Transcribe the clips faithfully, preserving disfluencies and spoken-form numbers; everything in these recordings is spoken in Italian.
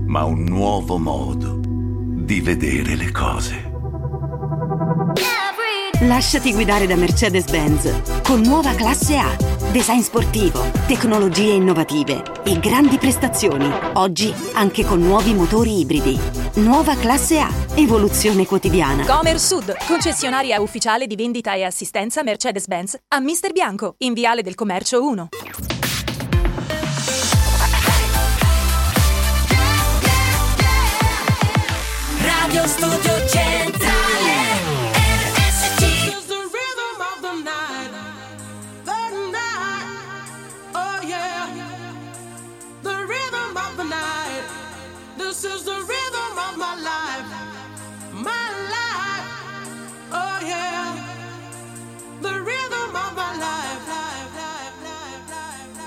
ma un nuovo modo di vedere le cose. Lasciati guidare da Mercedes-Benz con nuova classe A. Design sportivo, tecnologie innovative e grandi prestazioni. Oggi anche con nuovi motori ibridi. Nuova classe A. Evoluzione quotidiana. Comer Sud, concessionaria ufficiale di vendita e assistenza Mercedes-Benz a Mister Bianco, in Viale del Commercio uno. Radio Studio Centrale. This is the rhythm of my life, my life, oh yeah, the rhythm of my life, life, life, life, life,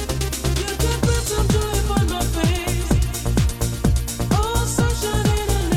You could put some joy upon my face, oh sunshine in a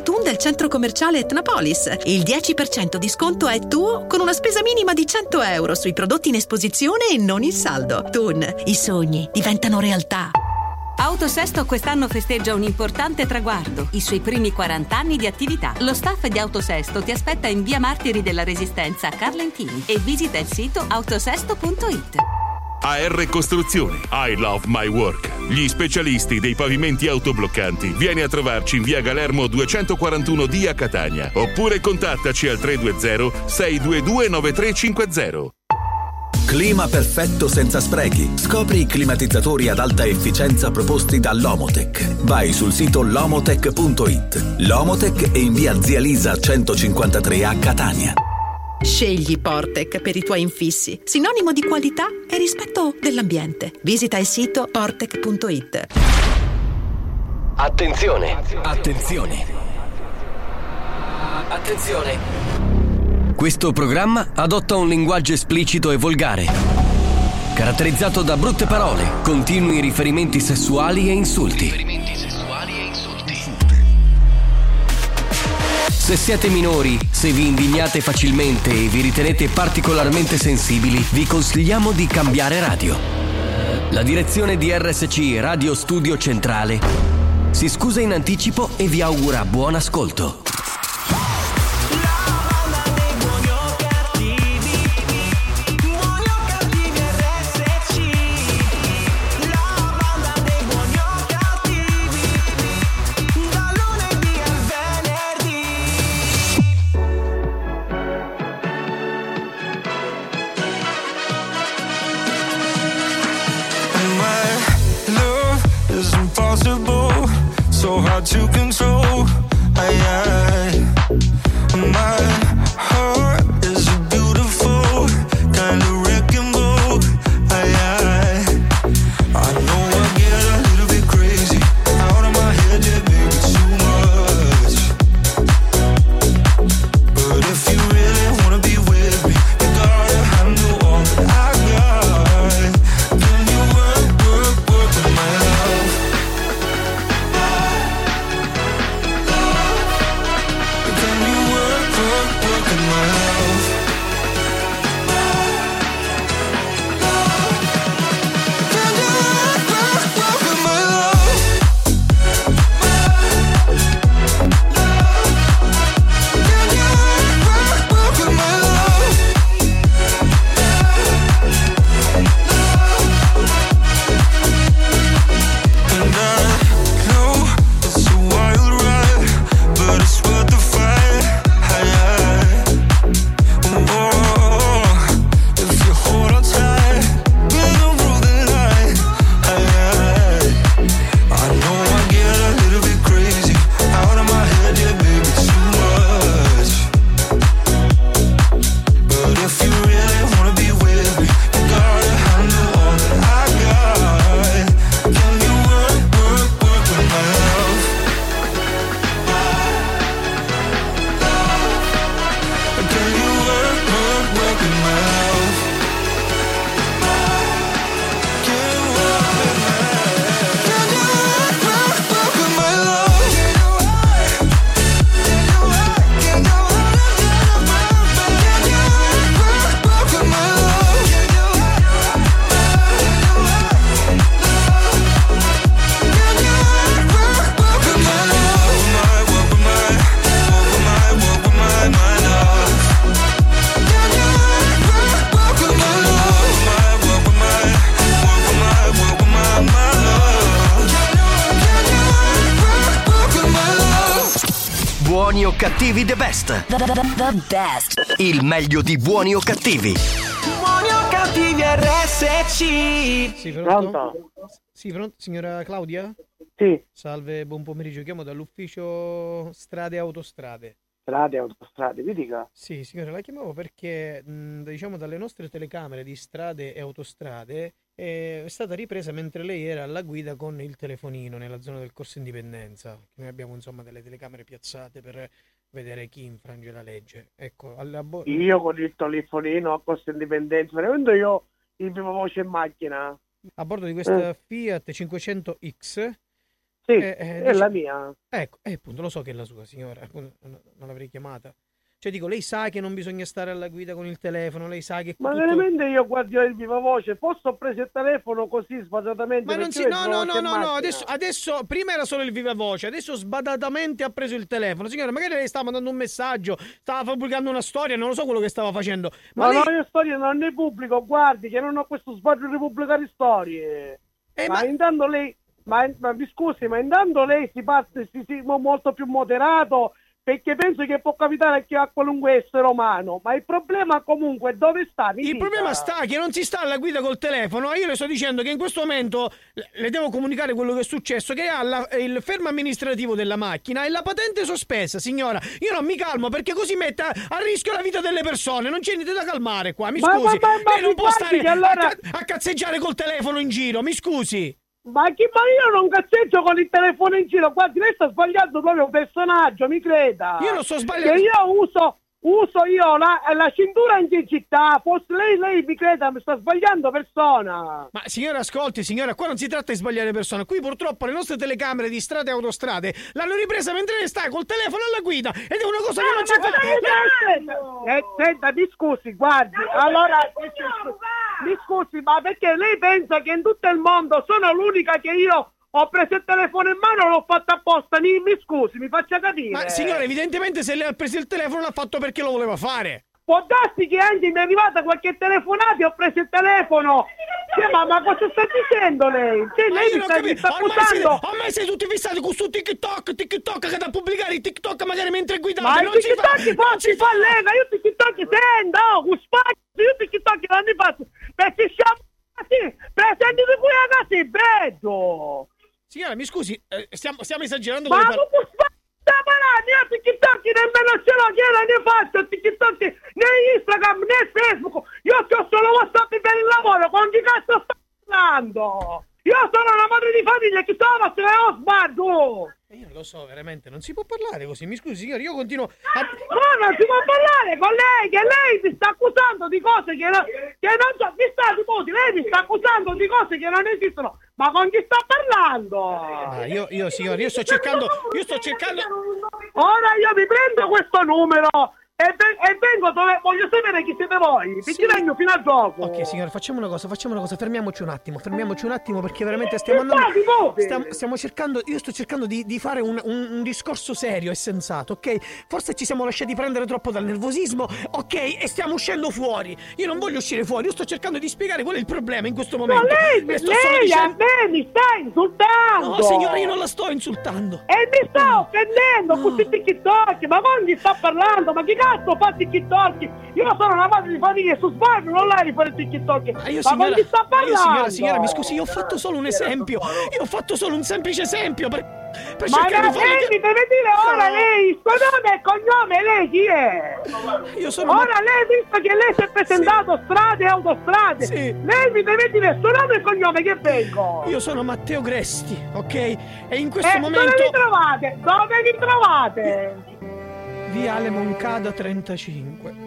Thun del centro commerciale Etnapolis. Il dieci per cento di sconto è tuo con una spesa minima di cento euro sui prodotti in esposizione e non in saldo. Thun, i sogni diventano realtà. Autosesto quest'anno festeggia un importante traguardo, i suoi primi quaranta anni di attività. Lo staff di Autosesto ti aspetta in via Martiri della Resistenza a Carlentini e visita il sito autosesto punto it. A R Costruzioni, I Love My Work. Gli specialisti dei pavimenti autobloccanti. Vieni a trovarci in via Galermo duecentoquarantuno D a Catania. Oppure contattaci al tre due zero sei due due nove tre cinque zero. Clima perfetto senza sprechi. Scopri i climatizzatori ad alta efficienza proposti da Lomotec. Vai sul sito lomotec punto it. Lomotec è in via Zia Lisa centocinquantatré a Catania. Scegli Portec per i tuoi infissi, sinonimo di qualità e rispetto dell'ambiente. Visita il sito portec punto it. Attenzione! Attenzione! Attenzione! Questo programma adotta un linguaggio esplicito e volgare, caratterizzato da brutte parole, continui riferimenti sessuali e insulti. Se siete minori, se vi indignate facilmente e vi ritenete particolarmente sensibili, vi consigliamo di cambiare radio. La direzione di R S C Radio Studio Centrale si scusa in anticipo e vi augura buon ascolto. So hard to control. I, I, my heart is a beautiful kind of wrecking ball. I, I, I know I get a little bit crazy out of my head, yeah, baby, too much. But if you really wanna be with me, you gotta handle all that I got. Can you work, work, work with my love? Buoni o cattivi the best. The, the, the best. Il meglio di buoni o cattivi. Buoni o cattivi R S C. Sì, pronto? Sì, pronto, signora Claudia? Sì. Salve, buon pomeriggio. Chiamo dall'ufficio Strade e Autostrade. Strade e Autostrade, mi dica? Sì, signora, la chiamavo perché, mh, diciamo, dalle nostre telecamere di Strade e Autostrade è stata ripresa mentre lei era alla guida con il telefonino nella zona del Corso Indipendenza. Noi abbiamo, insomma, delle telecamere piazzate per vedere chi infrange la legge. Ecco, alla bo- io con il telefonino a Corso Indipendenza, veramente io il primo voce in macchina. A bordo di questa eh. Fiat cinquecento X Sì, Eh, eh, è dice- la mia. Ecco, eh, appunto, lo so che è la sua, signora, appunto, non non l'avrei chiamata. Cioè, dico, lei sa che non bisogna stare alla guida con il telefono, lei sa che Ma tutto- veramente io guardo il viva voce, posso ho preso il telefono così sbadatamente? Ma non perché si... io No, sono no, no, anche in no, no, macchina. adesso, adesso... Prima era solo il viva voce, adesso sbadatamente ha preso il telefono. Signora, magari lei stava mandando un messaggio, stava pubblicando una storia, non lo so quello che stava facendo. Ma Ma lei... no, io storie non ne pubblico, guardi che non ho questo sbaglio di pubblicare storie. Eh, ma, ma- intanto lei, ma, ma mi scusi, ma intanto lei si parte si, si, mo- molto più moderato, perché penso che può capitare anche a qualunque essere umano, ma il problema comunque dove sta? Mi Il dica. problema sta che non si sta alla guida col telefono. Io le sto dicendo che in questo momento le- le devo comunicare quello che è successo, che ha la- il fermo amministrativo della macchina e la patente sospesa, signora. Io non mi calmo perché così mette a, a rischio la vita delle persone. Non c'è niente da calmare qua, mi Ma- scusi. ma- ma- ma lei non mi può guardi stare che allora- a, ca- a cazzeggiare col telefono in giro, mi scusi. Ma chi ma io non cazzeggio con il telefono in giro, guardi, lei sta sbagliando proprio un personaggio, mi creda. Io non sto sbagliando. Che io uso, uso io la, la cintura in città, forse lei, lei mi creda, mi sta sbagliando persona. Ma signora, ascolti, signora, qua non si tratta di sbagliare persone. Qui purtroppo le nostre telecamere di strade e autostrade l'hanno ripresa mentre lei sta col telefono alla guida ed è una cosa che non si fa. Eh, senta, mi scusi, guardi, allora mi scusi, ma perché lei pensa che in tutto il mondo sono l'unica che io ho preso il telefono in mano e l'ho fatto apposta? Mi, mi scusi, mi faccia capire. Ma signora, evidentemente se lei ha preso il telefono l'ha fatto perché lo voleva fare. Può darsi che anche mi è arrivata qualche telefonata e ho preso il telefono. Cioè, ma, ma cosa sta dicendo lei? Cioè, Ma lei io mi non sta, mi capisco. sta Ormai siete, accusando. ormai siete tutti fissati con su TikTok, TikTok, che da pubblicare i TikTok magari mentre guidate. Ma non il si fa, TikTok non fa, si fa lega, io TikTok sento, con spazio, io TikTok non ne faccio, perché siamo così, presenti di qui a casa in peggio. Signora, mi scusi, eh, stiamo, stiamo esagerando Ma con le non parole. può sta parlando, io TikTok nemmeno ce l'ho, che non ne faccio TikTok, né Instagram, né Facebook, io ho solo WhatsApp per il lavoro, con chi cazzo sta parlando? Io sono una madre di famiglia, chi sono? Se ne ho sbaglio! Io lo so, veramente, non si può parlare così. Mi scusi, signore, io continuo a... No, non si può parlare con lei, che lei mi sta accusando di cose che non, che non so, mi sta riposi, lei mi sta accusando di cose che non esistono, ma con chi sta parlando? Ah, io, io, signore, io sto cercando, io sto cercando... Ora io mi prendo questo numero e, ve- e vengo dove voglio sapere chi siete voi, Sì. ti regno fino al gioco. Ok, signore, facciamo una cosa, facciamo una cosa, fermiamoci un attimo, fermiamoci un attimo perché veramente stiamo Che andando... fai, Bobi? Stiamo, stiamo cercando, io sto cercando di, di fare un, un- un discorso serio e sensato, ok? Forse ci siamo lasciati prendere troppo dal nervosismo, ok? E stiamo uscendo fuori. Io non voglio uscire fuori, io sto cercando di spiegare qual è il problema in questo Ma momento. lei, Le sto solo lei a dicendo- me mi sta insultando! No, signore, io non la sto insultando. E mi sta offendendo con questi TikTok, ma con chi sta parlando? Ma chi cazzo fa TikTok? Io sono una madre di famiglia, su sbaglio non lei di fare TikTok. Ma io, ma signora, con chi sta ma io, parlando? signora, signora, mi scusi, io ho fatto solo un esempio. Io ho fatto solo un semplice esempio per, per Ma cercare di fare... lei mi deve dire ora No. lei, suo nome e cognome, lei chi è? Io sono... Ora lei, visto che lei si è presentato strade e autostrade, Sì. lei mi deve dire suo nome e cognome che vengo. Io sono Matteo Gresti, ok? E in questo Eh, momento... dove vi trovate? Dove vi trovate? Viale Moncada trentacinque.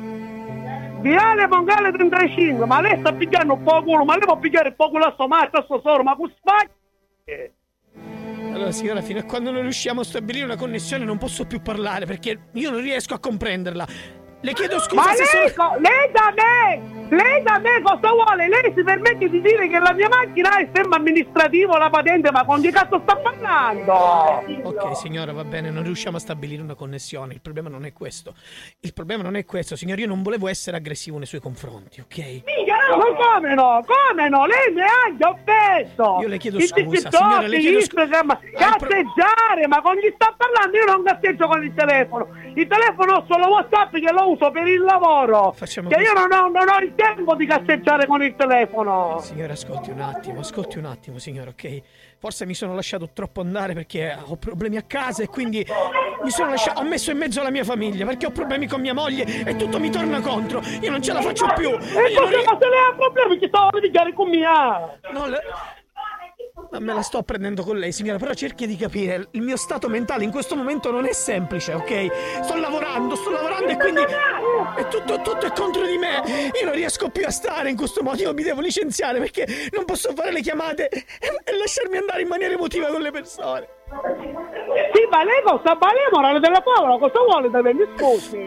Viale Mongale trentacinque, ma lei sta pigliando un po' culo, ma lei può pigliare un po' culo a sto matto, a sto solo, ma con spagno. Allora, signora, fino a quando non riusciamo a stabilire una connessione non posso più parlare perché io non riesco a comprenderla. Le chiedo scusa Ma se lei, sono... co- lei da me, lei da me cosa vuole? Lei si permette di dire che la mia macchina ha il fermo amministrativo, la patente, ma con chi cazzo sta parlando? Ok, signora, va bene, non riusciamo a stabilire una connessione. Il problema non è questo. Il problema non è questo, signora. Io non volevo essere aggressivo nei suoi confronti, ok? Minchia, no, ma come no? Come no? Lei mi ha anche offeso! Io le chiedo Il scusa, TikTok, signora, le chiedo scusa. Instagram, il pro- cazzeggiare, ma con chi sta parlando? Io non cazzeggio con il telefono. Il telefono ho solo WhatsApp che lo uso per il lavoro. Facciamo che così. io non ho, non ho il tempo di cazzeggiare con il telefono. Signora, ascolti un attimo, ascolti un attimo, signora, ok? Forse mi sono lasciato troppo andare perché ho problemi a casa e quindi mi sono lasciato, ho messo in mezzo la mia famiglia perché ho problemi con mia moglie e tutto mi torna contro. Io non ce la faccio più. E Io non cosa, ri- ma se lei ha problemi che stavo a litigare con mia? No, le- ma me la sto prendendo con lei, signora, però cerchi di capire. Il mio stato mentale in questo momento non è semplice, ok? Sto lavorando, sto lavorando e quindi... E tutto, tutto è contro di me. Io non riesco più a stare in questo modo. Io mi devo licenziare perché non posso fare le chiamate e, e lasciarmi andare in maniera emotiva con le persone. Sì, ma lei cosa? Ma lei morale della favola, cosa vuole da me? Mi scusi.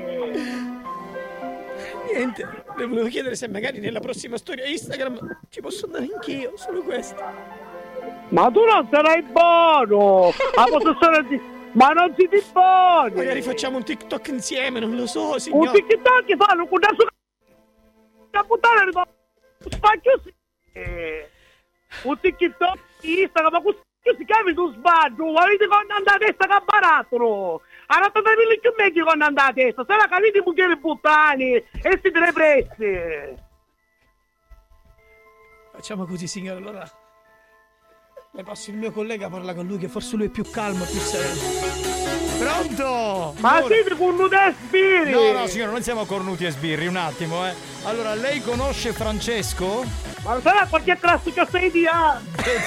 Niente, le volevo chiedere se magari nella prossima storia Instagram ci posso andare anch'io, solo questo. Ma tu non sarai buono! La possessione di... Ma non si ti buoni! Magari facciamo un TikTok insieme, non lo so, signor. Un TikTok fanno con una sua... puttana di... spacchio sì! Un TikTok Instagram, ma questo si chiama tu sbaglio! Avete con andare a testa che barattolo! Arratate mille più meglio con andare a testa! Se la capite mucchiere buttani e si tre prezzi! Facciamo così, signore, allora... Le passo il mio collega, parla con lui che forse lui è più calmo, più sereno. Pronto? Ma siete cornuti e sbirri? No, no, signore, non siamo cornuti e sbirri, un attimo, eh. Allora, lei conosce Francesco? Ma non sarà qualche classico sei di anni?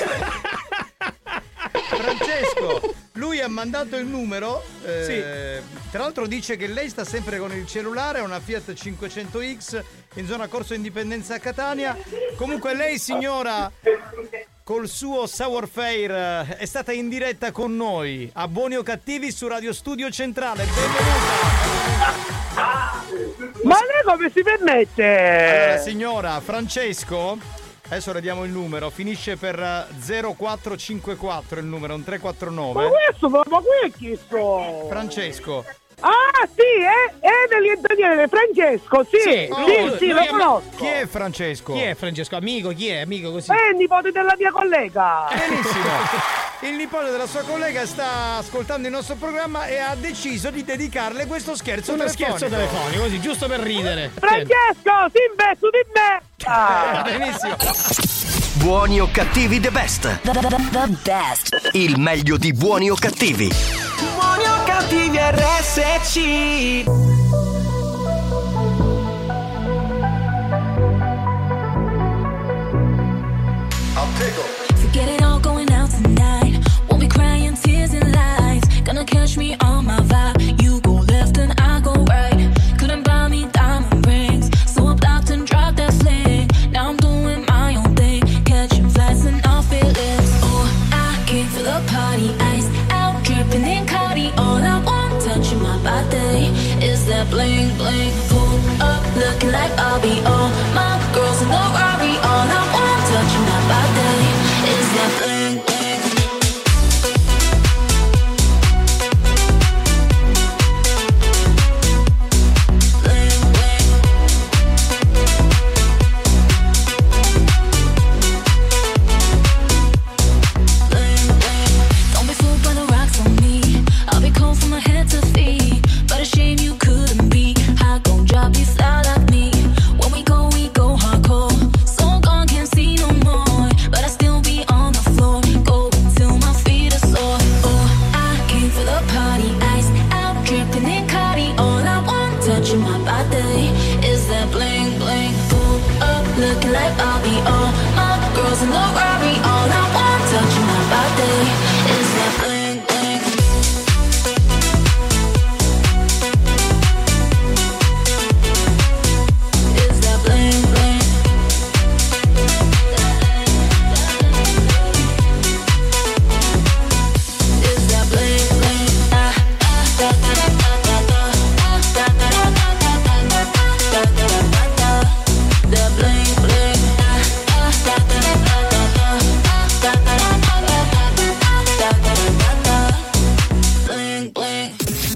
Francesco, lui ha mandato il numero. Eh, Sì. Tra l'altro dice che lei sta sempre con il cellulare, una Fiat cinquecento X in zona Corso Indipendenza a Catania. Comunque lei, signora, col suo Sour Fair è stata in diretta con noi a Buoni o Cattivi su Radio Studio Centrale. Benvenuta. Ma lei come si permette? Allora, signora, Francesco, adesso le diamo il numero, finisce per zero quattro cinque quattro il numero, un tre quattro nove. Ma questo, ma qui è chi so? Francesco. Ah sì, è, è dell'Italiano Francesco, sì, sì, Oh, sì, sì, lo conosco. Chi è Francesco? Chi è Francesco? Amico, chi è? Amico così? È il nipote della mia collega. Benissimo. Il nipote della sua collega sta ascoltando il nostro programma e ha deciso di dedicarle questo scherzo Uno telefonico. scherzo telefonico, così, giusto per ridere. Francesco, si investo di me. Ah. Benissimo. Buoni o cattivi the best. The, the, the best. Il meglio di Buoni o cattivi. Buoni o cattivi R S C. Forget it all, going out tonight. Won't be crying tears and lies. Gonna catch me on my vibe. You go left and I go right. Couldn't buy me diamond rings, so I blocked and dropped that fling. Now I'm doing my own thing, catching flights and off feelings. Oh, I came for the party, ice out, dripping in Cardi. All I want, touching my body, is that bling bling. Pull up, looking like Bobby. All my girls in the Rari. All I want, touching my body, is that bling bling. Looking like Bobby, all my girls in the Rari. All I want, touching my body, is that bling bling. Is that bling bling. Is that bling bling. Ah, ah, da da da da da da da da da da da da. The bling bling, ah ah da da da da da da da da da da. Bling bling.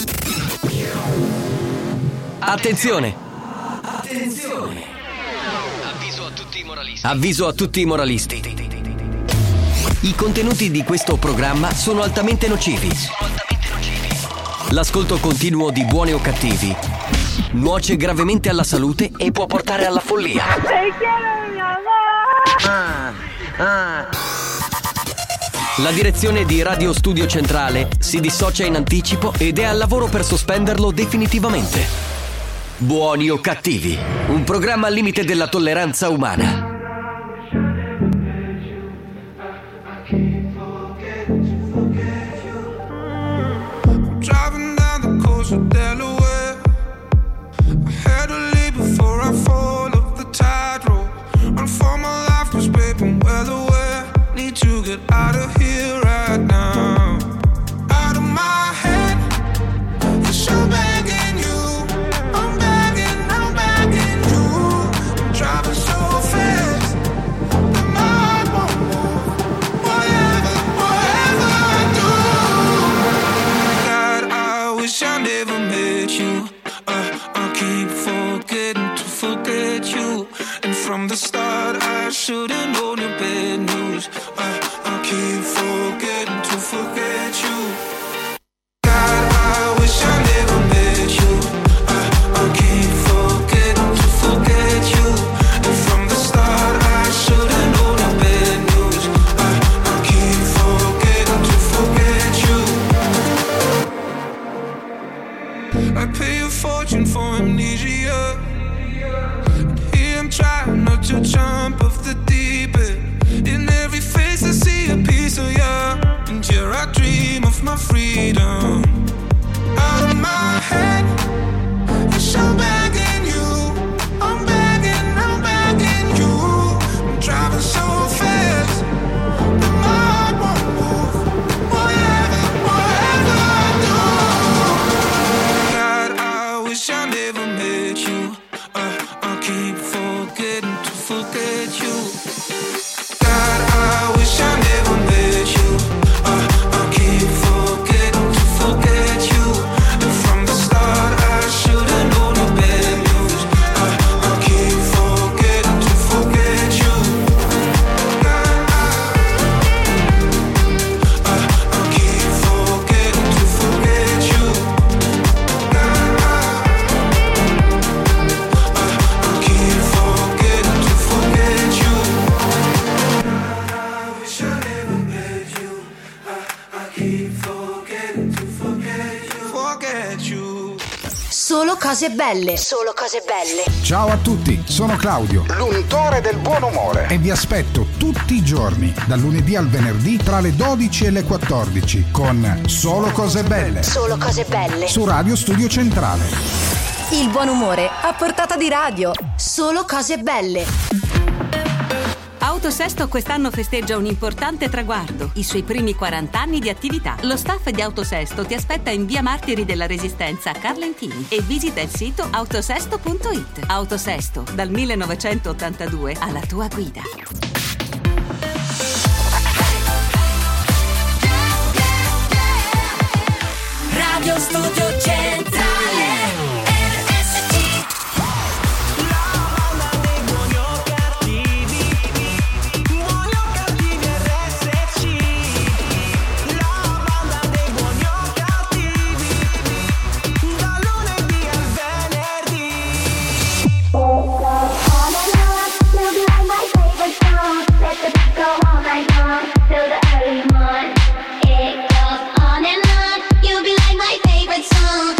Attenzione! Attenzione! Avviso a tutti i moralisti. Avviso a tutti i moralisti. I contenuti di questo programma sono altamente nocivi. L'ascolto continuo di Buoni o Cattivi nuoce gravemente alla salute e può portare alla follia. Ah, ah. La direzione di Radio Studio Centrale si dissocia in anticipo ed è al lavoro per sospenderlo definitivamente. Buoni o Cattivi, un programma al limite della tolleranza umana. Driving down the coast of Delaware, I had get out of here right now. Out of my head, 'cause I'm begging you. I'm begging, I'm begging you. I'm driving so fast that my heart won't move. Whatever, whatever I do. God, I wish I never met you. uh, I keep forgetting to forget you. And from the start I should've known your bad news. I, I keep forgetting to forget you. God, I wish I never met you. I, I keep forgetting to forget you. And from the start I should've known your bad news. I, I keep forgetting to forget you. I pay a fortune for amnesia. I'm trying not to jump off the deep end. In every face I see a piece of you. And here I dream of my freedom. Out of my head, yes, I'm begging you. I'm begging, I'm begging you. I'm driving so fast that my heart won't move. Whatever, whatever I do. God, I wish I never met you. uh, I keep forgetting to forget you. God, I wish I never met you. uh, I keep forgetting to forget you. And from the start I should've known your bad news. uh, I keep forgetting to forget you. God, I, uh, I keep forgetting to forget you. God, I, I keep forgetting to forget you. I wish I never met you. I, I keep forgetting to forget you. Forget you. Solo cose belle. Solo cose belle. Ciao a tutti, sono Claudio, l'untore del buon umore, e vi aspetto tutti i giorni, dal lunedì al venerdì, tra le dodici e le quattordici, con Solo cose belle. Solo cose belle. Su Radio Studio Centrale. Il buon umore a portata di radio. Solo cose belle. Autosesto quest'anno festeggia un importante traguardo, i suoi primi quaranta anni di attività. Lo staff di Autosesto ti aspetta in via Martiri della Resistenza a Carlentini e visita il sito autosesto punto it. Autosesto, dal millenovecentottantadue alla tua guida. Radio Studio Centrale. Song.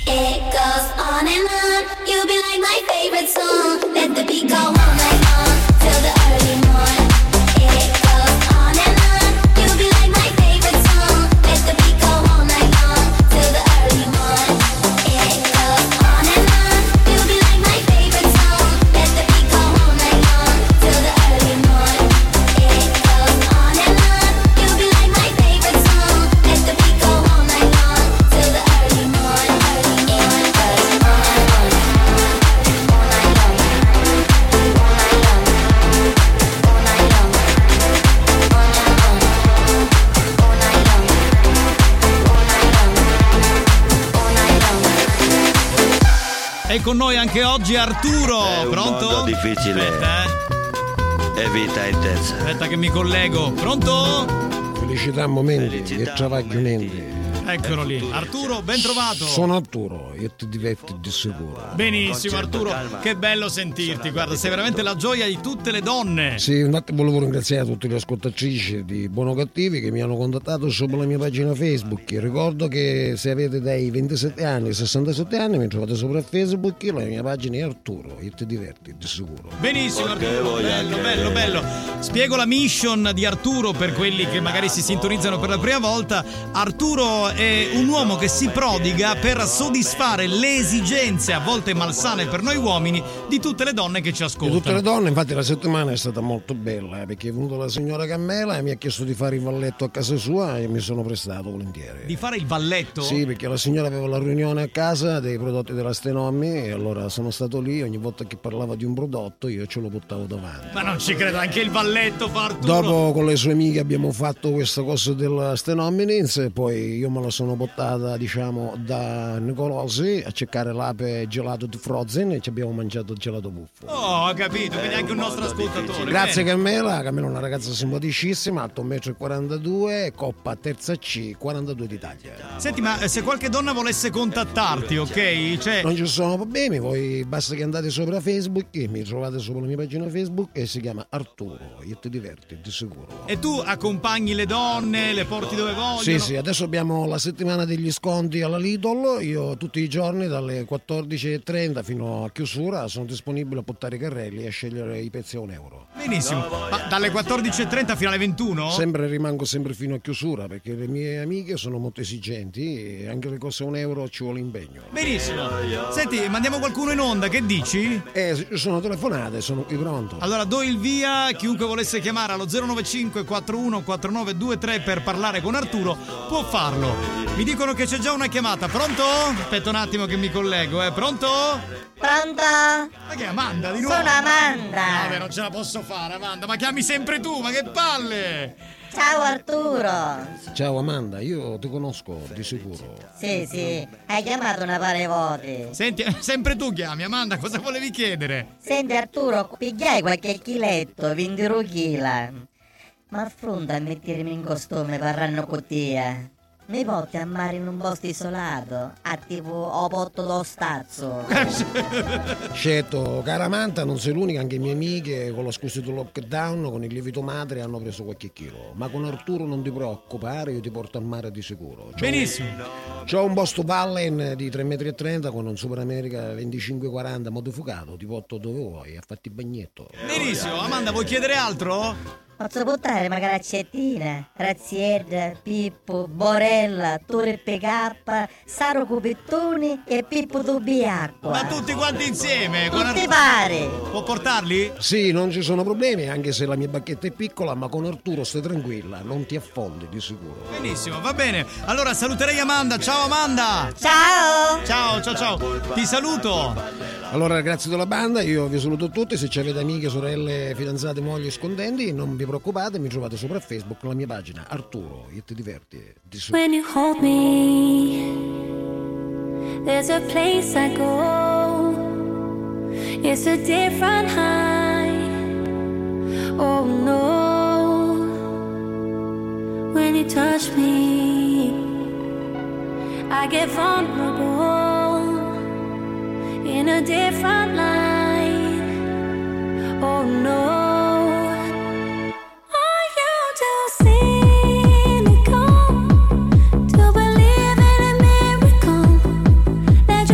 It goes on and on. You'll be like my favorite song. Let the beat go all night long till the early morn. It goes on and on. You'll be like my favorite song. Let the beat go all night long till the early morn. It goes on and on. You'll be like my favorite song. Let the beat go all night long till the early morn. It goes on and on. You'll be like my favorite song. Let the beat go all night long till the early morn. Early morn. E con noi anche oggi Arturo. È un Pronto? mondo difficile. Aspetta, eh. È vita intensa. Aspetta che mi collego. Pronto? Felicità momenti e travaglio niente. Eccolo lì. Arturo, ben trovato. Sono Arturo e ti diverti di sicuro. Benissimo Arturo, che bello sentirti. Guarda, sei veramente la gioia di tutte le donne. Sì, un attimo volevo ringraziare tutte le ascoltatrici di Buono Cattivi che mi hanno contattato sopra la mia pagina Facebook. Ricordo che se avete dai ventisette anni ai sessantasette anni mi trovate sopra Facebook, la mia pagina è Arturo e ti diverti di sicuro. Benissimo Arturo, bello, bello, bello. Spiego la mission di Arturo per quelli che magari si sintonizzano per la prima volta. Arturo è un uomo che si prodiga per soddisfare le esigenze, a volte malsane per noi uomini, di tutte le donne che ci Di ascoltano. tutte le donne, infatti la settimana è stata molto bella eh, perché è venuta la signora Carmela e mi ha chiesto di fare il valletto a casa sua e mi sono prestato volentieri. Di fare il valletto? Sì, perché la signora aveva la riunione a casa dei prodotti della Stenommi e allora sono stato lì, ogni volta che parlava di un prodotto io ce lo portavo davanti. Ma non ci credo, anche il valletto fa Arturo. Dopo con le sue amiche abbiamo fatto questa cosa della Stenomminins e poi io me la sono portata diciamo da Nicolosi a cercare l'ape gelato di Frozen e ci abbiamo mangiato il gelato buffo. Oh, ho capito, quindi anche un nostro ascoltatore. Grazie Bene. Carmela, Carmela è una ragazza simpaticissima, alto uno e quarantadue metri, coppa terza C, quarantadue d'Italia. Senti, ma se qualche donna volesse contattarti, ok? Cioè... Non ci sono problemi, voi basta che andate sopra Facebook e mi trovate sopra la mia pagina Facebook e si chiama Arturo e ti diverti di sicuro. E tu accompagni le donne, le porti dove vogliono? Sì, sì, adesso abbiamo la settimana degli sconti alla Lidl, io tutti i giorni dalle quattordici e trenta fino a chiusura sono disponibile a portare i carrelli e a scegliere i pezzi a un euro. Benissimo, ma dalle quattordici e trenta fino alle ventuno? Sempre rimango sempre fino a chiusura perché le mie amiche sono molto esigenti e anche le cose a un euro ci vuole impegno. Benissimo. Senti, mandiamo qualcuno in onda, che dici? Eh, sono telefonate, sono qui pronto. Allora do il via, chiunque volesse chiamare allo zero nove cinque quattro uno quattro nove due tre per parlare con Arturo può farlo. Mi dicono che c'è già una chiamata, pronto? Aspetta un attimo che mi collego, eh, pronto? Pronto? Ma che è Amanda di nuovo? Sono Amanda. Vabbè, non ce la posso fare, Amanda, ma chiami sempre tu, ma che palle! Ciao Arturo. Ciao Amanda, io ti conosco di sicuro. Sì, sì, hai chiamato una pare volte. Senti, sempre tu chiami, Amanda, cosa volevi chiedere? Senti Arturo, pigliai qualche chiletto, venti chila. Ma affronta a mettermi in costume parranno cottia. Mi porti a mare in un posto isolato, a tipo o potto do stazzo. Certo, cara Manta, non sei l'unica, anche le mie amiche con la scusa del lockdown, con il lievito madre hanno preso qualche chilo. Ma con Arturo non ti preoccupare, io ti porto al mare di sicuro. C'ho Benissimo. Un, c'ho un Boston Ballen di tre virgola trenta metri con un Super America venticinque quaranta modificato, ti porto dove vuoi, a fatti bagnetto. Benissimo, Amanda, vuoi chiedere altro? Posso portare magari accettina, Razzietta, Pippo, Borella, Tore P K, Saro Cupettoni e Pippo Tubiacqua. Ma tutti quanti insieme? Tutti Art- pare. Può portarli? Sì, non ci sono problemi, anche se la mia bacchetta è piccola, ma con Arturo stai tranquilla, non ti affolli di sicuro. Benissimo, va bene. Allora saluterei Amanda. Ciao Amanda. Ciao. Ciao, ciao, ciao. Ti saluto. Allora, grazie della banda, io vi saluto tutti, se ci avete amiche, sorelle, fidanzate, mogli, scondenti, non vi preoccupate, mi trovate sopra Facebook la mia pagina Arturo e ti diverti di sicuro. When you hold me, there's a place I go. It's a different high. Oh no. When you touch me, I get vulnerable in a different light. Oh no. Let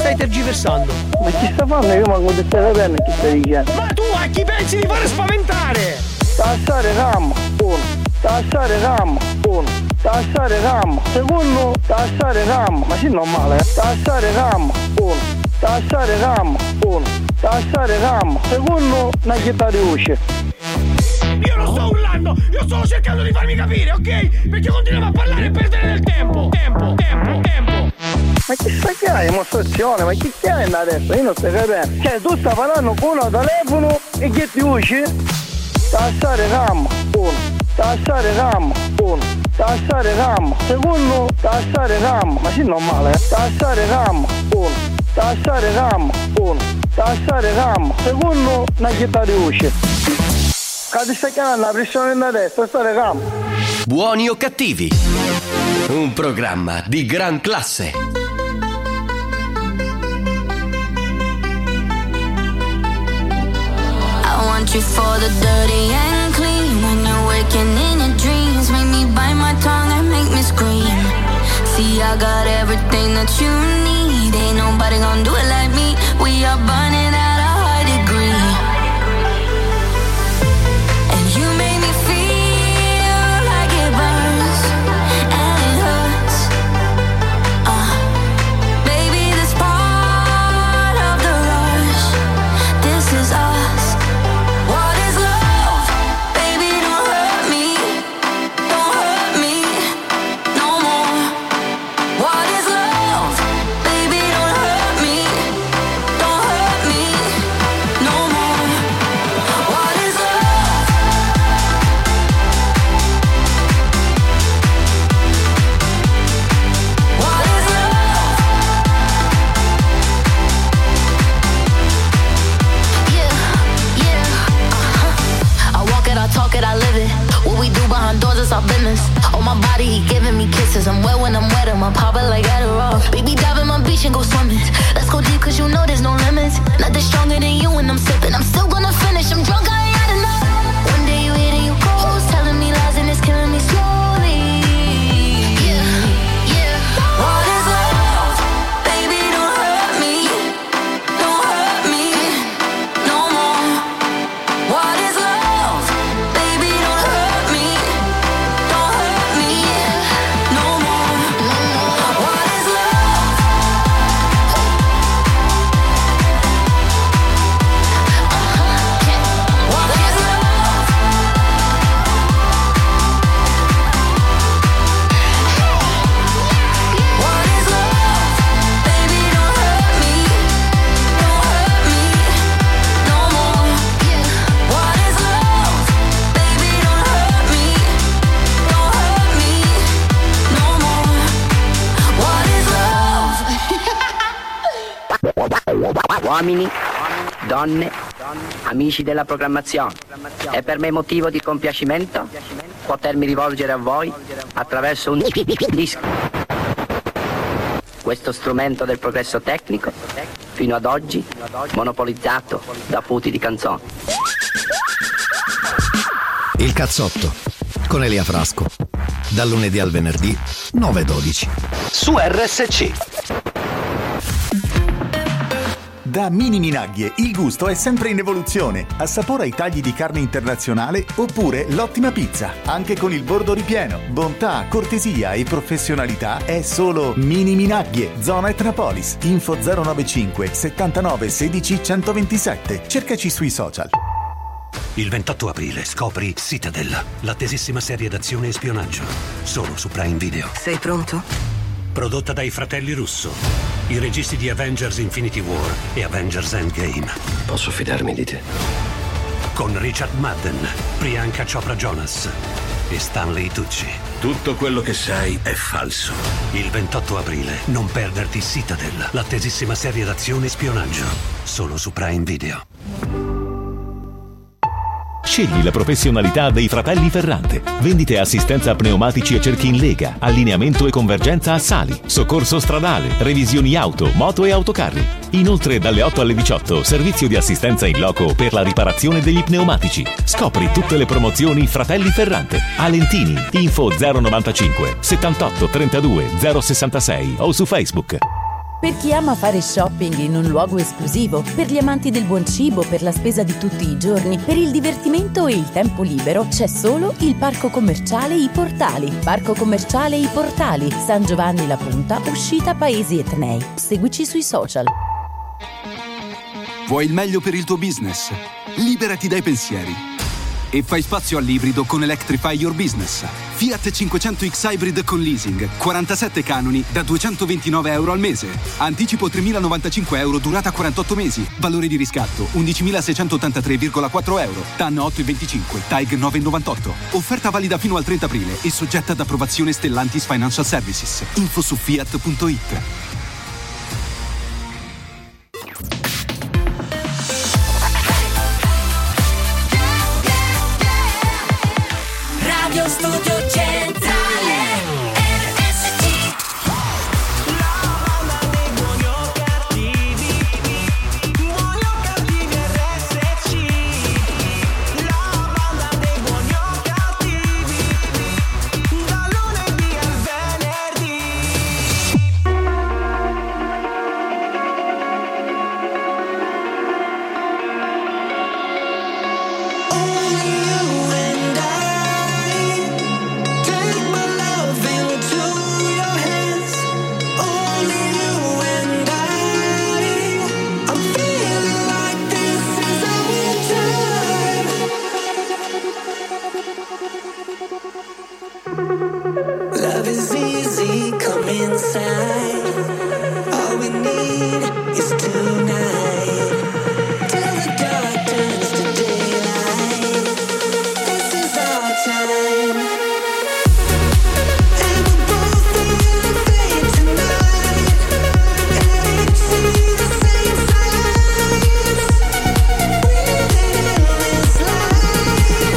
stai tergiversando? Ma chi sta fanno? Io manco ti stai capendo chi stai dicendo. Ma tu a chi pensi di fare spaventare? Tassare cam, uno. Tassare cam, uno. Tassare cam, secondo. Tassare cam, ma sì normale, eh? Tassare cam, uno. Tassare cam, uno. Tassare cam, secondo. Una chitarra di voce. Io non sto urlando, io sto cercando di farmi capire, ok? Perché continuiamo a parlare e perdere del tempo. Tempo, tempo, tempo. Ma che sta che hai dimostrazione? Ma chi stai adesso? Io non stai capendo. Cioè tu stai parlando con un telefono e che ti usci? Tassare cam, uno. Tassare cam, uno. Tassare cam, secondo. Tassare cam, ma sì normale, eh? Tassare cam, uno. Tassare cam, uno. Tassare cam, secondo. Una chitarra di voce. Cade stai chiamando la pressione da destra, stare cam. Buoni o cattivi? Un programma di gran classe. I want you for the dirty and clean. When you're waking in your dreams, make me bite my tongue and make me scream. See, I got everything that you need. Ain't nobody gonna do it like me. We are burning at a high degree. And you make me feel like it burns and it hurts. Uh, baby, this part of the rush. This is us. What is love? Baby, don't hurt me. Don't hurt me no more. What is love? Baby, don't hurt me. Don't hurt me no more. What is love? What is love? Yeah, yeah, uh-huh. I walk it, I talk it, I live it. What we do behind doors is our business. On my body, he giving me kisses. I'm wet when I'm wet, I'm popping like Adderall. Baby, dive in my beach and go swimming. Let's go deep, cause you know there's no limits. Nothing stronger than you when I'm sipping. I'm still gonna finish, I'm drunk, I ain't had enough. One day you hit and you close, telling me lies and it's killing me slowly. Yeah, yeah. What is love? Baby, don't hurt me. Don't hurt me no more. What is love? Baby, don't hurt me. Don't hurt me no more. What is love? What is love? What is love? Baby, don't hurt me. Don't hurt me no more. What is love? Baby, don't hurt me. Don't hurt me no more. What is love? Uomini, donne, amici della programmazione, è per me motivo di compiacimento potermi rivolgere a voi attraverso un disco. Questo strumento del progresso tecnico, fino ad oggi monopolizzato da puti di canzoni. Il cazzotto con Elia Frasco. Dal lunedì al venerdì, nove dodici. Su R S C. Da Mini Minaglie il gusto è sempre in evoluzione. Assapora i tagli di carne internazionale oppure l'ottima pizza, anche con il bordo ripieno. Bontà, cortesia e professionalità è solo Mini Minaglie, zona Etnapolis. Info zero nove cinque settantanove sedici centoventisette. Cercaci sui social. Il ventotto aprile scopri Citadel, l'attesissima serie d'azione e spionaggio, solo su Prime Video. Sei pronto? Prodotta dai fratelli Russo, i registi di Avengers Infinity War e Avengers Endgame. Posso fidarmi di te? Con Richard Madden, Priyanka Chopra Jonas e Stanley Tucci. Tutto quello che sai è falso. Il ventotto aprile non perderti Citadel, l'attesissima serie d'azione e spionaggio, solo su Prime Video. Scegli la professionalità dei fratelli Ferrante. Vendite e assistenza a pneumatici e cerchi in lega, allineamento e convergenza a sali, soccorso stradale, revisioni auto, moto e autocarri. Inoltre dalle otto alle diciotto servizio di assistenza in loco per la riparazione degli pneumatici. Scopri tutte le promozioni Fratelli Ferrante. Alentini, info zero novantacinque settantotto trentadue zero sessantasei o su Facebook. Per chi ama fare shopping in un luogo esclusivo, per gli amanti del buon cibo, per la spesa di tutti i giorni, per il divertimento e il tempo libero, c'è solo il Parco Commerciale I Portali. Parco Commerciale I Portali, San Giovanni La Punta, uscita Paesi Etnei. Seguici sui social. Vuoi il meglio per il tuo business? Liberati dai pensieri e fai spazio all'ibrido con Electrify Your Business. Fiat cinquecento X Hybrid con leasing, quarantasette canoni da duecentoventinove euro al mese. Anticipo tremilanovantacinque euro durata quarantotto mesi. Valore di riscatto undicimilaseicentottantatré virgola quattro euro. T A N otto virgola venticinque, T A I G nove virgola novantotto. Offerta valida fino al trenta aprile e soggetta ad approvazione Stellantis Financial Services. Info su fiat punto it. Radio Studio Centrale R S C. La banda dei buoni o cattivi, buoni o cattivi R S C. La banda dei buoni o cattivi, dal lunedì al venerdì. Love is easy, come inside. All we need is tonight. Till the dark turns to daylight. This is our time. And we're both feeling fate tonight. Ain't see the same signs. Breathing in this light.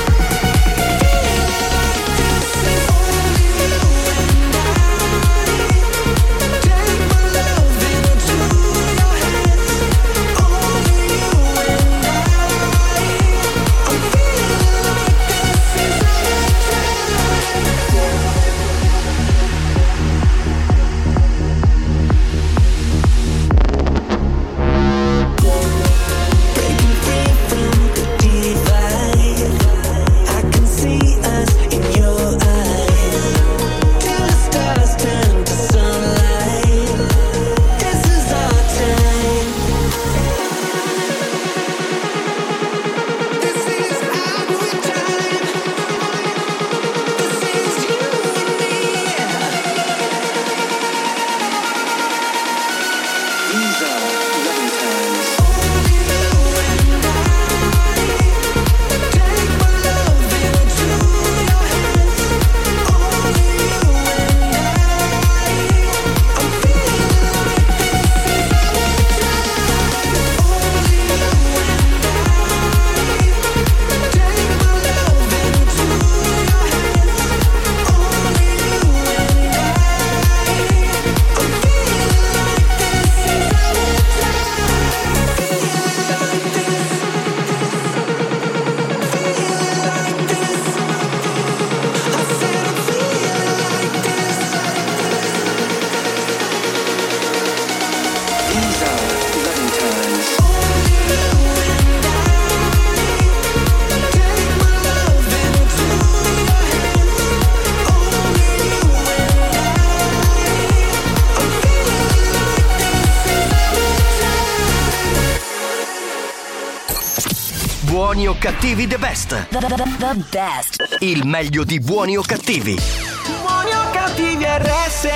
Buoni o cattivi the best. The, the, the best. Il meglio di buoni o cattivi. Buoni o cattivi R S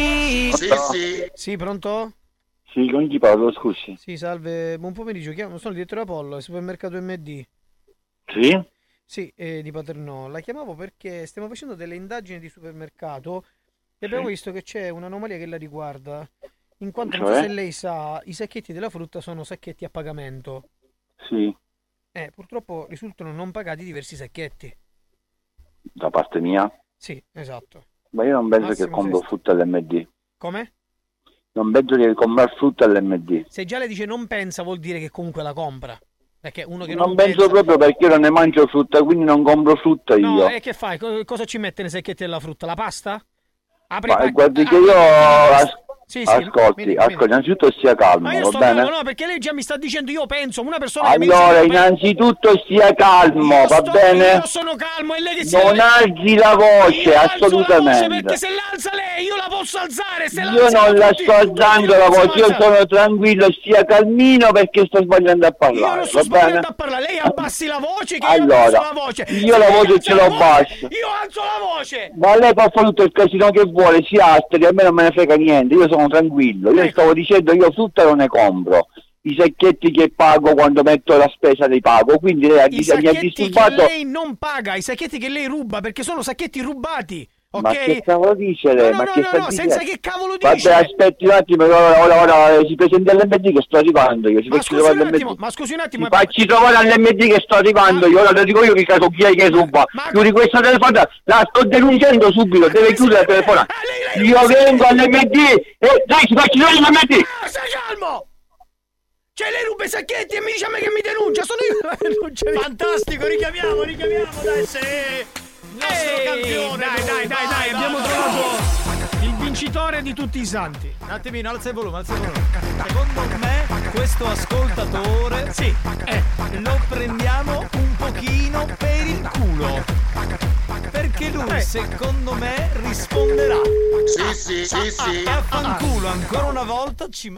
C. Sì, sì. Sì, pronto? Sì, con chi parlo, scusi? Sì, salve, buon pomeriggio. Chiamo, sono il direttore Apollo, supermercato M D. Sì? Sì, eh, di Paternò. La chiamavo perché stiamo facendo delle indagini di supermercato e abbiamo sì. visto che c'è un'anomalia che la riguarda. In quanto, cioè? Non so se lei sa, i sacchetti della frutta sono sacchetti a pagamento. Sì. Eh, purtroppo risultano non pagati diversi sacchetti. Da parte mia? Sì, esatto. Ma io non penso Massimo che compro sei... frutta all'M D. Come? Non penso che comprare frutta all'M D. Se già le dice non pensa vuol dire che comunque la compra. Perché uno che non, non pensa... penso proprio perché io non ne mangio frutta, quindi non compro frutta io. No, e che fai? Cosa ci mette nei sacchetti della frutta? La pasta? Apri Ma pa- guardi che apri io... Pasta. Sì, sì, ascolti, mi- mi- ascolti, innanzitutto stia calmo, Ma io va sto bene? calmo, no, perché lei già mi sta dicendo, io penso, una persona che mi Allora, dice... innanzitutto stia calmo, Io va sto- bene? Io sono calmo e lei che si... Non alzi la voce, Io alzo la voce assolutamente. perché se l'alza lei, io la posso alzare, se Io l'alza non la tutti- sto alzando la voce, io alzare. sono tranquillo, stia calmino perché sto sbagliando a parlare. Io non sto va sbagliando bene? a parlare, lei abbassi la voce che Allora, io alzo la voce. io Se la lei voce alza ce la l'ho voce, bassa. Io alzo la voce. Ma lei può fare tutto il casino che vuole, si altri, a me non me ne frega niente, io sono tranquillo. Io stavo dicendo, io frutta non ne compro. I sacchetti che pago quando metto la spesa li pago, quindi lei ha, I dis- mi ha sacchetti che disturbato. lei non paga, i sacchetti che lei ruba, perché sono sacchetti rubati. Ok? Ma che cavolo dice lei? No, Ma no, che no, sta no, dicendo? senza che cavolo dice. Vabbè, aspetti un attimo, ora, ora, ora eh, si presenta all'M D che sto arrivando io. Si Ma facci scusi trovare un all'M D. attimo, ma scusi un attimo. Si facci trovare all'M D che sto arrivando io. Ora lo dico io che caso chi è che ruba. Chiudi questa telefonata, la sto denunciando subito, deve chiudere la telefonata. Io vengo all'M D e dai, si facci trovare all'M D. Ah, stai calmo! Cioè lei ruba i sacchetti e mi dice a me che mi denuncia, sono io. Fantastico, richiamiamo, richiamiamo, dai, se... Il nostro campione. Dai, dai, dai, dai, abbiamo trovato il vincitore di tutti i santi. Un attimino, alza il volume, alza il volume. Secondo me questo ascoltatore sì, eh, lo prendiamo un pochino per il culo. Perché lui, secondo me, risponderà. Sì, sì, sì, sì. E affanculo ancora una volta ci...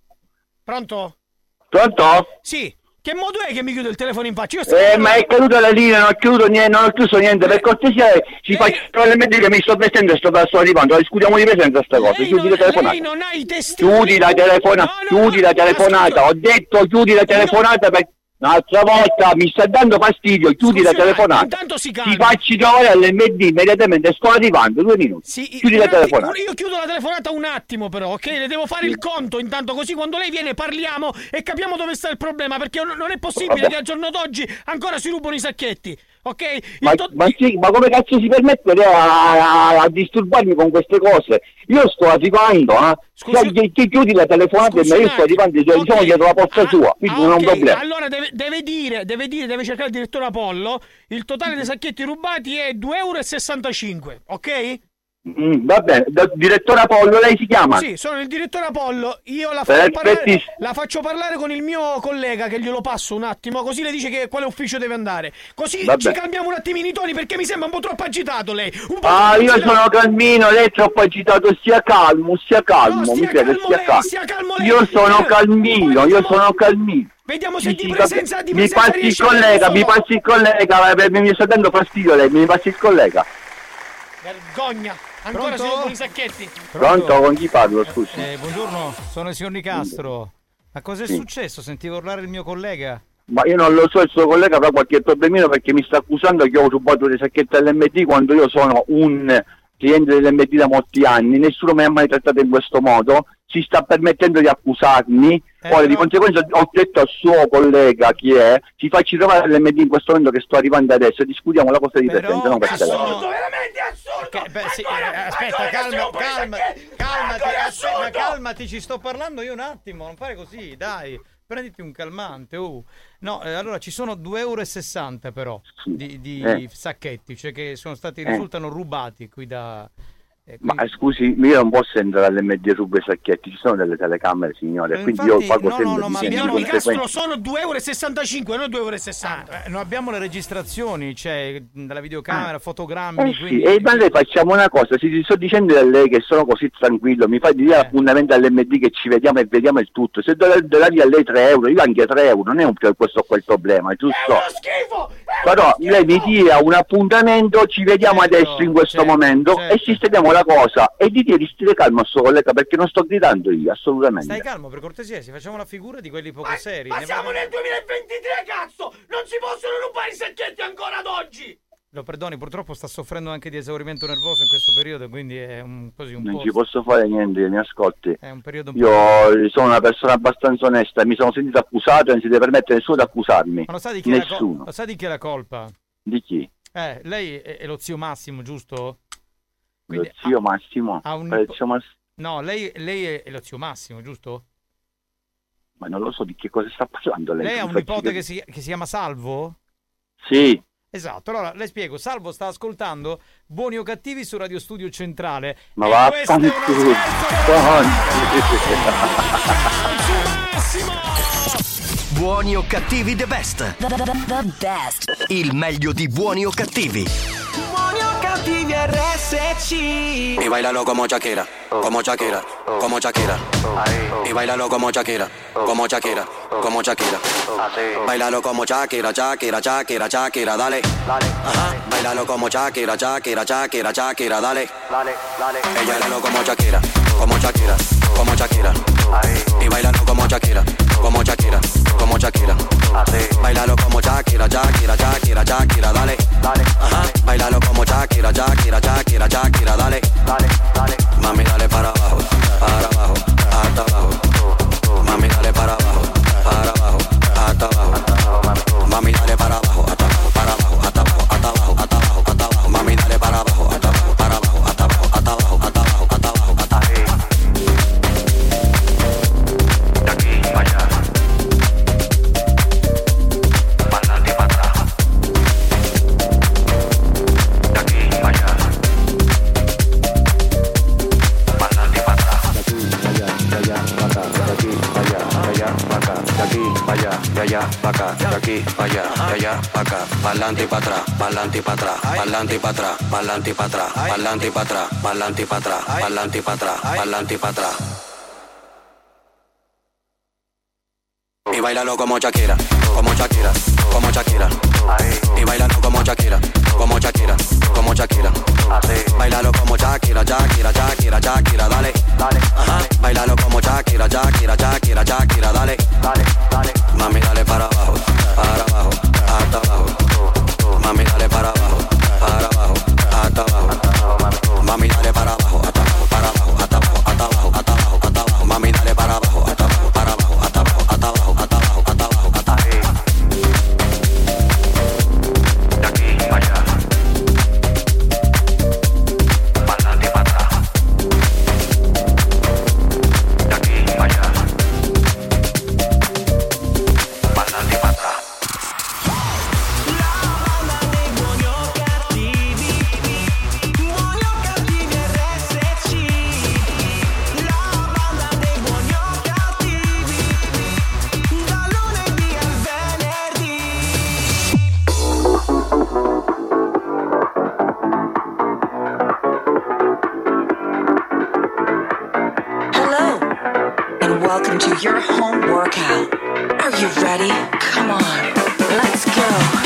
Pronto? Pronto? Sì. Che modo è che mi chiude il telefono in faccia? Io sto Eh, ma è caduta la linea, non ho chiuso niente, non ho chiuso niente, per cortesia eh, ci faccio trovare all'M D che mi sto vestendo e sto, sto arrivando, discutiamo di presenza sta cosa, chiudi la telefonata. Lei non ha i testimoni. Chiudi la telefonata, chiudi la telefonata, ho detto chiudi la telefonata perché un'altra volta mi sta dando fastidio, chiudi la telefonata. Intanto si calma. Ti facci trovare all'M D immediatamente, sto arrivando, due minuti. Sì, chiudi un la attimo, telefonata. io chiudo la telefonata un attimo però, ok? Le devo fare il conto intanto, così quando lei viene parliamo e capiamo dove sta il problema, perché non non è possibile Vabbè. che al giorno d'oggi ancora si rubano i sacchetti, ok? Il Ma, to- ma, sì, ma come cazzo si permette lei a, a, a disturbarmi con queste cose? Io sto arrivando, eh? Cioè, chi, chi chiudi la telefonata e Scusi un io sto arrivando, cioè, diciamo dietro la porta sua, quindi Ah, non è un ok, problema. allora deve, deve dire, deve dire, deve cercare il direttore Apollo. Il totale dei sacchetti rubati è due euro e sessantacinque, ok? Mm, va bene, da- direttore Apollo, lei si chiama? Sì, sono il direttore Apollo. Io la faccio, parlare, Perfettissimo. la faccio parlare con il mio collega, che glielo passo un attimo, così le dice che quale ufficio deve andare. Così Vabbè. ci cambiamo un attimino i toni, perché mi sembra un po' troppo agitato lei. Un po' Ah, troppo io agitato. sono calmino, lei è troppo agitato, stia calmo, stia calmo, No, mi stia chiede, calmo stia lei, calmo. stia calmo lei. Io sono Eh, calmino, io sono calmino. Vediamo se Sì, di sì, presenza, vabbè. di Mi presenza passi il riesce a collega, fare mi solo. passi il collega, eh, mi sta dando fastidio lei, mi passi il collega. Vergogna. Ancora Pronto? si rubano i sacchetti. Pronto, con chi parlo, scusi? Eh, buongiorno, sono il signor Nicastro. Ma cos'è Sì. successo? Sentivo urlare il mio collega. Ma io non lo so, il suo collega avrà qualche problemino perché mi sta accusando che ho rubato dei sacchetti all'M D quando io sono un cliente dell'M D da molti anni, nessuno mi ha mai trattato in questo modo, si sta permettendo di accusarmi, Eh, ora di però- conseguenza ho detto al suo collega chi è, ci facci trovare all'M D in questo momento che sto arrivando adesso e discutiamo la cosa di Però presente, non questa assurdo, cosa. veramente assurdo. Che- beh, sì, eh, aspetta, calma, calma, calmati, aspetta, calmati, ci sto parlando io un attimo, non fare così, dai. Prenditi un calmante, oh. No, eh, allora ci sono due euro e sessanta però di, di Eh. sacchetti, cioè che sono stati, Eh. risultano rubati qui da... eh, Ma quindi- eh, scusi, io non posso entrare all'M D e rubo i sacchetti, ci sono delle telecamere signore, Eh, quindi infatti, io pago no, sempre no, no, di ma sempre abbiamo- di Nicastro conseguenza. sono due euro e sessantacinque, non due euro e sessanta. Eh, noi abbiamo le registrazioni, cioè dalla videocamera, fotogrammi, Eh sì, quindi... e ma lei facciamo una cosa, se ti sto dicendo a lei che sono così tranquillo, mi fai dire Eh. l'appuntamento all'M D che ci vediamo e vediamo il tutto, se do do dargli a lei tre euro, io anche tre euro, non è un questo o quel problema, giusto? Schifo! Però lei mi dia un appuntamento, ci vediamo Certo, adesso in questo certo, momento certo. e sistemiamo la cosa e di dire di stare calmo a suo collega perché non sto gridando io, assolutamente. Stai calmo, per cortesia, si facciamo la figura di quelli poco seri. Ma Ne siamo va- nel duemilaventitré, cazzo! Non si possono rubare i sacchetti ancora ad oggi! Lo perdoni, purtroppo sta soffrendo anche di esaurimento nervoso in questo periodo, quindi è un, così un Non po'... ci posso fare niente, mi ascolti. È un periodo un po'... Io sono una persona abbastanza onesta, mi sono sentito accusato e non si deve permettere nessuno di accusarmi. Ma lo sa di chi, è la, col- Nessuno. lo sa di chi è la colpa? Di chi? Eh, lei è, è lo zio Massimo, giusto? Lo zio Massimo? ha un- Eh, zio Mass- No, lei, lei è, è lo zio Massimo, giusto? Ma non lo so di che cosa sta parlando lei. Lei ha mi un facci nipote che capire. si, che si chiama Salvo? Sì, Esatto, allora le spiego. Salvo sta ascoltando Buoni o Cattivi su Radio Studio Centrale. Ma e va questo è uno Buoni o Cattivi the best. The, the, the best. Il meglio di Buoni o Cattivi. Buoni o Cattivi R S C. Y bailalo como Shakira, como Shakira, como Shakira. Y bailalo como Shakira, como Shakira, como Shakira. Bailalo como Shakira, Shakira, Shakira, Shakira, dale. Ajá. Bailalo como Shakira, Shakira, Shakira, Shakira, dale. Ella bailalo como Shakira, como Shakira, como Shakira. Y bailalo como Shakira, como Shakira, como Shakira. Bailalo como Shakira, Shakira, Shakira, Shakira, dale. Ajá. Bailalo como Shakira, Shakira, Shakira, Shakira, dale. Mami, dale para abajo, para abajo, hasta abajo. Mami, dale para abajo, para abajo, hasta abajo. Mami, dale para abajo, hasta abajo, para abajo, hasta abajo, hasta abajo, hasta abajo, hasta abajo. Mami, dale para abajo, hasta abajo, para abajo, hasta abajo, hasta abajo, hasta abajo, hasta abajo, hasta abajo. De aquí para allá. Para adelante y para atrás. De aquí para allá. Para adelante y para atrás. De aquí para allá, de allá para acá. De aquí para allá, de allá para acá. Pa'lante y para atrás, pa'lante y para atrás, pa'lante y para atrás, pa'lante y para atrás, pa'lante y para atrás, pa'lante y para atrás, pa'lante y para atrás, pa'lante y para atrás. Y bailalo como Shakira, como Shakira, como Shakira. Y bailalo como Shakira, como Shakira, como Shakira. Bailalo como Shakira, Shakira, Shakira, Shakira, dale. Ajá. Bailalo como Shakira, Shakira, Shakira, Shakira, dale. Mami, dale para abajo, para abajo, hasta abajo. Mami, dale para abajo, para abajo, hasta abajo. Mami, dale para abajo, hasta abajo, para abajo, hasta abajo, hasta abajo, hasta abajo, hasta abajo. Mami, dale para abajo, hasta abajo, para abajo, hasta abajo, hasta abajo, hasta abajo, hasta abajo, hasta abajo. De aquí para allá. Para adelante y para atrás. De aquí para allá. Para adelante y para atrás. Welcome to your home workout. Are you ready? Come on, let's go.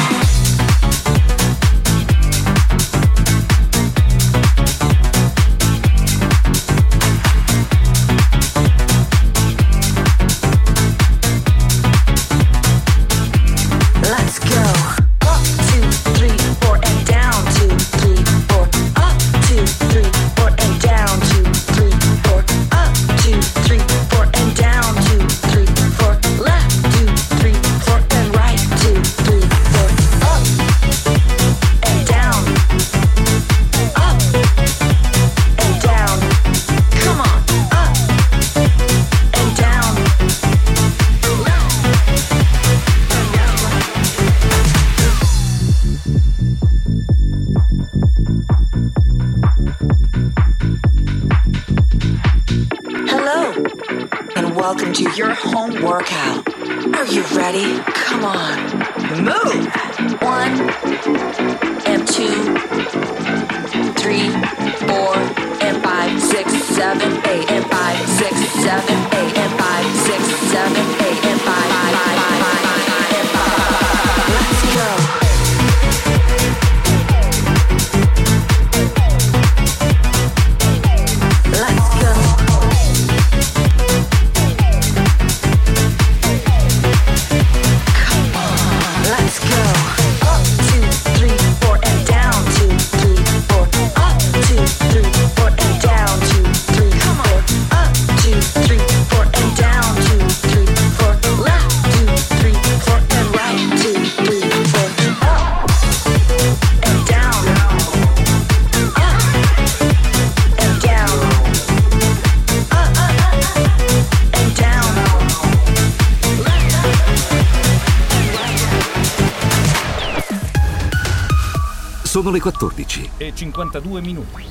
Welcome to your home workout. Are you ready? Come on, move. One and two, three, four and five, six, seven, eight and five, six, seven, eight and five, six, seven, eight and five, five, five, five, five, and five. Let's go. Three, four, Sono le quattordici e cinquantadue minuti.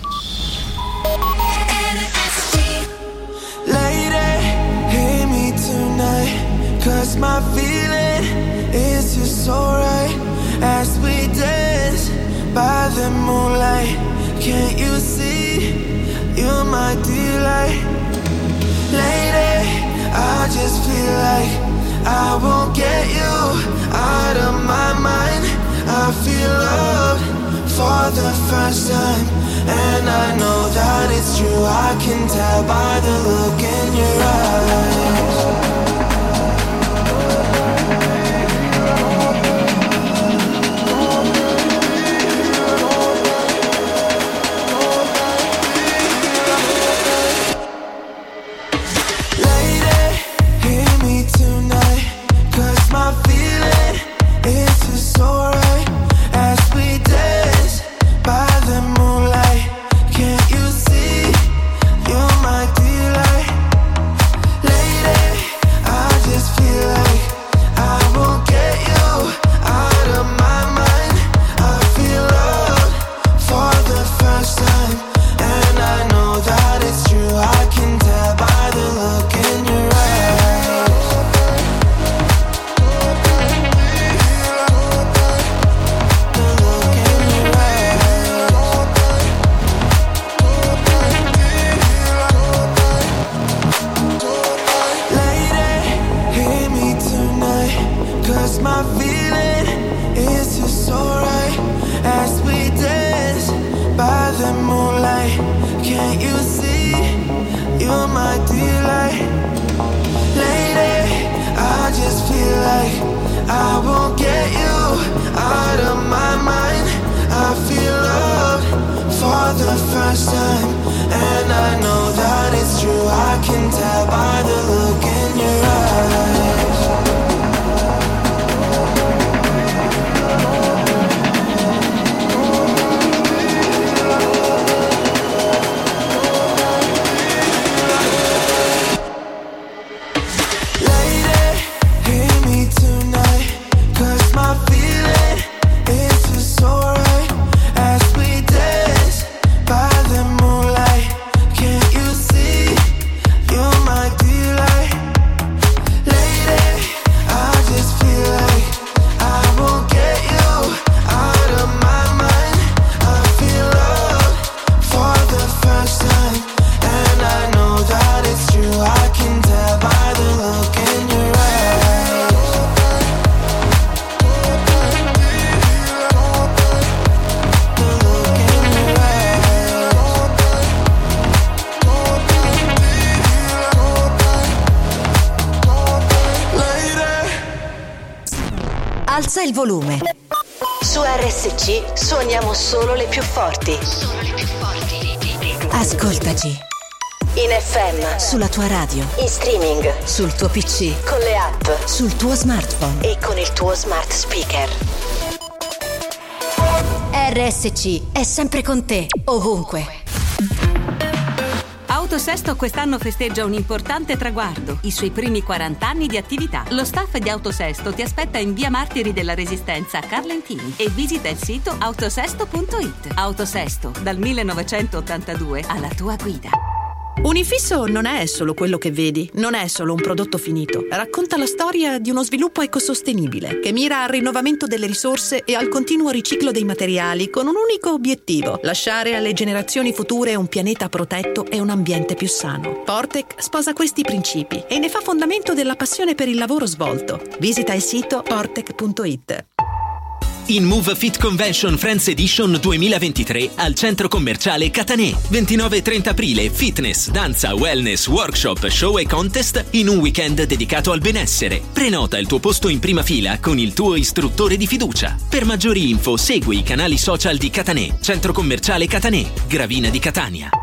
Lady, hear me tonight, 'cause my feeling is just so right. As we dance by the moonlight, can't you see, you're my delight. Lady, I just feel like I won't get you out of my mind. I feel loved for the first time, and I know that it's true. I can tell by the look in your eyes. Lady, hear me tonight, 'cause my feeling is just so right. As we dance by the moonlight, can't you see, you're my delight. Lady, I just feel like I won't get you out of my mind. I feel loved for the first time, and I know that it's true. I can tell by the look in your eyes. My feeling is just so right. As we dance by the moonlight, can't you see, you're my delight. Lady, I just feel like I won't get you out of my mind. I feel loved for the first time, and I know that it's true. I can tell by the look in your eyes. Alza il volume. Su R S C suoniamo solo le più forti. Solo le più forti. Ascoltaci. In F M, sulla tua radio, in streaming, sul tuo P C, con le app, sul tuo smartphone e con il tuo smart speaker. R S C è sempre con te, ovunque. Autosesto quest'anno festeggia un importante traguardo, i suoi primi quaranta anni di attività. Lo staff di Autosesto ti aspetta in via Martiri della Resistenza a Carlentini e visita il sito autosesto punto it. Autosesto, dal millenovecentottantadue alla tua guida. Un infisso non è solo quello che vedi, non è solo un prodotto finito. Racconta la storia di uno sviluppo ecosostenibile che mira al rinnovamento delle risorse e al continuo riciclo dei materiali con un unico obiettivo: lasciare alle generazioni future un pianeta protetto e un ambiente più sano. Portec sposa questi principi e ne fa fondamento della passione per il lavoro svolto. Visita il sito portec punto it. In Move Fit Convention Friends Edition duemilaventitré al centro commerciale Catanè. ventinove e trenta aprile, fitness, danza, wellness, workshop, show e contest in un weekend dedicato al benessere. Prenota il tuo posto in prima fila con il tuo istruttore di fiducia. Per maggiori info segui i canali social di Catanè, centro commerciale Catanè, Gravina di Catania.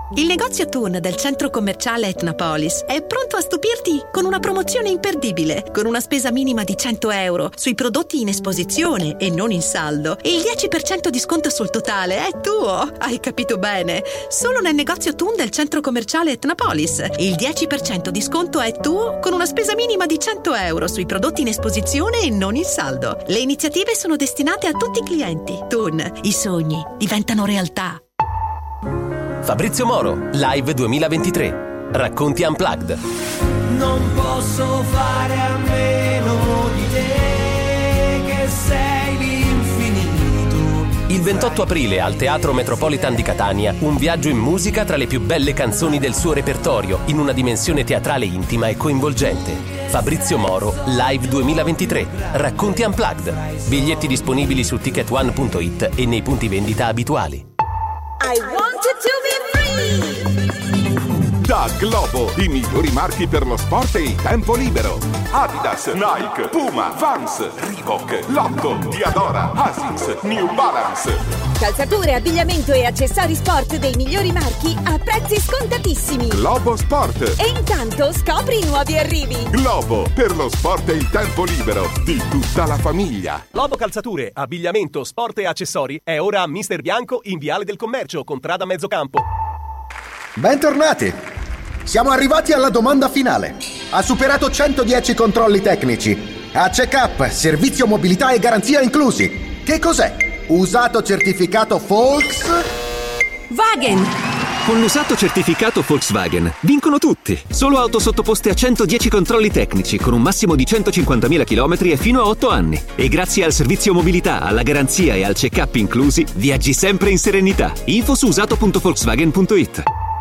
Il negozio Thun del centro commerciale Etnapolis è pronto a stupirti con una promozione imperdibile, con una spesa minima di cento euro sui prodotti in esposizione e non in saldo e il dieci per cento di sconto sul totale è tuo. Hai capito bene? Solo nel negozio Thun del centro commerciale Etnapolis. Il dieci per cento di sconto è tuo con una spesa minima di cento euro sui prodotti in esposizione e non in saldo. Le iniziative sono destinate a tutti i clienti. Thun, i sogni diventano realtà. Fabrizio Moro, Live duemilaventitré. Racconti Unplugged. Non posso fare a meno di te, che sei l'infinito. Il ventotto aprile al Teatro Metropolitan di Catania, un viaggio in musica tra le più belle canzoni del suo repertorio, in una dimensione teatrale intima e coinvolgente. Fabrizio Moro, Live duemilaventitré. Racconti Unplugged. Biglietti disponibili su ticket one punto it e nei punti vendita abituali. I wanted to be free. Da Globo, i migliori marchi per lo sport e il tempo libero. Adidas, Nike, Puma, Vans, Reebok, Lotto, Diadora, Asics, New Balance. Calzature, abbigliamento e accessori sport dei migliori marchi a prezzi scontatissimi. Globo Sport. E intanto scopri i nuovi arrivi. Globo, per lo sport e il tempo libero di tutta la famiglia. Globo Calzature, abbigliamento, sport e accessori è ora a Mister Bianco in Viale del Commercio, contrada Mezzocampo. Bentornati! Siamo arrivati alla domanda finale. Ha superato centodieci controlli tecnici. Ha check-up, servizio mobilità e garanzia inclusi. Che cos'è? Usato certificato Volks? Wagen! Con l'usato certificato Volkswagen vincono tutti. Solo auto sottoposte a centodieci controlli tecnici con un massimo di centocinquantamila chilometri e fino a otto anni. E grazie al servizio mobilità, alla garanzia e al check-up inclusi, viaggi sempre in serenità. Info su usato punto volkswagen punto it.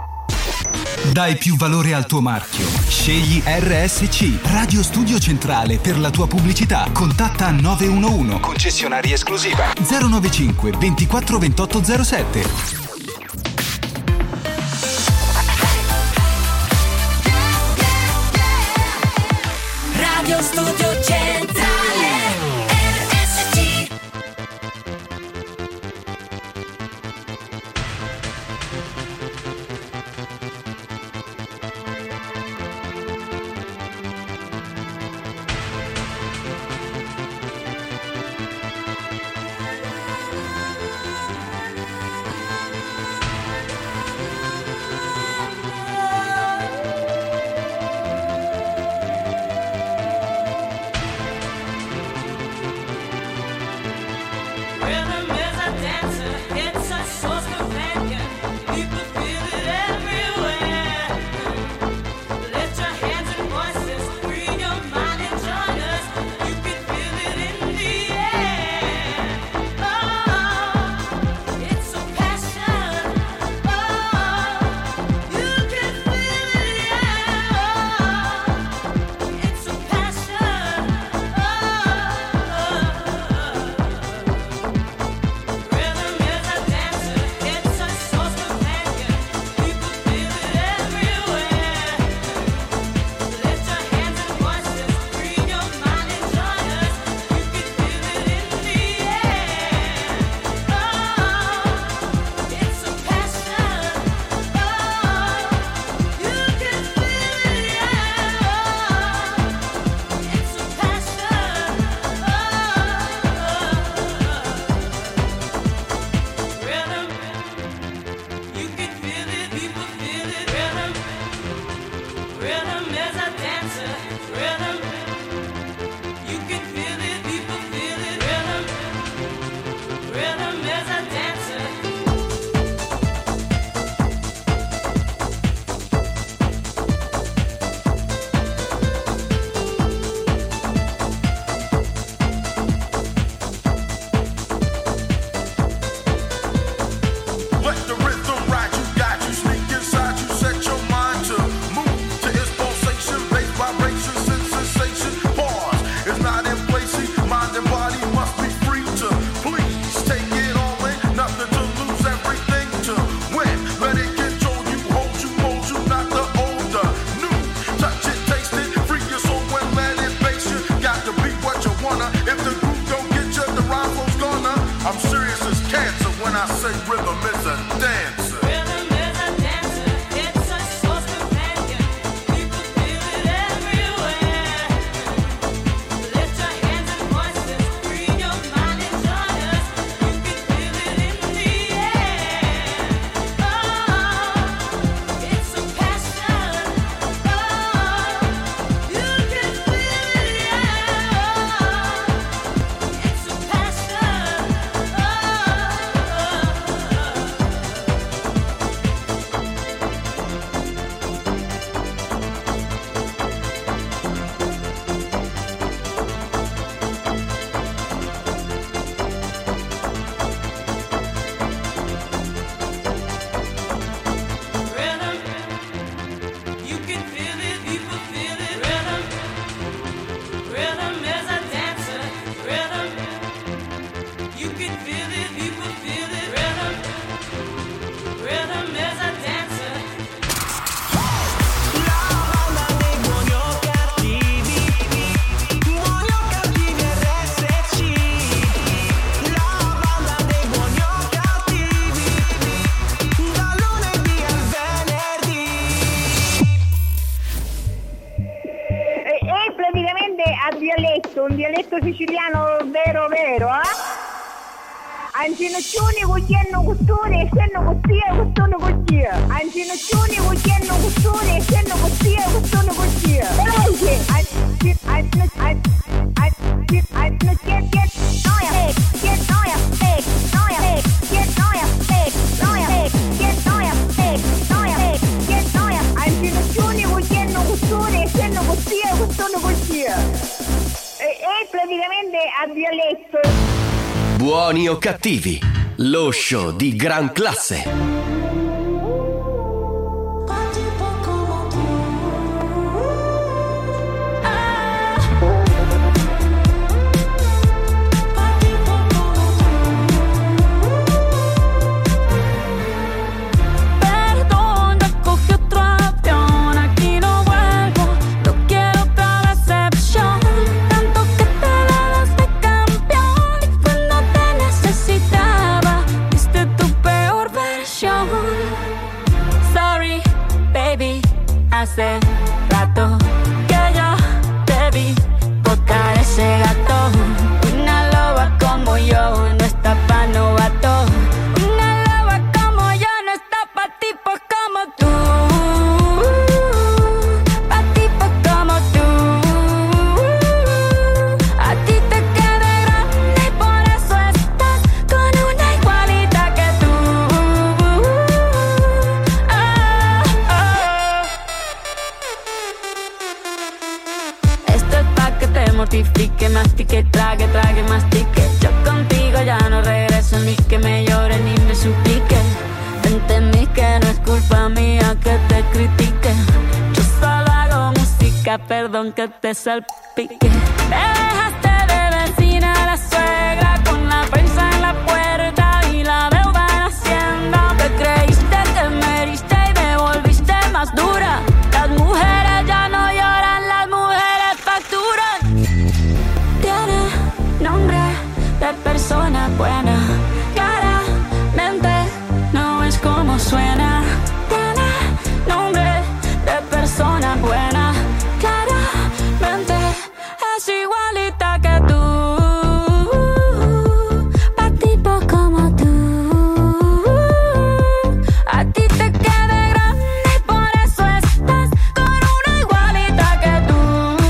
Dai più valore al tuo marchio. Scegli R S C, Radio Studio Centrale per la tua pubblicità. Contatta nove uno uno, concessionaria esclusiva, zero nove cinque ventiquattro ventotto zero sette. Radio Studio Centrale R S C. I'm serious as cancer when I say rhythm is a dancer. Rhythm is a dancer. a dialetto, un dialetto siciliano vero vero, eh? Ancinoccioni cucchiano costone e senno costia costone costia. Ancinoccioni cucchiano costone e senno costia costone costia. Veloce! Anci anci anci anci get get noia fake get noia fake noia fake get noia fake noia fake get noia fake noia fake get noia. Ancinoccioni cucchiano costone e senno costia costone costia. E praticamente a dialetto. Buoni o cattivi, lo show di gran classe. Hace rato que yo te vi botar ese gato. Una loba como yo no está pa' novato. Una loba como yo no está pa' tipos como tú. Pa' tipos como tú. A ti te queda grande y por eso estás con una igualita que tú. Mortifique, mastique, trague, trague, mastique. Yo contigo ya no regreso, ni que me llore ni me suplique. Entendí que no es culpa mía que te critique. Yo solo hago música, perdón que te salpique. Me dejaste de vecina a la suegra con la prensa en la puerta y la deuda en Hacienda. Te creíste que me heriste y me volviste más dura. Las mujeres ya no lloran, las mujeres facturan. Nombre de persona buena, claramente no es como suena. Tiene nombre de persona buena, claramente es igualita que tú. Pa' tipo como tú, a ti te queda grande y por eso estás con una igualita que tú.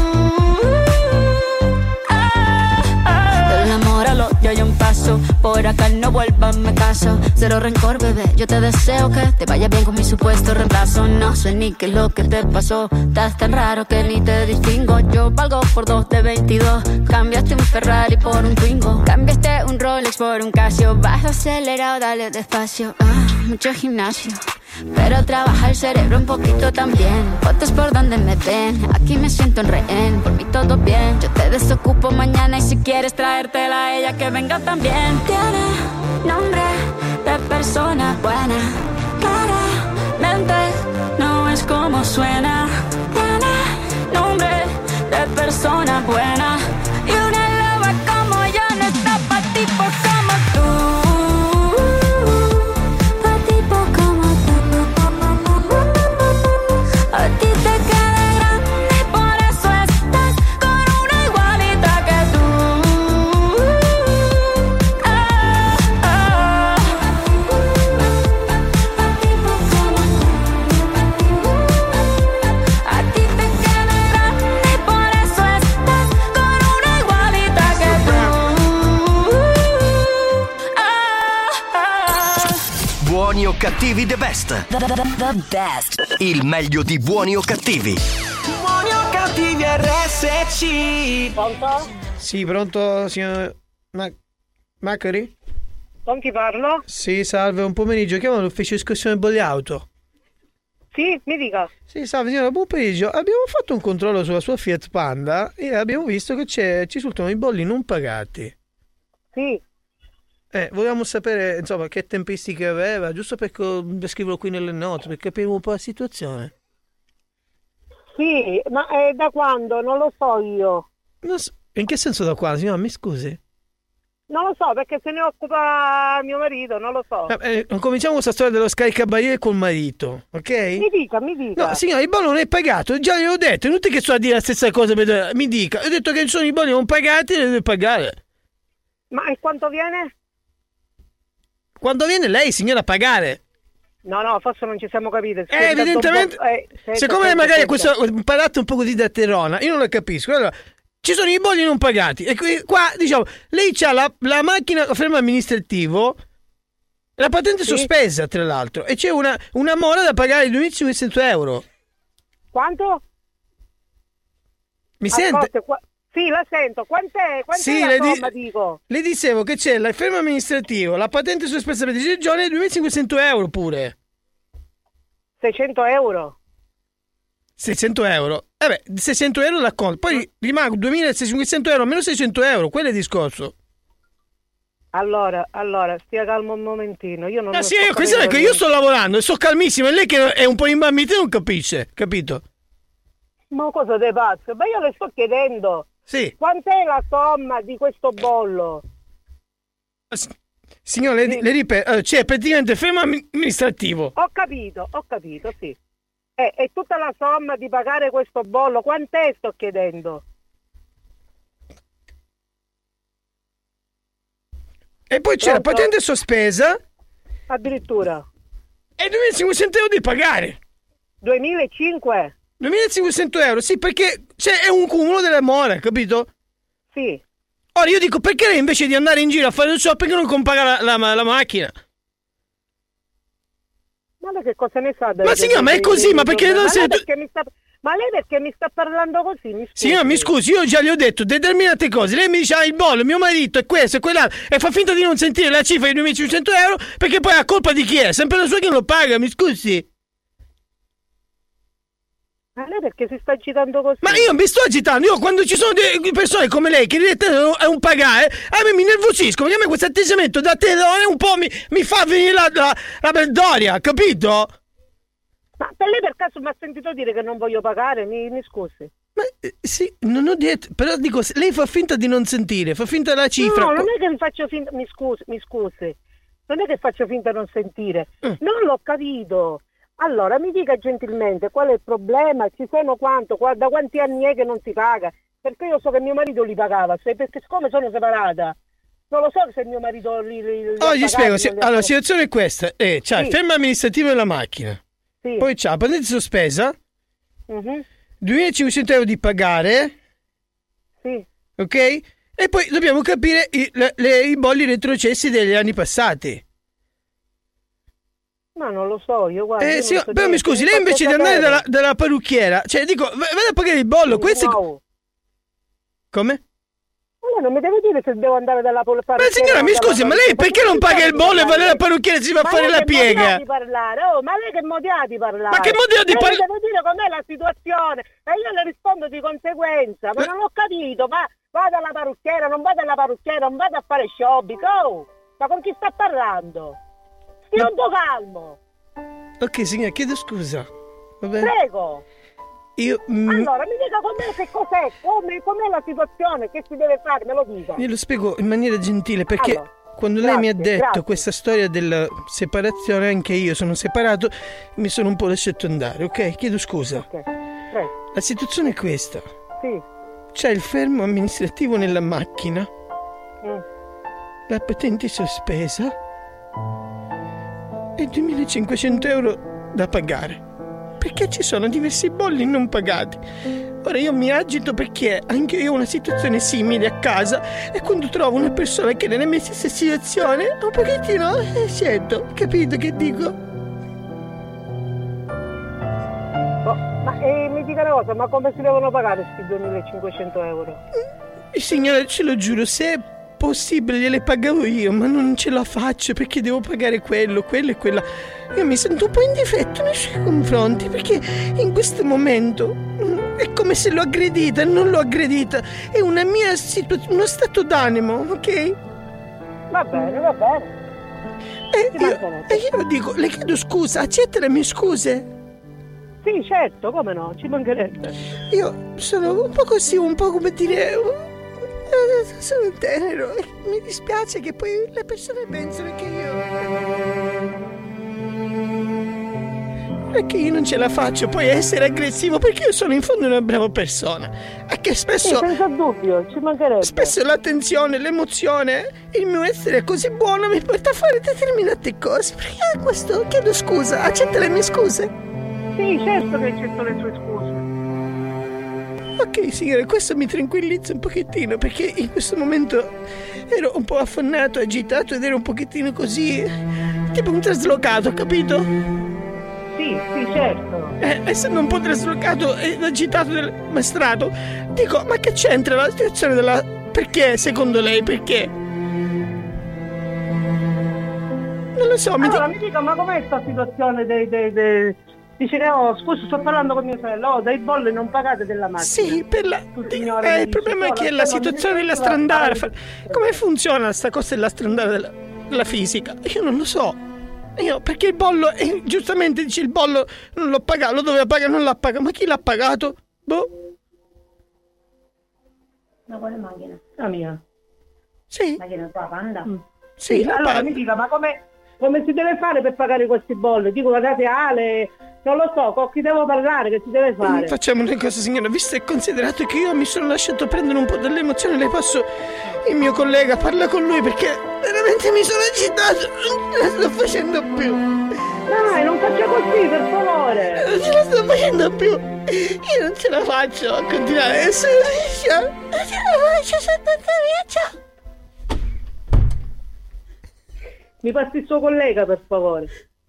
Yo hay un paso, por acá no vuelvas, me caso. Cero rencor, bebé, yo te deseo que te vaya bien con mi supuesto reemplazo. No sé ni qué es lo que te pasó, estás tan raro que ni te distingo. Yo valgo por dos de veintidós, cambiaste un Ferrari por un Twingo. Cambiaste un Rolex por un Casio, vas acelerado, dale despacio. Ah, mucho gimnasio, pero trabaja el cerebro un poquito también. Fotos por donde me ven, aquí me siento en rehén. Por mí todo bien, yo te desocupo mañana y si quieres traértela a ella que venga también. Tiene nombre de persona buena, claramente no es como suena. Tiene nombre de persona buena y una loba como yo no está pa' tipos como tú. A ti te queda grande y por eso estás con una igualita que tú. Ah, ah. A ti te queda grande y por eso estás con una igualita que tú. Ah, ah. Buoni o cattivi the best. The, the, the best. Il meglio di Buoni o cattivi. Buoni o cattivi R S C. Pronto? Sì, pronto, signor Ma- Macari? Con chi parlo? Sì, salve, un pomeriggio. Chiamo l'ufficio iscrizione bolli auto. Sì, mi dica. Sì, salve signora, buon pomeriggio. Abbiamo fatto un controllo sulla sua Fiat Panda e abbiamo visto che c'è, ci risultano i bolli non pagati. Sì. Eh, volevamo sapere, insomma, che tempistiche aveva, giusto per descriverlo qui nelle note, per capire un po' la situazione. Sì, ma è da quando? Non lo so io. Non so, in che senso da quando, signora? Mi scusi. Non lo so, perché se ne occupa mio marito, non lo so. Eh, cominciamo questa storia dello scaricabarile col marito, ok? Mi dica, mi dica. No, signora, il bollo non è pagato, già gliel'ho detto, è inutile che sto a dire la stessa cosa, per... mi dica. Ho detto che sono i bolli non pagati e li deve pagare. Ma e quanto viene? Quando viene lei, signora, a pagare? No, no, forse non ci siamo capiti. Eh, evidentemente, eh, senta, siccome senta, magari senta. questo parlate un po' così da terrona, io non lo capisco. Allora, ci sono i bolli non pagati e qui, qua, diciamo, lei c'ha la, la macchina a fermo amministrativo, la patente Sì. sospesa, tra l'altro, e c'è una, una mora da pagare di duemilacinquecento euro. Quanto? Mi Ascolta, sente? qua- Sì, la sento. Quant'è? Quant'è Sì, la le, di- somma, dico? le dicevo che c'è il fermo amministrativo, la patente sospesa per dieci giorni e duemilacinquecento euro pure. seicento euro. seicento euro. Eh beh, seicento euro da conto. Poi rimangono duemilacinquecento euro meno seicento euro. Quello è il discorso. Allora, allora, stia calmo un momentino. Io non Ah lo sì, sto io, questo è capendo che io niente. sto lavorando e sto calmissimo. E lei che è un po' imbambita non capisce, capito? Ma cosa te pazzo? Ma io le sto chiedendo. Sì. Quant'è la somma di questo bollo? Signore, le, le ripeto, eh, c'è praticamente fermo amministrativo. Ho capito, ho capito, sì. E, e tutta la somma di pagare questo bollo, quant'è sto chiedendo? E poi c'è la Pronto? patente sospesa Addirittura. e duemilacinquecento euro di pagare. duemilacinquecento? duemilacinquecento euro, sì, perché c'è, è un cumulo delle more, capito? Sì. Ora io dico, perché lei invece di andare in giro a fare il shopping non compra la, la, la macchina? Ma lei che cosa ne sa? delle- Ma signora, ma è dei- così, dei- ma perché dei- non ma sei lei tu- perché mi sta... Ma lei perché mi sta parlando così? Mi scusi. Signora, mi scusi, io già le ho detto determinate cose. Lei mi dice, ah, il bollo, mio marito, è questo, è quell'altro, e fa finta di non sentire la cifra di duemilacinquecento euro, perché poi la colpa di chi è? Sempre la sua che non lo paga, mi scusi. Ma lei perché si sta agitando così? Ma io mi sto agitando, io quando ci sono delle persone come lei che direttamente è un pagare, a me mi nervosisco, perché a me questo atteggiamento da terrore un po' mi, mi fa venire la, la, la berdoria, capito? Ma per lei per caso mi ha sentito dire che non voglio pagare? Mi, mi scusi. Eh, Sì, non ho detto, però dico, lei fa finta di non sentire, fa finta della cifra. No, non è che mi faccio finta... Mi scusi, mi scusi. Non è che faccio finta di non sentire. Mm. Non l'ho capito. Allora, mi dica gentilmente qual è il problema, ci sono quanto, qua- da quanti anni è che non si paga? Perché io so che mio marito li pagava, se- perché siccome sono separata, non lo so se mio marito li, li, li ha Oh, gli pagati, spiego, non si- li ha allora la pagati. situazione è questa, eh, c'ha il Sì. fermo amministrativo della macchina, Sì. poi c'ha la patente sospesa, Mhm. duemilacinquecento euro di pagare, Sì. ok? E poi dobbiamo capire i, le- le- i bolli retrocessi degli anni passati. Ma non lo so, io guardo. Eh, io sì, non so però mi niente, scusi, mi lei faccio invece di andare sapere. dalla, dalla parrucchiera, cioè dico, v- vada a pagare il bollo, questo è... Wow. Come? Ma lei non mi deve dire se devo andare dalla pol- Ma parrucchiera. signora, o mi dalla scusi, ma lei parrucchiera? perché non paga il bollo e va parlare? dalla parrucchiera e si va a Ma fare lei la che modo piega? ha di parlare? Oh, ma lei che modo ha di parlare? Ma che modo ha di Lei par- mi deve dire com'è la situazione e io le rispondo di conseguenza. Ma non ho capito, ma vado alla parrucchiera, non vado alla parrucchiera, non vado a fare shopping. Oh, ma con chi sta parlando? Stia un po' calmo. Ok, signora, chiedo scusa. Va bene? Prego. Io... mm, Allora, mi dica com'è, che cos'è, come, com'è la situazione, che si deve fare, me lo dica. Glielo spiego in maniera gentile perché Allora, quando lei mi ha grazie, detto grazie. questa storia della separazione, anche io sono separato, mi sono un po' lasciato andare, ok? Chiedo scusa. Ok, prego. La situazione è questa. Sì. C'è il fermo amministrativo nella macchina, Mm. la patente sospesa e duemilacinquecento euro da pagare. Perché ci sono diversi bolli non pagati. Ora io mi agito perché anche io ho una situazione simile a casa e quando trovo una persona che è nella mia stessa situazione un pochettino eh, sento, capito che dico? Oh, ma eh, mi dica una cosa, ma come si devono pagare questi duemilacinquecento euro? Signora, ce lo giuro, se è possibile gliele pagavo io, ma non ce la faccio perché devo pagare quello, quello e quella. Io mi sento un po' in difetto nei suoi confronti perché in questo momento mm, è come se l'ho aggredita, non l'ho aggredita, è una mia situazione, uno stato d'animo, ok? Va bene, va bene. E Ci io, mancherebbe. e io dico, le chiedo scusa, accetta le mie scuse? Sì, certo, come no, ci mancherebbe. Io sono un po' così, un po' come dire... eh, sono tenero. Mi dispiace che poi le persone pensano che io... Perché io non ce la faccio poi essere aggressivo, perché io sono in fondo una brava persona e che spesso, sì, senza dubbio, ci mancherebbe. Spesso l'attenzione, l'emozione, il mio essere così buono mi porta a fare determinate cose. Perché questo, chiedo scusa, accetta le mie scuse? Sì, certo che accetto le sue scuse. Ok signore, questo mi tranquillizza un pochettino, perché in questo momento ero un po' affannato, agitato ed ero un pochettino così, tipo un traslocato, capito? Sì, sì, certo. Eh, essendo un po' traslocato ed agitato del maestrato, dico, ma che c'entra la situazione della... Perché, secondo lei, perché? Non lo so, mi allora, dico... mi dica, ma com'è questa situazione dei... dei, dei... Dice che, oh, scusa, sto parlando con mio fratello, oh, dai bolle non pagate della macchina. Sì, per la... Signore, eh, il problema è che la situazione della strandare... Fa... Come funziona sta cosa della strandare della... della fisica? Io non lo so. Io, perché il bollo, eh, giustamente dice il bollo non l'ho pagato, lo doveva pagare, non l'ha pagato, ma chi l'ha pagato? Boh. Ma quale macchina? La mia. Sì. Macchina tua, Panda? Mm. Sì, sì allora mi dica, ma come, come si deve fare per pagare questi bolli? Dico, guardate Ale, non lo so, con chi devo parlare, che si deve fare? Mm, facciamo una cosa signora, visto e considerato che io mi sono lasciato prendere un po' dell'emozione, le passo il mio collega, parla con lui perché veramente mi sono agitato, non ce la sto facendo più. Dai, non faccia così, per favore. Non ce la sto facendo più. Io non ce la faccio a continuare, sono liscia. Non ce la faccio, sono tanta via. Mi passi il suo collega, per favore.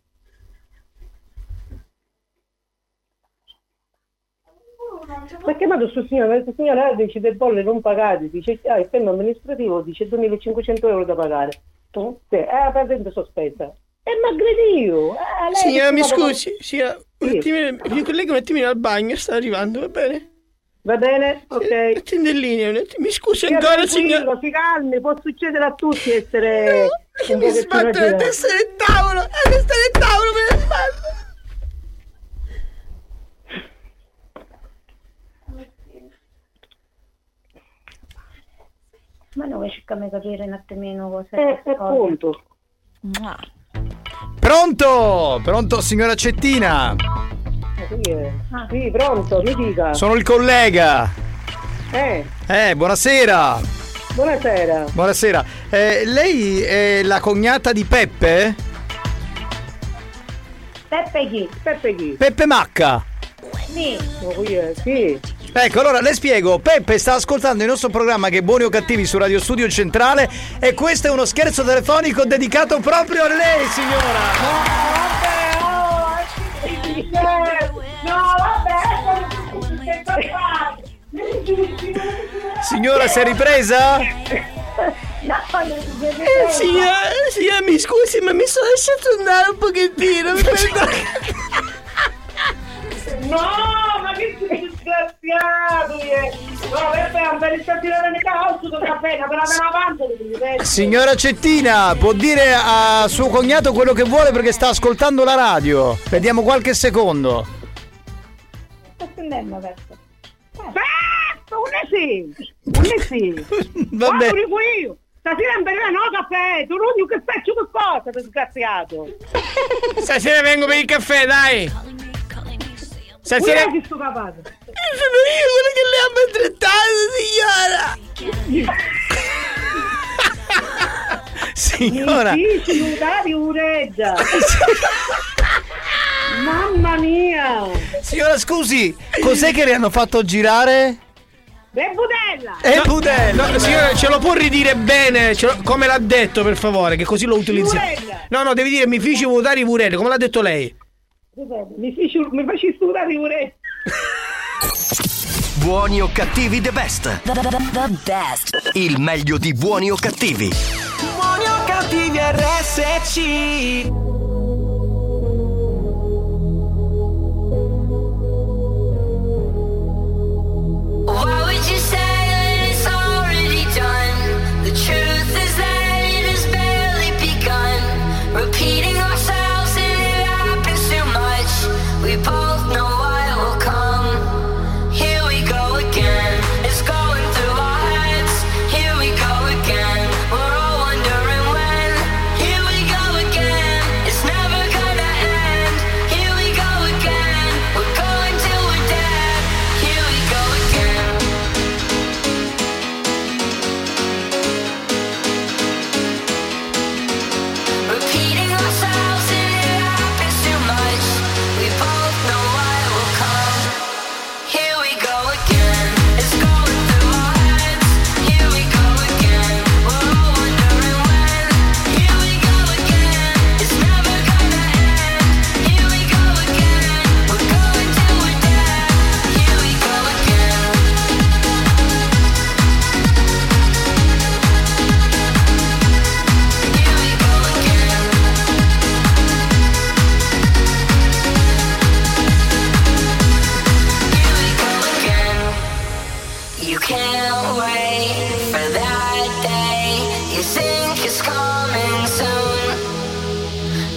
Perché chiamato sul signore, il signore dice del bolle non pagate, dice ah, il tema amministrativo dice duemilacinquecento euro da pagare. Tu? Sì, è la patente sospesa. E mi aggredito. Eh, signora, mi scusi, con... signora, un sì. attimino, il mio collega un attimino al bagno, sta arrivando, va bene? Va bene, ok. Attende in linea, mi scusi ancora, signora. Si calmi, può succedere a tutti essere... No, mi sbatto la testa del tavolo, la testa del tavolo me la sbatto. Ma noi cerchiamo di capire un attimino cosa è. Eh, appunto. Pronto? Pronto, signora Cettina? Ah. Sì, pronto, mi dica. Sono il collega. Eh. Eh, buonasera. Buonasera. Buonasera. Eh, lei è la cognata di Peppe? Peppe chi? Peppe chi? Peppe Macca. Sì. Oh, yeah, sì. Ecco, allora le spiego. Peppe sta ascoltando il nostro programma che è Buoni o Cattivi su Radio Studio Centrale e questo è uno scherzo telefonico dedicato proprio a lei, signora. No, vabbè, signora, si è ripresa? No, eh, signora, signora, mi scusi, ma mi sono lasciato andare un pochettino. Mi no, ma che disgraziato! No, vabbè, per il tirare di calcio con la pena, per avere avanti. Signora Cettina, può dire a suo cognato quello che vuole perché sta ascoltando la radio. Vediamo qualche secondo. Sto attendendo adesso. Aspetta, un sì, un sì. Vabbè. Io. Stasera in berrà no caffè, tu non che faccio qualcosa, disgraziato. Stasera vengo per il caffè, dai. Stasera... Chi sto capace? Sono io quello che le ha maltrattato, signora. Signora. Mi dici nudare ureggia. Mamma mia. Signora, scusi, cos'è che le hanno fatto girare? E budella! E no, budella! No, signora, ce lo può ridire bene, ce lo, come l'ha detto, per favore, che così lo utilizzi. No, no, devi dire mi feci votare i purelli, come l'ha detto lei. Mi feci, mi feci sudare i purelli. Buoni o cattivi the best. The, the, the best. Il meglio di Buoni o Cattivi. Buoni o Cattivi R S C. Repeating ourselves and it happens too much. We both know what will come. Here we go again. It's going through our heads. Here we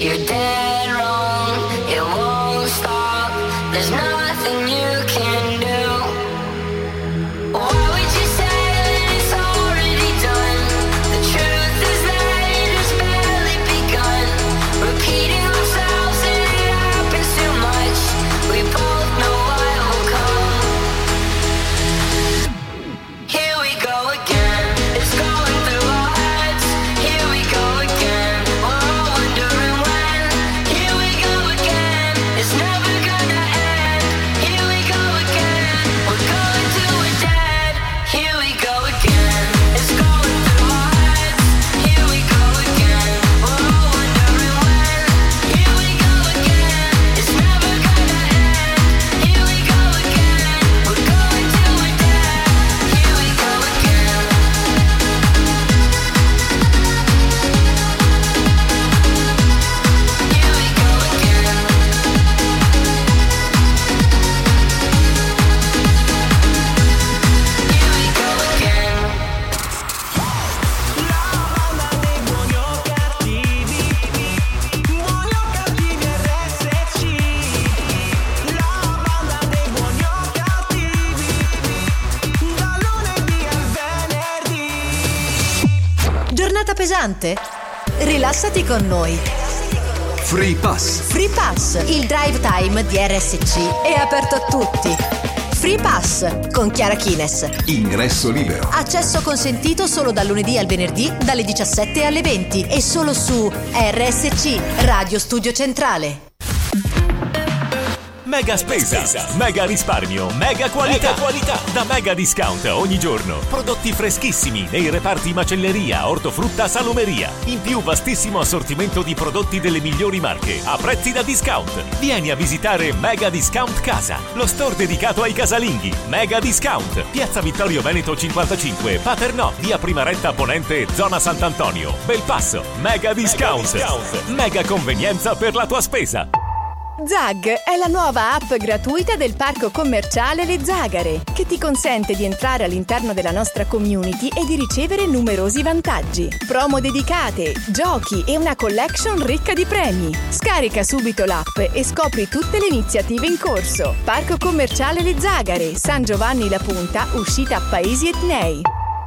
You're dead wrong, it won't stop. There's nothing you can do. Why would you say that it's already done? The truth is that it has barely begun. Repeating ourselves and it happens too much. We both know what will come. Here we go again. It's going through our heads. Here we go again. We're all wondering when. Here we go again. It's never gonna end. Here we go again. We're going to a dead. Here we go again. It's going through our heads. Here we go again. We're all wondering when. Here we go again. It's never gonna end. Here we go again. We're going to a dead. Here we go again. Here we go again. Here we go again. Giornata pesante? Rilassati con noi. Free Pass. Free Pass, il drive time di R S C è aperto a tutti. Free Pass con Chiara Kines. Ingresso libero. Accesso consentito solo dal lunedì al venerdì dalle diciassette alle venti e solo su R S C, Radio Studio Centrale. Mega spesa, mega risparmio, mega qualità. Mega qualità. Da Mega Discount ogni giorno. Prodotti freschissimi nei reparti macelleria, ortofrutta, salumeria. In più vastissimo assortimento di prodotti delle migliori marche a prezzi da discount. Vieni a visitare Mega Discount Casa, lo store dedicato ai casalinghi. Mega Discount, Piazza Vittorio Veneto cinquantacinque, Paternò, via Primaretta Ponente, zona Sant'Antonio, Belpasso. Mega Discount. Mega Discount. Mega convenienza per la tua spesa. Zag è la nuova app gratuita del parco commerciale Le Zagare, che ti consente di entrare all'interno della nostra community e di ricevere numerosi vantaggi, promo dedicate, giochi e una collection ricca di premi. Scarica subito l'app e scopri tutte le iniziative in corso. Parco commerciale Le Zagare, San Giovanni La Punta, uscita Paesi Etnei.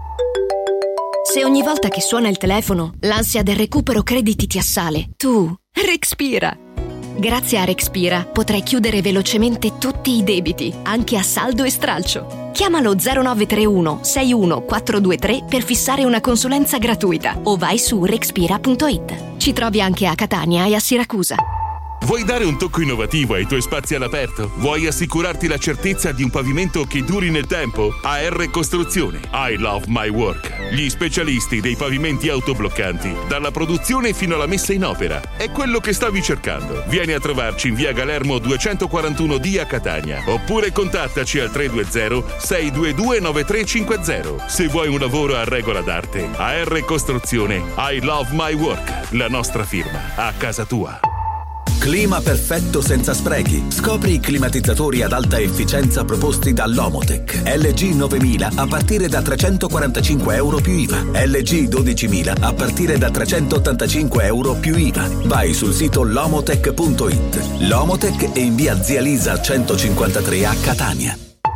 Se ogni volta che suona il telefono l'ansia del recupero crediti ti assale, tu respira. Grazie a Rexpira potrai chiudere velocemente tutti i debiti, anche a saldo e stralcio. Chiamalo zero nove tre uno sei uno quattro due tre per fissare una consulenza gratuita o vai su rexpira punto it. Ci trovi anche a Catania e a Siracusa. Vuoi dare un tocco innovativo ai tuoi spazi all'aperto? Vuoi assicurarti la certezza di un pavimento che duri nel tempo? A R Costruzione. I love my work. Gli specialisti dei pavimenti autobloccanti, dalla produzione fino alla messa in opera. È quello che stavi cercando. Vieni a trovarci in via Galermo duecentoquarantuno D a Catania. Oppure contattaci al tre due zero sei due due nove tre cinque zero. Se vuoi un lavoro a regola d'arte, A R Costruzione. I love my work. La nostra firma. A casa tua. Clima perfetto senza sprechi. Scopri i climatizzatori ad alta efficienza proposti dall'Omotech. L G novemila a partire da trecentoquarantacinque euro più I V A. L G dodicimila a partire da trecentottantacinque euro più I V A. Vai sul sito lomotech punto it. L'Omotech è in via Zia Lisa centocinquantatré a Catania.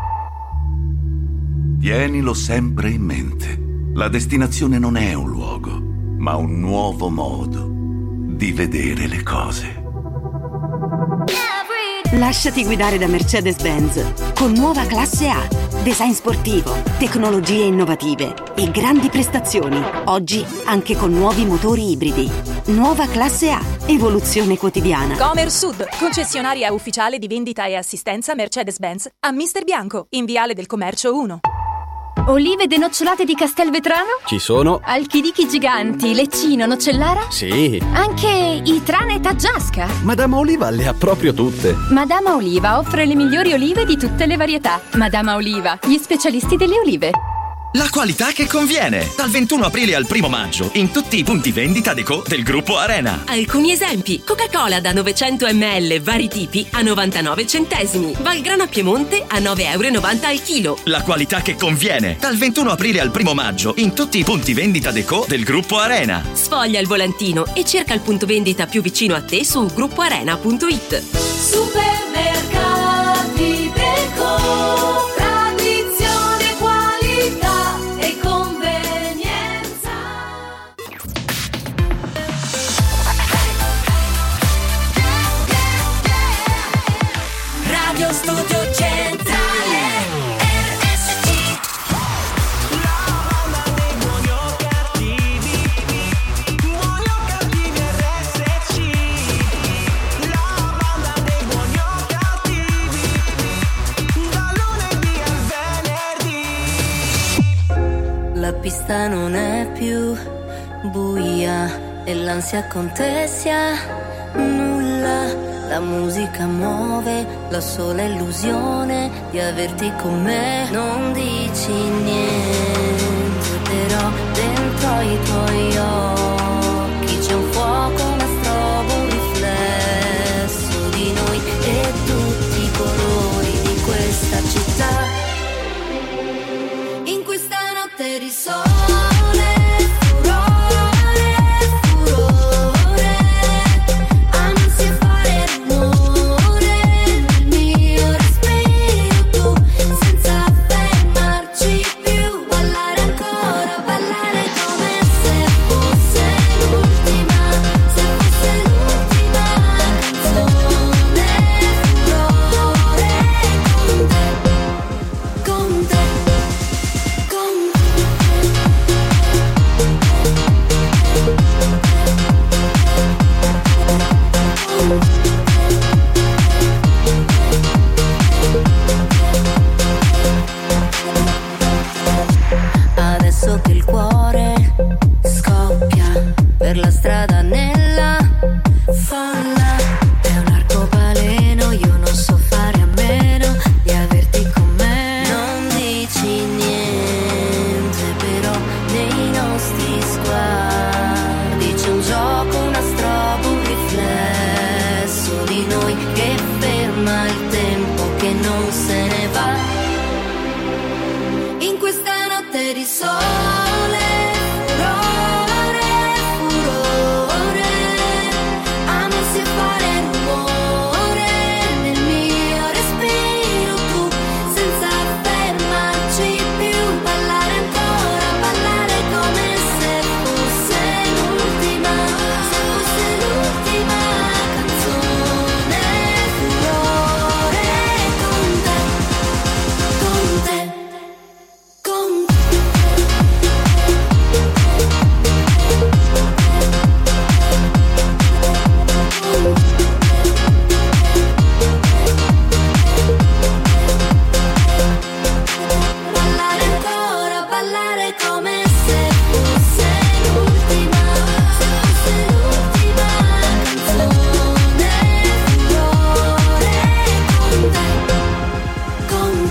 Tienilo sempre in mente. La destinazione non è un luogo, ma un nuovo modo di vedere le cose. Lasciati guidare da Mercedes-Benz con nuova classe A, design sportivo, tecnologie innovative e grandi prestazioni. Oggi anche con nuovi motori ibridi. Nuova classe A, evoluzione quotidiana. Comer Sud, concessionaria ufficiale di vendita e assistenza Mercedes-Benz a Mister Bianco, in Viale del Commercio uno. Olive denocciolate di Castelvetrano? Ci sono. Alchirichi giganti, leccino, nocellara? Sì. Anche Itrana e Taggiasca? Madama Oliva le ha proprio tutte. Madama Oliva offre le migliori olive di tutte le varietà. Madama Oliva, gli specialisti delle olive. La qualità che conviene. Dal ventuno aprile al primo maggio in tutti i punti vendita Deco del gruppo Arena. Alcuni esempi: Coca-Cola da novecento millilitri vari tipi a novantanove centesimi, Valgrana Piemonte a nove virgola novanta euro al chilo. La qualità che conviene. Dal ventuno aprile al primo maggio in tutti i punti vendita Deco del gruppo Arena. Sfoglia il volantino e cerca il punto vendita più vicino a te su gruppo arena punto it. Supermercati Deco, tradizione, qualità e convenienza. Radio Studio Centrale R S C. La pista non è più buia e l'ansia contessa nulla. La musica muove la sola illusione di averti con me. Non dici niente, però dentro i tuoi occhi c'è un fuoco, una strobo, un riflesso di noi e tutti i colori di questa città. In questa notte di sole, furore, furore, ansia a fare rumore nel mio respiro, tu senza fermarci più, ballare ancora, ballare come se fosse l'ultima, se fosse l'ultima canzone, furore con te, con te. Adesso che il cuore scoppia per la strada nella folla, è un arcobaleno, io non so fare a meno di averti con me. Non dici niente, però nei nostri sguardi c'è un gioco, una strobo, un riflesso di noi che ferma il tempo che non se ne va. In questa notte di sole, furore, furore, amarsi a fare rumore nel mio respiro, tu senza fermarci più, ballare ancora, ballare come se fosse l'ultima, se fosse l'ultima canzone, furore con te, con te, con te. Ballare ancora, ballare come se fosse l'ultima, se fosse l'ultima canzone, furore con te, con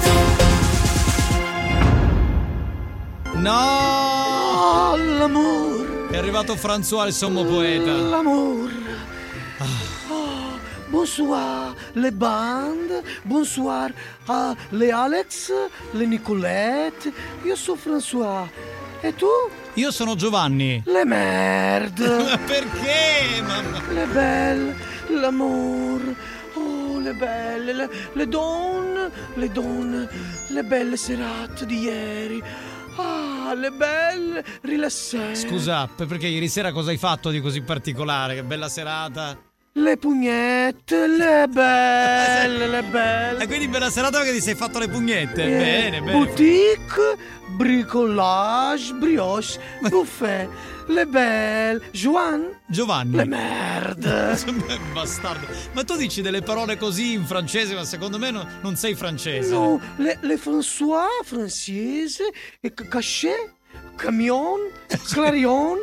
te. No! L'amour! È arrivato François, il sommo poeta. L'amour. Oh, bonsoir le bande, bonsoir a le Alex, le Nicolette. Io sono François. E tu? Io sono Giovanni. Le merde. Perché, mamma? Le belle, l'amour. Oh, le belle, le, le donne, le donne, le belle serate di ieri. Ah, le belle, rilassate. Scusa, perché ieri sera cosa hai fatto di così particolare? Che bella serata. Le pugnette, le belle, le belle. E quindi bella serata perché ti sei fatto le pugnette. Eh, bene, bene. Boutique, bricolage, brioche, buffet. Le belle. Joan? Giovanni. Le merde. Bastardo. Ma tu dici delle parole così in francese, ma secondo me no, non sei francese. No, le, le François, francese, e cachet, camion, clarion,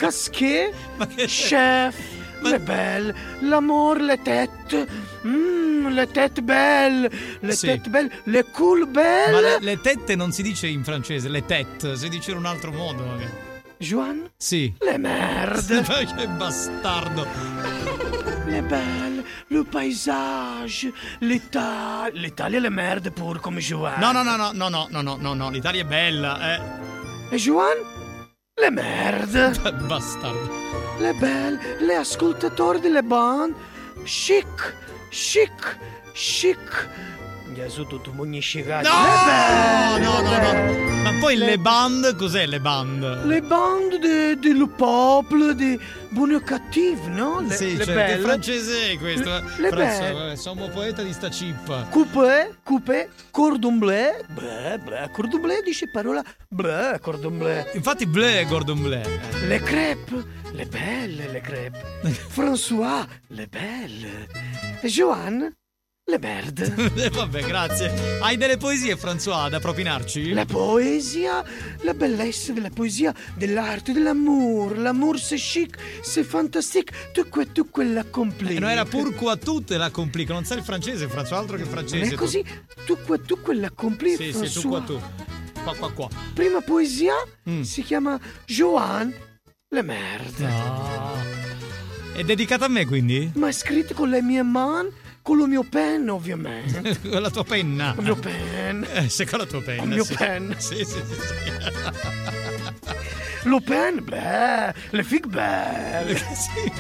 casquet, chef. Le belle, l'amour, le tête. Mm. Mm, le tette belle, le Sì. tette belle, le cool belle. Ma le, le tette non si dice in francese, le tette, si dice in un altro modo. magari. Juan? Sì. Le merde. Che bastardo. Le belle, le paesage, l'Italia. L'Italia è le merde pur come Juan. No, no, no, no, no, no, no, no, no, no, l'Italia è bella, eh. E Juan? Le merde. Bastardo. Le belle, le ascoltatori delle band. Chic, chic, chic. Gesù, tutto mugniscicato. No, no, no, no. Ma poi le band, cos'è le band? Le band de, de le peuple, de buoni o cattivi, no? Le, Sì, le cioè, belle. che francese è questo? Le, le François, belle. vabbè, sono poeta di sta cippa. Coupé, coupé, cordon bleu. Bleu, bleu, cordon bleu dice parola bleu, cordon bleu. Infatti bleu è Gordon Bleu. eh. Le crêpes, le belle, le crêpes. François, le belle. E Joanne, le merde. Eh, Vabbè, grazie. Hai delle poesie, François, da propinarci? La poesia, la bellezza della poesia, dell'arte, dell'amour. L'amour c'est chic, c'est fantastique, tout que, tout quella complique. Eh, no, era pourquoi tout la complica. Non sai il francese, François, altro che francese. Non è così, tu qua, tu quella complique. Sì, sì, tu qua tu. Qua, qua, qua. Prima poesia Mm. si chiama Joanne, le merde. No. È dedicata a me, quindi? Ma è scritto con le mie mani, con il mio pen, ovviamente. Con la tua penna. Con il mio pen. Eh, se con la tua penna. Con il mio sì. pen. Sì, sì, sì. sì. Lo pen, beh, le fig belle. Sì.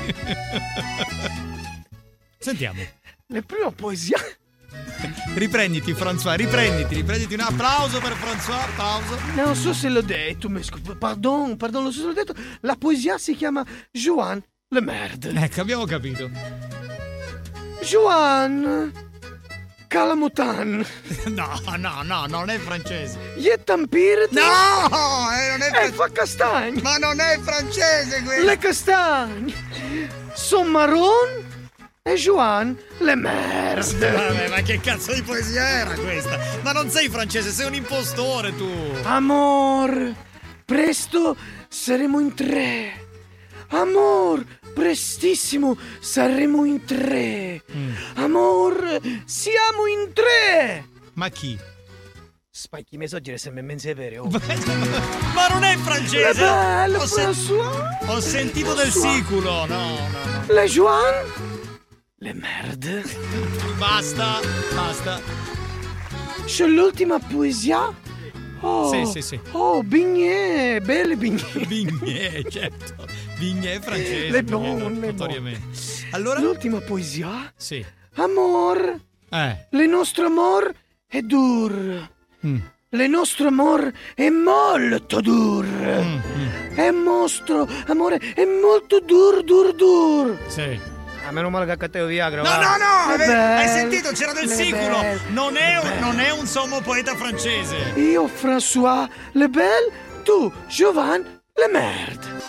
Sentiamo. Le prima poesia. Riprenditi, François, riprenditi, riprenditi. Un applauso per François, applauso. Non so se l'ho detto, ma scusa, pardon, pardon, non so se l'ho detto. La poesia si chiama Joanne, le merde. Ecco, abbiamo capito. Joanne Calamutan. No, no, no, non è francese. Yettampirte. No, eh, non è E francese. fa castagne. Ma non è francese quello. Le castagne. Son marron e Joanne le merde. Vabbè, ma che cazzo di poesia era questa? Ma non sei francese, sei un impostore tu. Amor, presto saremo in tre. Amor, prestissimo saremo in tre. Mm. Amor, siamo in tre. Ma chi? Spacchi mesoggi sembra immense vere. Oh. Ma non è francese. Le belle, Ho, sen- François. ho sentito del François. siculo. No, no, no. Le Joanne, le merde. Basta, basta. C'è l'ultima poesia. Oh, Sì, sì, sì. Oh, Bignè, belle Bignè. Bignè, certo. Bignè è francese. Le Bignè, bonne, notoriamente. Allora? L'ultima poesia. Sì. Amor, Eh. le nostro amor è dur. Mm. Le nostro amor è molto dur. Mm, È mostro, amore, è molto dur, dur, dur. Sì. A meno male che a cattivo Viagra. No, va. no, no! Le ave- belle, hai sentito? C'era del le siculo! belle, Non è, le un, non è un sommo poeta francese! Io, François, le belle, tu, Giovanni, le merde.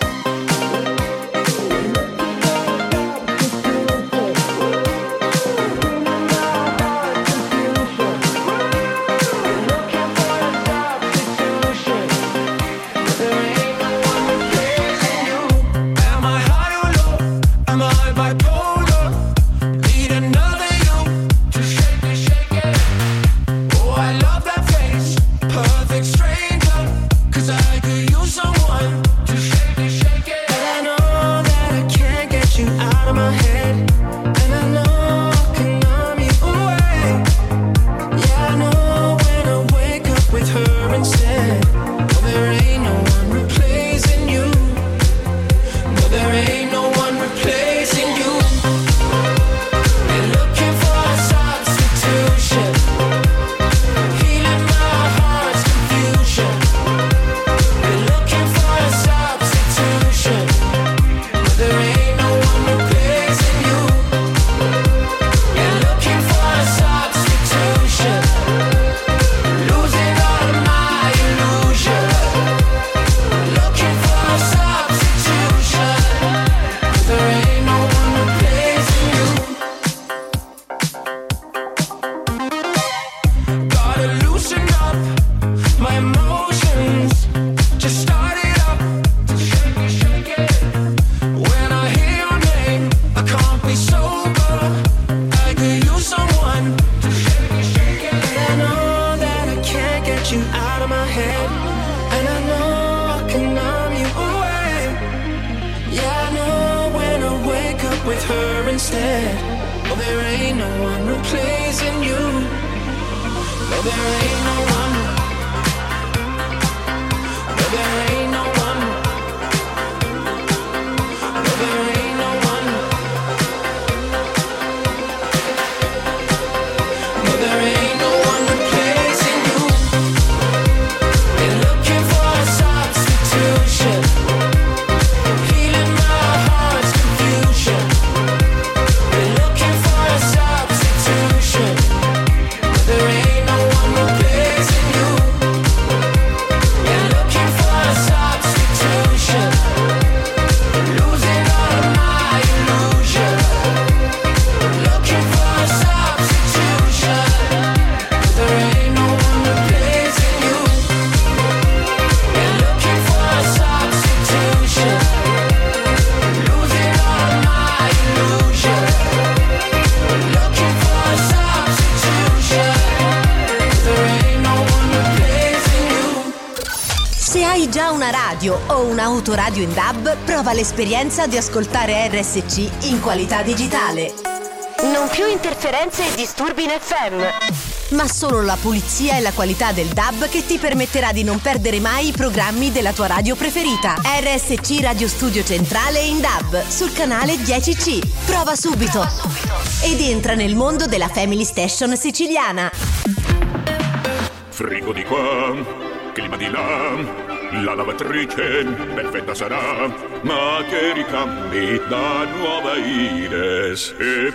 Am I high or low? Am I bipolar? Need another you to shake it, shake it. Oh, I love that face, perfect stranger. 'Cause I could use someone to shake it, shake it. And I know that I can't get you out of my head. And I know I can numb you away. Yeah, I know when I wake up with her instead. Oh, there ain't no one replacing you. No, there ain't no one replacing you. They're looking for a substitution, healing my heart's confusion. They're looking for a substitution. instead. Oh, there ain't no one replacing you. No, there ain't no one. No, there ain't no one. No, there ain't no one. No, there ain't no one replacing you. They're looking for a substitution. Healing my heart's confusion. They're looking for a substitution. No, there ain't no one replacing you. They're looking for a substitution. Losing all of my illusion. Looking for a substitution. There ain't no one replacing you. They're looking for a substitution. Losing all of my illusion. Looking for a substitution. There ain't no one replacing you. Se hai già una radio o un'autoradio in D A B, prova l'esperienza di ascoltare R S C in qualità digitale. Non più interferenze e disturbi in F M, ma solo la pulizia e la qualità del D A B che ti permetterà di non perdere mai i programmi della tua radio preferita. R S C Radio Studio Centrale in D A B sul canale dieci C. Prova subito ed entra nel mondo della Family Station siciliana. Frigo di qua, clima di là, la lavatrice perfetta sarà, ma che ricambi da nuova Ires è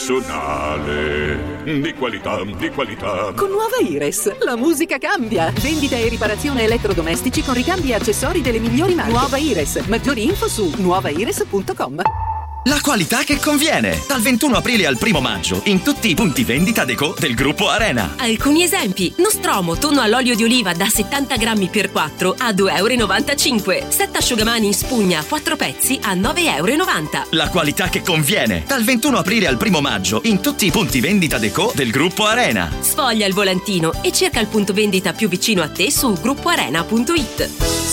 personale, di qualità, di qualità. Con nuova Ires la musica cambia. Vendita e riparazione elettrodomestici con ricambi e accessori delle migliori marche. Nuova Ires. Maggiori info su nuova ires punto com. La qualità che conviene. Dal ventuno aprile al primo maggio in tutti i punti vendita Deco del gruppo Arena. Alcuni esempi: Nostromo tonno all'olio di oliva da settanta grammi per quattro a due euro e novantacinque. Set asciugamani in spugna quattro pezzi a nove euro e novanta. La qualità che conviene. Dal ventuno aprile al primo maggio in tutti i punti vendita Deco del gruppo Arena. Sfoglia il volantino e cerca il punto vendita più vicino a te su gruppo arena punto it.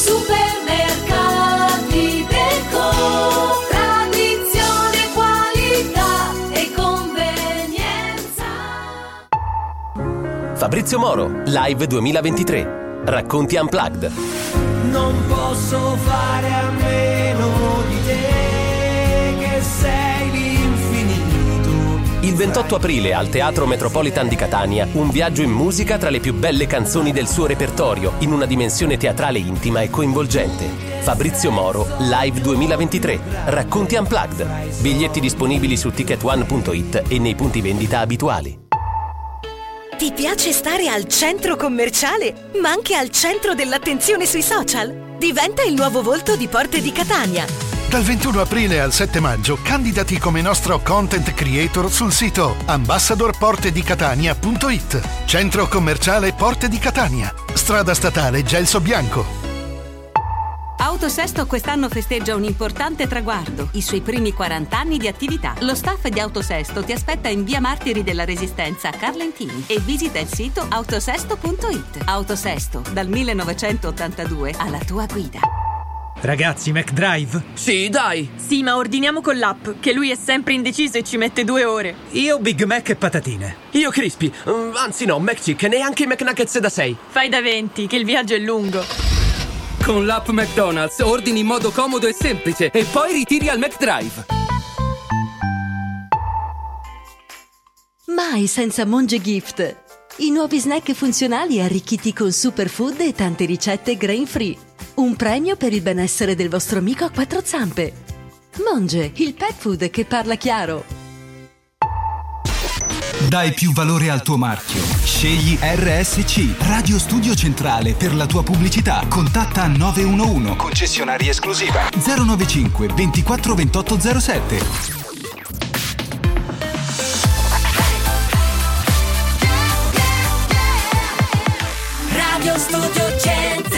Supermercati Deco. Tradizione, qualità e convenienza. Fabrizio Moro, Live duemilaventitré. Racconti Unplugged. Non posso fare a meno di te, che sei l'infinito. Il ventotto aprile al Teatro Metropolitan di Catania, un viaggio in musica tra le più belle canzoni del suo repertorio, in una dimensione teatrale intima e coinvolgente. Fabrizio Moro, Live duemilaventitré. Racconti Unplugged. Biglietti disponibili su ticket one punto it e nei punti vendita abituali. Ti piace stare al centro commerciale, ma anche al centro dell'attenzione sui social? Diventa il nuovo volto di Porte di Catania. Dal ventuno aprile al sette maggio candidati come nostro content creator sul sito ambassador porte di catania punto it. Centro commerciale Porte di Catania. Strada statale Gelso Bianco. Autosesto quest'anno festeggia un importante traguardo, i suoi primi quaranta anni di attività. Lo staff di Autosesto ti aspetta in via Martiri della Resistenza a Carlentini e visita il sito autosesto punto it. Autosesto, dal millenovecentottantadue alla tua guida. Ragazzi, McDrive? Sì, dai. Sì, ma ordiniamo con l'app, che lui è sempre indeciso e ci mette due ore. Io Big Mac e patatine. Io Crispy, uh, anzi no, McChicken e anche i McNuggets da sei. Fai da venti, che il viaggio è lungo. Con l'app McDonald's ordini in modo comodo e semplice e poi ritiri al McDrive. Mai senza Monge Gift. I nuovi snack funzionali arricchiti con superfood e tante ricette grain free. Un premio per il benessere del vostro amico a quattro zampe. Monge, il pet food che parla chiaro. Dai più valore al tuo marchio. Scegli R S C, Radio Studio Centrale per la tua pubblicità. Contatta nove uno uno, concessionaria esclusiva, zero nove cinque ventiquattro ventotto zero sette. Radio Studio Centrale.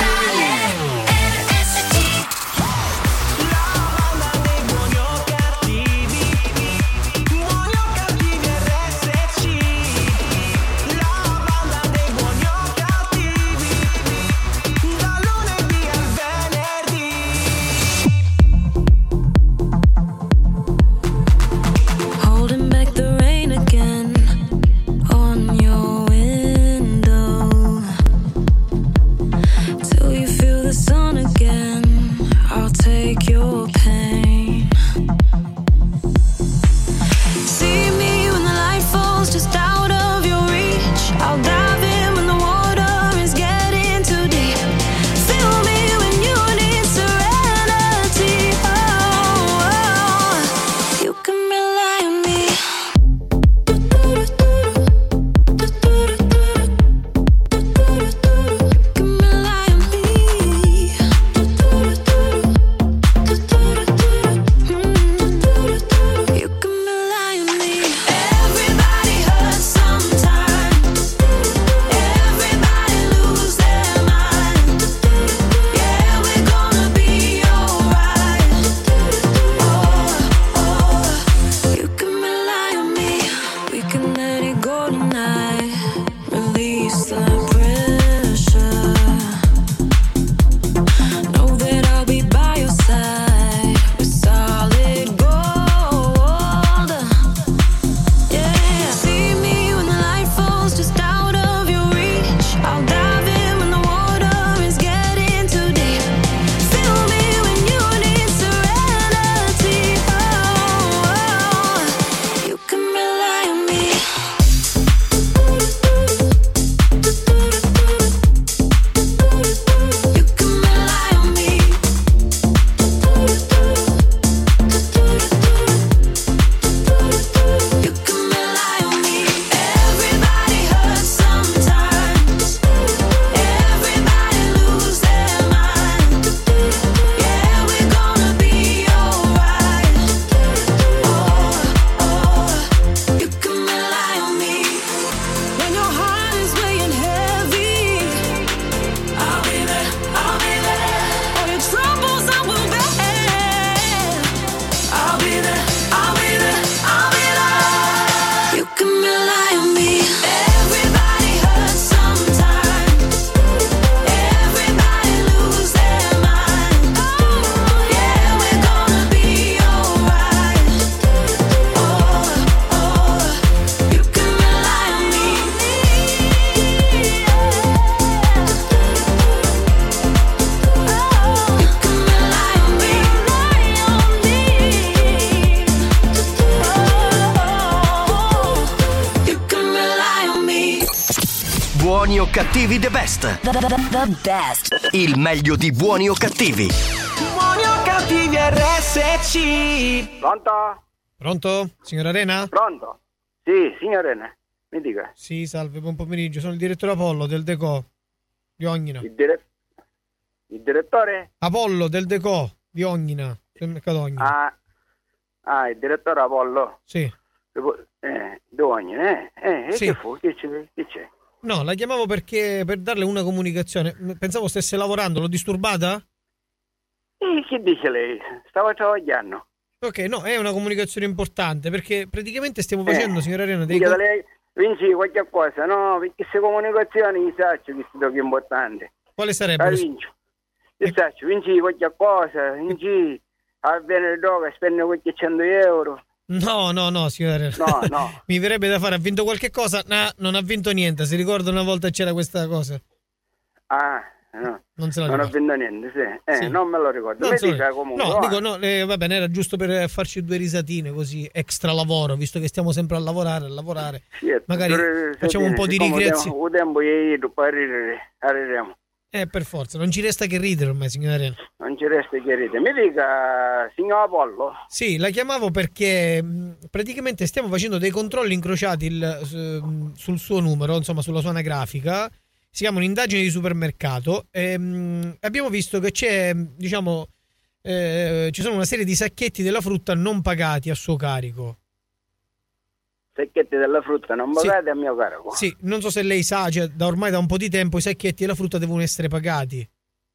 Buoni o cattivi the best. The, the, the best. Il meglio di Buoni o cattivi. Buoni o cattivi R S C. Pronto? Pronto? Signora Arena? Pronto? Sì, signora Arena. Mi dica. Sì, salve, buon pomeriggio. Sono il direttore Apollo del Deco di Ognina. Il, dire... il direttore? Apollo del Deco di Ognina, del mercato Ognina. Ah, ah, il direttore Apollo? Sì. Eh, di Ognina, eh? Eh, e Sì. che fu? Che c'è? Che c'è? No, la chiamavo perché per darle una comunicazione. Pensavo stesse lavorando, l'ho disturbata? E che dice lei? Stavo travagliando. Ok, no, è una comunicazione importante perché praticamente stiamo facendo, Eh, signora Arena, dei dica co- lei, vinci qualche cosa, no? Perché queste comunicazioni mi saccio che si tocca importante. Quale sarebbe? La vincio. Mi saccio, vinci qualche cosa, vinci a venere droga, spende qualche cento euro. No, no, no, signora Arena. No, no. Mi verrebbe da fare, ha vinto qualche cosa? No, non ha vinto niente. Si ricorda una volta c'era questa cosa? Ah, no. Non se la Non ho ricordo. vinto niente, sì. Eh, Sì. non me lo ricordo. Non Mi so- dica comunque. no, va. dico no, eh, va bene, era giusto per farci due risatine così, extra lavoro, visto che stiamo sempre a lavorare, a lavorare. Sì, Magari però, facciamo un siccome po' di siccome ricreazione. Il tempo è ido, poi arriveremo. arriveremo. Eh, per forza, non ci resta che ridere ormai, signora Arena. Non ci resta che ride. Mi dica, signor Apollo. Sì, la chiamavo perché mh, praticamente stiamo facendo dei controlli incrociati il- su- sul suo numero, insomma sulla sua anagrafica. Si chiama un'indagine di supermercato e mh, abbiamo visto che c'è, diciamo, eh, ci sono una serie di sacchetti della frutta non pagati a suo carico. Secchetti della frutta non Sì. pagate a mio carico. Sì, non so se lei sa, cioè, da ormai da un po' di tempo i sacchetti della frutta devono essere pagati.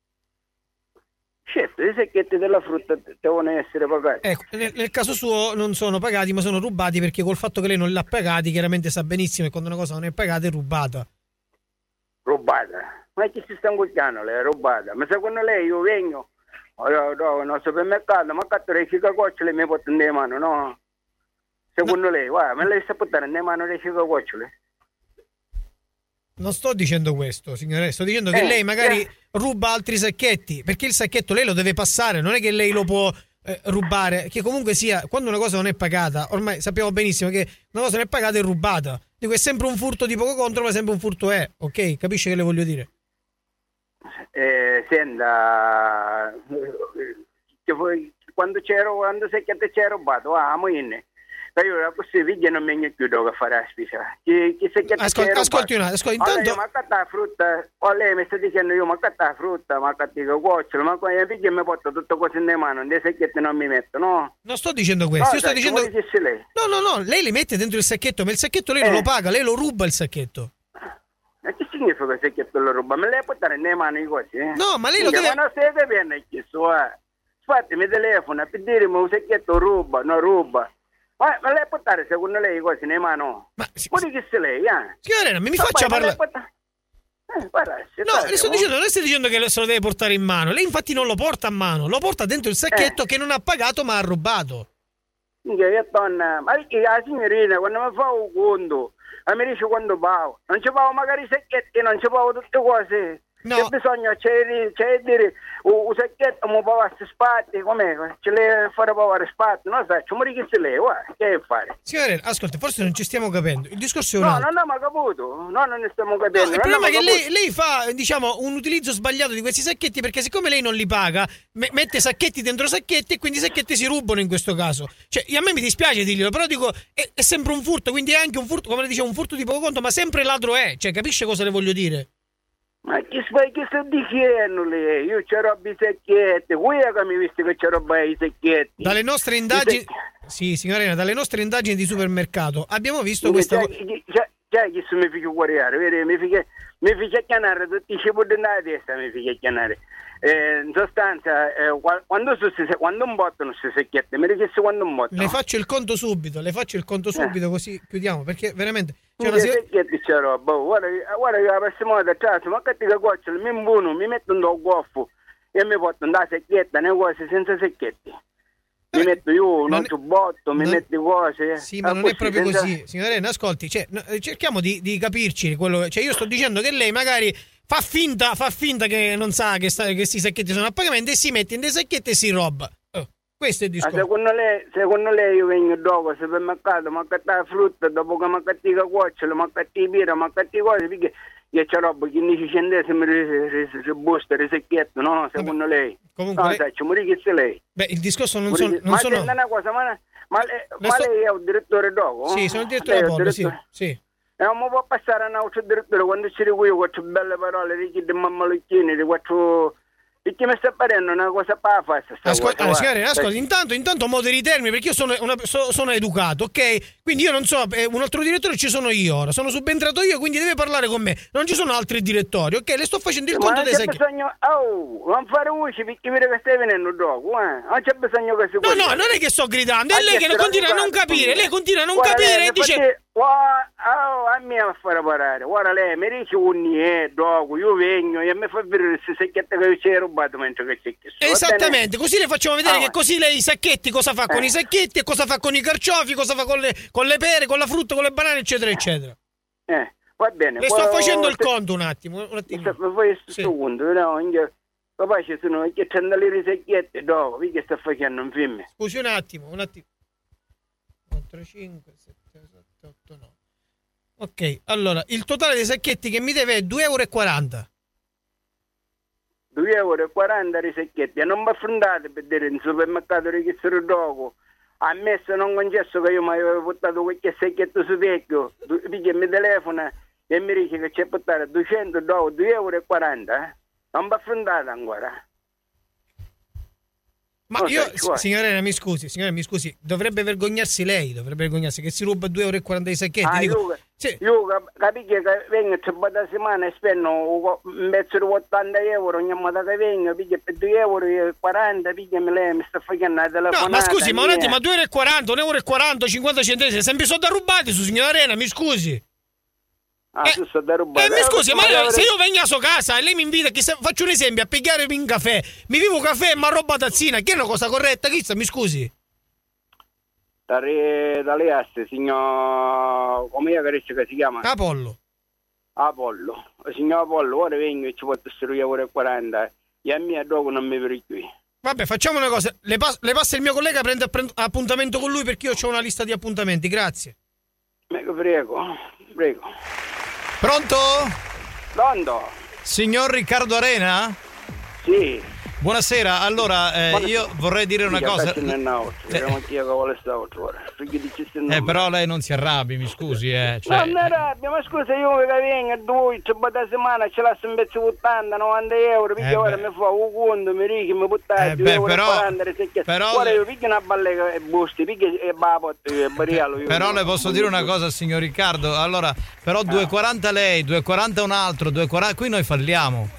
Certo, i secchetti della frutta devono essere pagati. Ecco, nel, nel caso suo non sono pagati, ma sono rubati perché col fatto che lei non li ha pagati, chiaramente sa benissimo che quando una cosa non è pagata è rubata. Rubata? Ma chi si sta ingugliando lei? È rubata? Ma secondo lei io vengo al supermercato, ma cattura i figacoccioli mi porto nelle mani, no? Secondo lei, guarda, ma lei sta portando nelle mani le figacoccioli? Non sto dicendo questo, signore, sto dicendo che Eh, lei magari eh. ruba altri sacchetti, perché il sacchetto lei lo deve passare, non è che lei lo può eh, rubare, che comunque sia, quando una cosa non è pagata, ormai sappiamo benissimo che una cosa non è pagata è rubata. Dico, è sempre un furto di poco contro, ma sempre un furto è, ok? Capisce che le voglio dire? Eh, senta, che voi- quando c'ero, quando secchiette c'è rubato, ah, mo inne. Ma io da questi figli non mi più dove fare la spesa. Chi, chi secchiette Ascol- c'è ascolti un attimo, ascolti, Allora, intanto- io, ma catta la frutta, o lei mi sta dicendo io, ma catta la frutta, ma catta i cuoccioli, ma quando i figli mi portano tutte cose nelle mani, dei secchietti non mi metto, no? Non sto dicendo questo, No, io sto dai, dicendo... come dicesse lei. No, no, no, lei li mette dentro il sacchetto, ma il sacchetto lei non Eh. lo paga, lei lo ruba il sacchetto. Ma che significa che secchietto lo ruba? Me lei portare nelle mani i cose, eh? No, ma lei lo Quindi, deve- Ma non siete bene chiesto, eh? Infatti mi telefona per dirmi un secchietto ruba, non ruba. Ma, ma lei portare secondo lei i cose nelle mani? Ma pure che se lei, eh? Signora Arena, mi, mi Ma faccia poi, ma lei parlare... porta- Eh, guarda, se No, fate, le sto oh. dicendo, non le sto dicendo che se lo deve portare in mano. Lei infatti non lo porta a mano, lo porta dentro il sacchetto che non ha pagato ma ha rubato. Minchia, io donna, ma perché la signorina quando mi fa un conto, a mi dice quando pago, non ci pago magari i secchetti, non ci pago tutte cose. No. C'è bisogno, c'è, di- c'è di dire, un un sacchetto mi paga queste spatti, com'è? Ce le fare pagare spatti, non so, ci muori che se lei, guarda, che fare? Signora Arena, ascolta, forse non ci stiamo capendo. Il discorso è un No, altro. non abbiamo capito, no, non ne stiamo capendo. No, il non problema è che abbiamo lei, lei fa, diciamo, un utilizzo sbagliato di questi sacchetti perché siccome lei non li paga, me- mette sacchetti dentro sacchetti e quindi i sacchetti si rubano in questo caso. Cioè, a me mi dispiace dirglielo, però dico, è, è sempre un furto, quindi è anche un furto, come le dicevo, un furto di poco conto, ma sempre ladro è. Cioè, capisce cosa le voglio dire? Ma che stai che sta dicendo lei? Io c'ho roba i secchietti, qui è che mi visto che c'ho roba i secchietti. Dalle nostre indagini... Sì, signora Arena, dalle nostre indagini di supermercato abbiamo visto questa... co- Già che se mi figlio guardare, vedi, mi figlio mi figlio chiamare tutti i cibi della testa, mi figlio chiamare. Eh, in sostanza, eh, qua- quando, su, se- quando un botto non si secchiette, mi richieste quando un botto. Le faccio il conto subito, le faccio il conto subito così chiudiamo, perché veramente... C'è C'è una se- secchietti c'è roba, guarda, guarda che la prossima volta, cioè, ma che ti cuoccioli, mi imbuno, mi metto un do goffo e mi porto da secchietta, ne cose senza secchietti. Mi metto io un giubbotto, mi non- metto cose. Sì, ma non è proprio così, signora Arena, ascolti, cioè, no, eh, cerchiamo di, di capirci quello, cioè io sto dicendo che lei magari fa finta, fa finta che non sa che, sta, che questi sacchetti sono a pagamento e si mette in dei sacchetti e si roba. Oh, questo è il Ma discorso. secondo lei, secondo lei io vengo dopo al supermercato, ma cattare frutta, dopo che mi catti i cuoccioli, ma catti i birra, ma catti cose, perché che c'è roba quindici centesimi di busta, di secchietto, no? Secondo Vabbè, lei. Comunque no, lei... sai, ci muori che se lei. Beh, il discorso non, son, non ma sono... Ma una cosa, ma, ma, lei, Le ma sto... lei è un direttore dopo? Sì, sono il direttore lei Apollo, direttore... sì, sì. E non mi può passare a un altro direttore quando ci dico io quattro belle parole, di chi di mammalucchini, di quattro... Perché mi sta parendo una cosa per fare. Ascolta, allora, signore, ascolta, intanto, intanto moderi i termini, perché io sono, una, so, sono educato, ok? Quindi io non so, eh, un altro direttore ci sono io ora, sono subentrato io, quindi deve parlare con me. Non ci sono altri direttori, ok? Le sto facendo il ma conto dei secchi. Ma non c'è bisogno, oh, non fare voce perché vede che stai venendo dopo, eh? Non c'è bisogno che si No, no, non è che sto gridando, è lei che continua a non capire, lei continua a non guarda, capire lei, e dice... Fatti... Oh, a me a fare parare, guarda lei, mi dice un niente, dopo, io vengo e mi fa vedere queste secchiette che ci hai rubato mentre che c'è chiesto. Esattamente, così le facciamo vedere ah, che così lei i sacchetti, cosa fa eh. con i sacchetti e cosa fa con i carciofi, cosa fa con le, con le pere, con la frutta, con le banane, eccetera, eccetera. Eh, va bene. Le sto facendo il conto un attimo, un attimo. Mi fai questo secondo, no? Papà ci sono che c'hanno le secchiette dopo, vi che sta facendo un film. Scusi un attimo, un attimo. quattro, cinque, sette, sette, otto, nove. Ok, allora, il totale dei sacchetti che mi deve è due euro e quaranta. due euro e quaranta di secchetti, e non mi affrontate per dire in supermercato che sono dopo. Ammesso non concesso che io mi avevo portato qualche secchietto su vecchio, perché mi telefona e mi dice che c'è portato duecento dopo, due euro e quaranta, eh? Non mi affrontate ancora. Ma no, io, s- signorina, mi scusi, signorina, mi scusi, dovrebbe vergognarsi lei, dovrebbe vergognarsi che si ruba due euro e quaranta di sacchetti. Ah, dico, io, sì. io capisco che vengo a settimana e spendo un mezzo di ottanta euro ogni volta che vengo, perché per due euro e quaranta, perché lei mi sta facendo la telefonata. No, ma scusi, ma un attimo, ma due euro e quaranta, un euro e quaranta, cinquanta centesimi, sempre sono da rubati su signora Arena, mi scusi. Ah, eh, tu da rubare. Eh, mi scusi, ma io, se io vengo a sua casa e lei mi invita, che se, faccio un esempio, a pigliarmi un caffè, mi vivo un caffè e mi arroba tazzina, che è una cosa corretta, chi sta, mi scusi? Da re, da le aste, signor, come che si chiama? Apollo. Apollo, signor Apollo, ora vengo e ci porto due euro e quaranta, e a me dopo non mi per qui. Vabbè, facciamo una cosa, le, pas- le passa il mio collega, prende app- appuntamento con lui perché io ho una lista di appuntamenti, grazie. Me prego, prego. Pronto? Pronto? Signor Riccardo Arena? Sì. Buonasera, allora eh, io vorrei dire una cosa. Eh, però lei non si arrabbi, mi scusi, eh. Cioè... No, non arrabbia, ma scusa, io che vengo due, c'è da settimana, ce l'ha un pezzo ottanta, novanta euro, perché eh ora mi fa un conto, mi richi, mi buttai, eh beh, però, però... ora io picchio una ballega e busti, picchio e babotto, e barialo. Però le posso dire una cosa, signor Riccardo, allora, però ah. due e quaranta lei, due e quaranta un altro, due e quaranta, qui noi falliamo.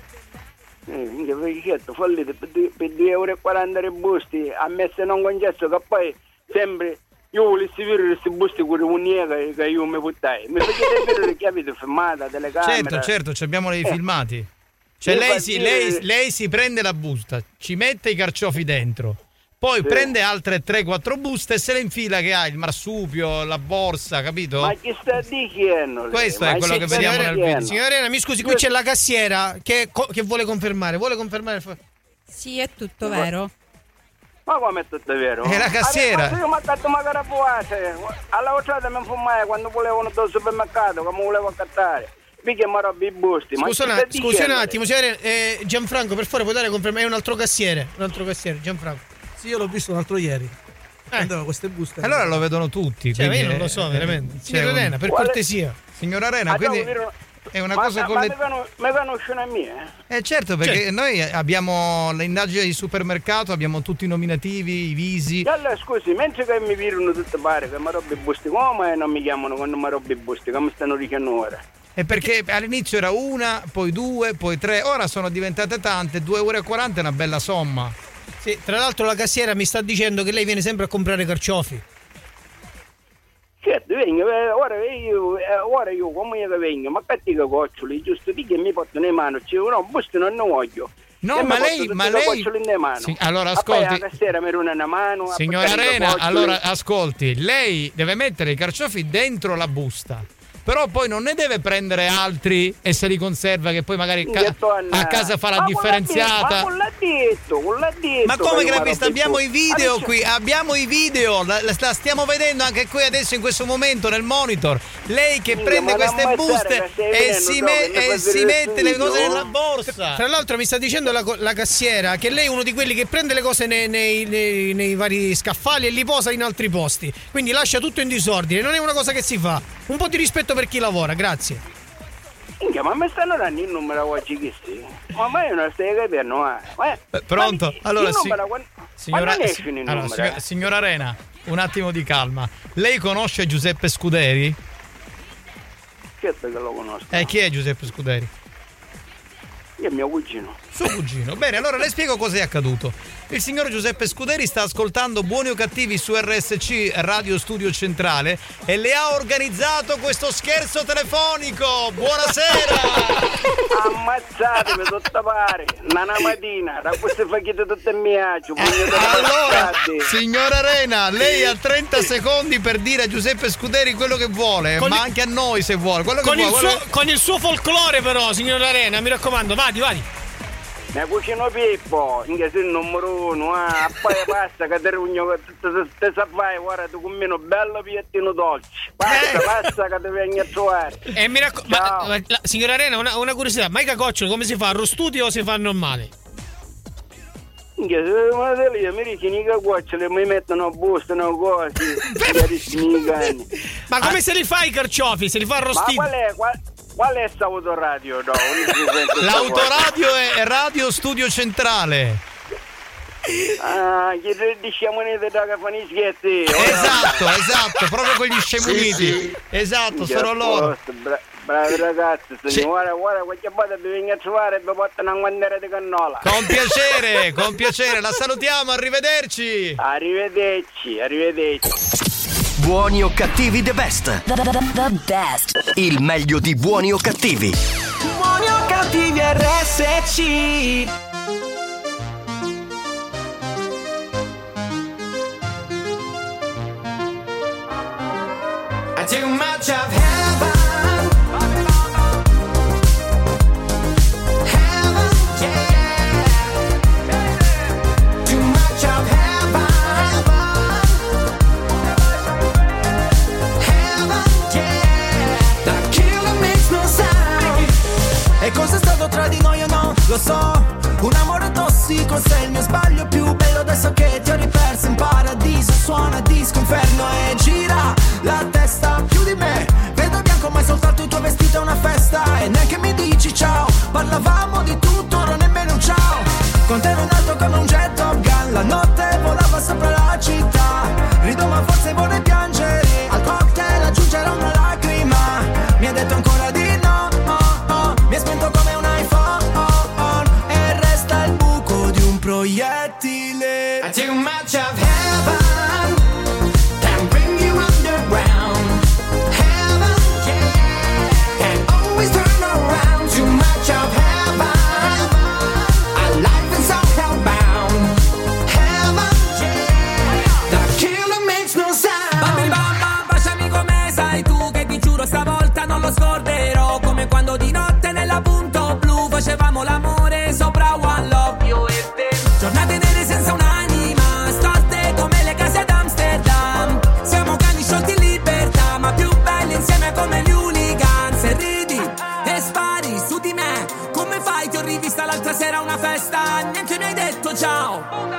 Eh, certo, fallite per due euro e quaranta di busti, ammesso non concesso che poi sempre io volessi vedere questi busti con un'unica che io mi buttai. Mi facete vedere che avete filmata, telecamera. Certo, certo, ci abbiamo dei eh. filmati. Cioè lei si, lei, lei si prende la busta, ci mette i carciofi dentro, poi sì. prende altre tre quattro buste e se le infila che ha il marsupio, la borsa, capito? Ma chi sta dicendo? Questo ma è quello che vediamo nel video. Signora Arena, mi scusi, qui c'è la cassiera che, che vuole confermare. Vuole confermare? Sì, è tutto ma vero. Ma come è tutto vero? È la cassiera. Ma io mi ho dato magari a buate. Alla volta mi fumai quando volevano dal supermercato, come volevo accattare. Mica mi robbi i busti. Scusa, ma scusi un attimo, signora eh, Gianfranco, per favore, puoi dare conferma? È un altro cassiere. Un altro cassiere, Gianfranco. Sì, io l'ho visto l'altro ieri. Prendeva queste buste. Allora lo vedono tutti. Cioè, quindi io non lo so, veramente. Signora un... Arena, per Quale... cortesia. Signora Arena, quindi è una ma, cosa con ma le... mi conoscono a mia? Eh certo, perché certo. Noi abbiamo l'indagine di supermercato, abbiamo tutti i nominativi, i visi. E allora scusi, mentre che mi virano tutte pare che mi robbi i busti, come non mi chiamano quando mi robbi i busti, come stanno dicendo ora? E perché all'inizio era una, poi due, poi tre, ora sono diventate tante, due euro e quaranta è una bella somma. Sì, tra l'altro la cassiera mi sta dicendo che lei viene sempre a comprare carciofi. Certo, vengo, ora io, ora io come io vengo, ma cattivo goccioli, giusto perché mi portano in mano, cioè, no, busto non ne voglio. No, ma lei, ma lei... Sì, allora ascolti, cassiera mi una mano, signora Arena, allora ascolti, lei deve mettere i carciofi dentro la busta. però poi non ne deve prendere altri e se li conserva, che poi magari ca- a casa fa la ma differenziata. Ma con l'ha detto, con l'ha detto. Ma come che l'ha guarda, vista? Abbiamo i video adesso- qui, abbiamo i video, la, la stiamo vedendo anche qui adesso in questo momento nel monitor. Lei che Minchia, prende ma queste non buste ammazzare, stai e vedendo, si, no, me- che ne e fa si vedere mette le studio? cose nella borsa. Tra l'altro mi sta dicendo la, co- la cassiera che lei è uno di quelli che prende le cose nei, nei- nei- nei vari scaffali e li posa in altri posti, quindi lascia tutto in disordine. Non è una cosa che si fa. Un po' di rispetto per chi lavora, grazie. Minchia, ma mi stanno dando il numero oggi che sì? Ma mai non stai capendo, ma... ma- Eh, Pronto? ma Allora, il sì. numero, quando- Signora, quando ne si- esce il allora, numero, signora, eh? signora Arena, un attimo di calma. Lei conosce Giuseppe Scuderi? Certo che lo conosco. Eh, chi è Giuseppe Scuderi? Io è mio cugino. Suo cugino. Bene, allora le spiego cosa è accaduto. Il signor Giuseppe Scuderi sta ascoltando Buoni o Cattivi su R S C Radio Studio Centrale e le ha organizzato questo scherzo telefonico. Buonasera! Ammazzatemi tutta pare. Nana mattina, da queste facchette tutte in miaccio. Allora, signora Arena, lei ha trenta secondi per dire a Giuseppe Scuderi quello che vuole, Con ma il- anche a noi se vuole. Quello che Con il, vuole, suo, quello- con il suo folklore però, signora Arena, mi raccomando, vadi, vadi. Mia cugino Pippo, in che sei il numero uno, ah, poi basta che te rugno che te, te saprai, guarda tu con me un bello piattino dolce. Basta, basta che ti vengi a trovare. E mi raccomando, ma, ma, la- signora Arena, una, una curiosità, ma i cacoccioli come si fa? Arrostuti o si fa normale? Minchia, se ma te lì, mi dicono i cacoccioli, mi mettono a busto, no cose, carissimi cani. Ma come se li fa i carciofi? Se li fa Ma arrostiti? qual è, qual, qual è sta autoradio? No, L'autoradio è Radio Studio Centrale. Ah, che te diciamo niente da che fanno i scherzi. Esatto, esatto, proprio quegli scemuniti. Sì, sì. Esatto, Minchia, sono loro. posto, bra- bravi ragazzi, signora, guarda, qualche volta vi vengo a trovare e vi portano una guandiera di cannola. Con piacere, con piacere, la salutiamo, arrivederci. Arrivederci, arrivederci. Buoni o cattivi the best. The, the, the best. Il meglio di Buoni o cattivi. Buoni o cattivi R S C. I too much of heaven. Heaven, yeah. Too much of heaven. Heaven, yeah. The killer makes no sound. E cosa è stato tra di noi o no? Lo so. Un amore tossico, sei il mio sbaglio più bello. Adesso che ti ho riperso in paradiso, suona disco inferno e gira la testa più di me. Vedo bianco ma è soltanto il tuo vestito è una festa. E neanche mi dici ciao. Parlavamo di tutto, non nemmeno un ciao. Con te ero in alto come un jet Top Gun. La notte volava sopra la città. Rido ma forse vorrei piangere. Al cocktail aggiungerò una lacrima. Mi ha detto ancora di no, oh, oh. Mi ha spento come un iPhone, oh, oh. E resta il buco di un proiettile. I too much of heaven can bring you underground. Heaven, yeah, can always turn around. Too much of heaven. Our life is all hellbound. Heaven, yeah, the killer makes no sound. Bambini mamma, baciami come sai tu, che ti giuro stavolta non lo scorderò. Come quando di notte nella punto blu facevamo l'amore sopra One Love, io e te. Giornate nere senza un'anima, storte come le case d'Amsterdam. Siamo cani sciolti in libertà, ma più belli insieme come gli hooligans. E ridi e spari su di me. Come fai? Ti ho rivista l'altra sera a una festa, neanche mi hai detto ciao.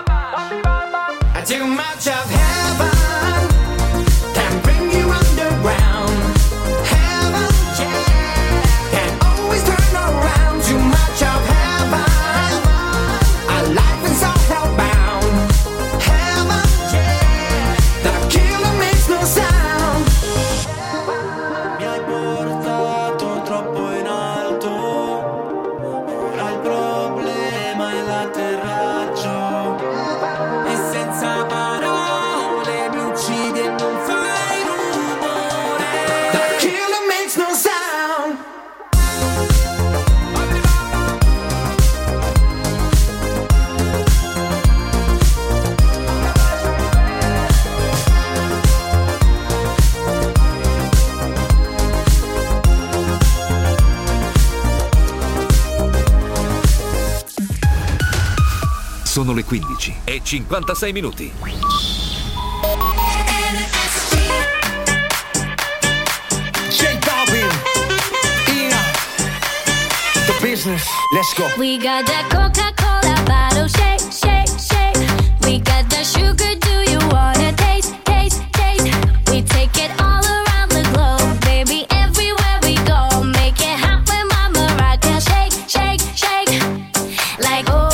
I too much of heaven can bring you underground. Heaven, yeah, can always turn around. Too much of heaven. Our life is all hellbound. Heaven, yeah, the killer makes no sound. Mi hai portato troppo in alto. Ora il problema è l'atterraggio. E senza parole Sono le quindici e cinquantasei minuti. J Balvin, Ina, the business, let's go. We got that Coca-Cola bottle, shake, shake, shake. We got that sugar, do you wanna taste, taste, taste? We take it all around the globe, baby, everywhere we go. Make it hot with Mama Rock, shake, shake, shake. Like, oh.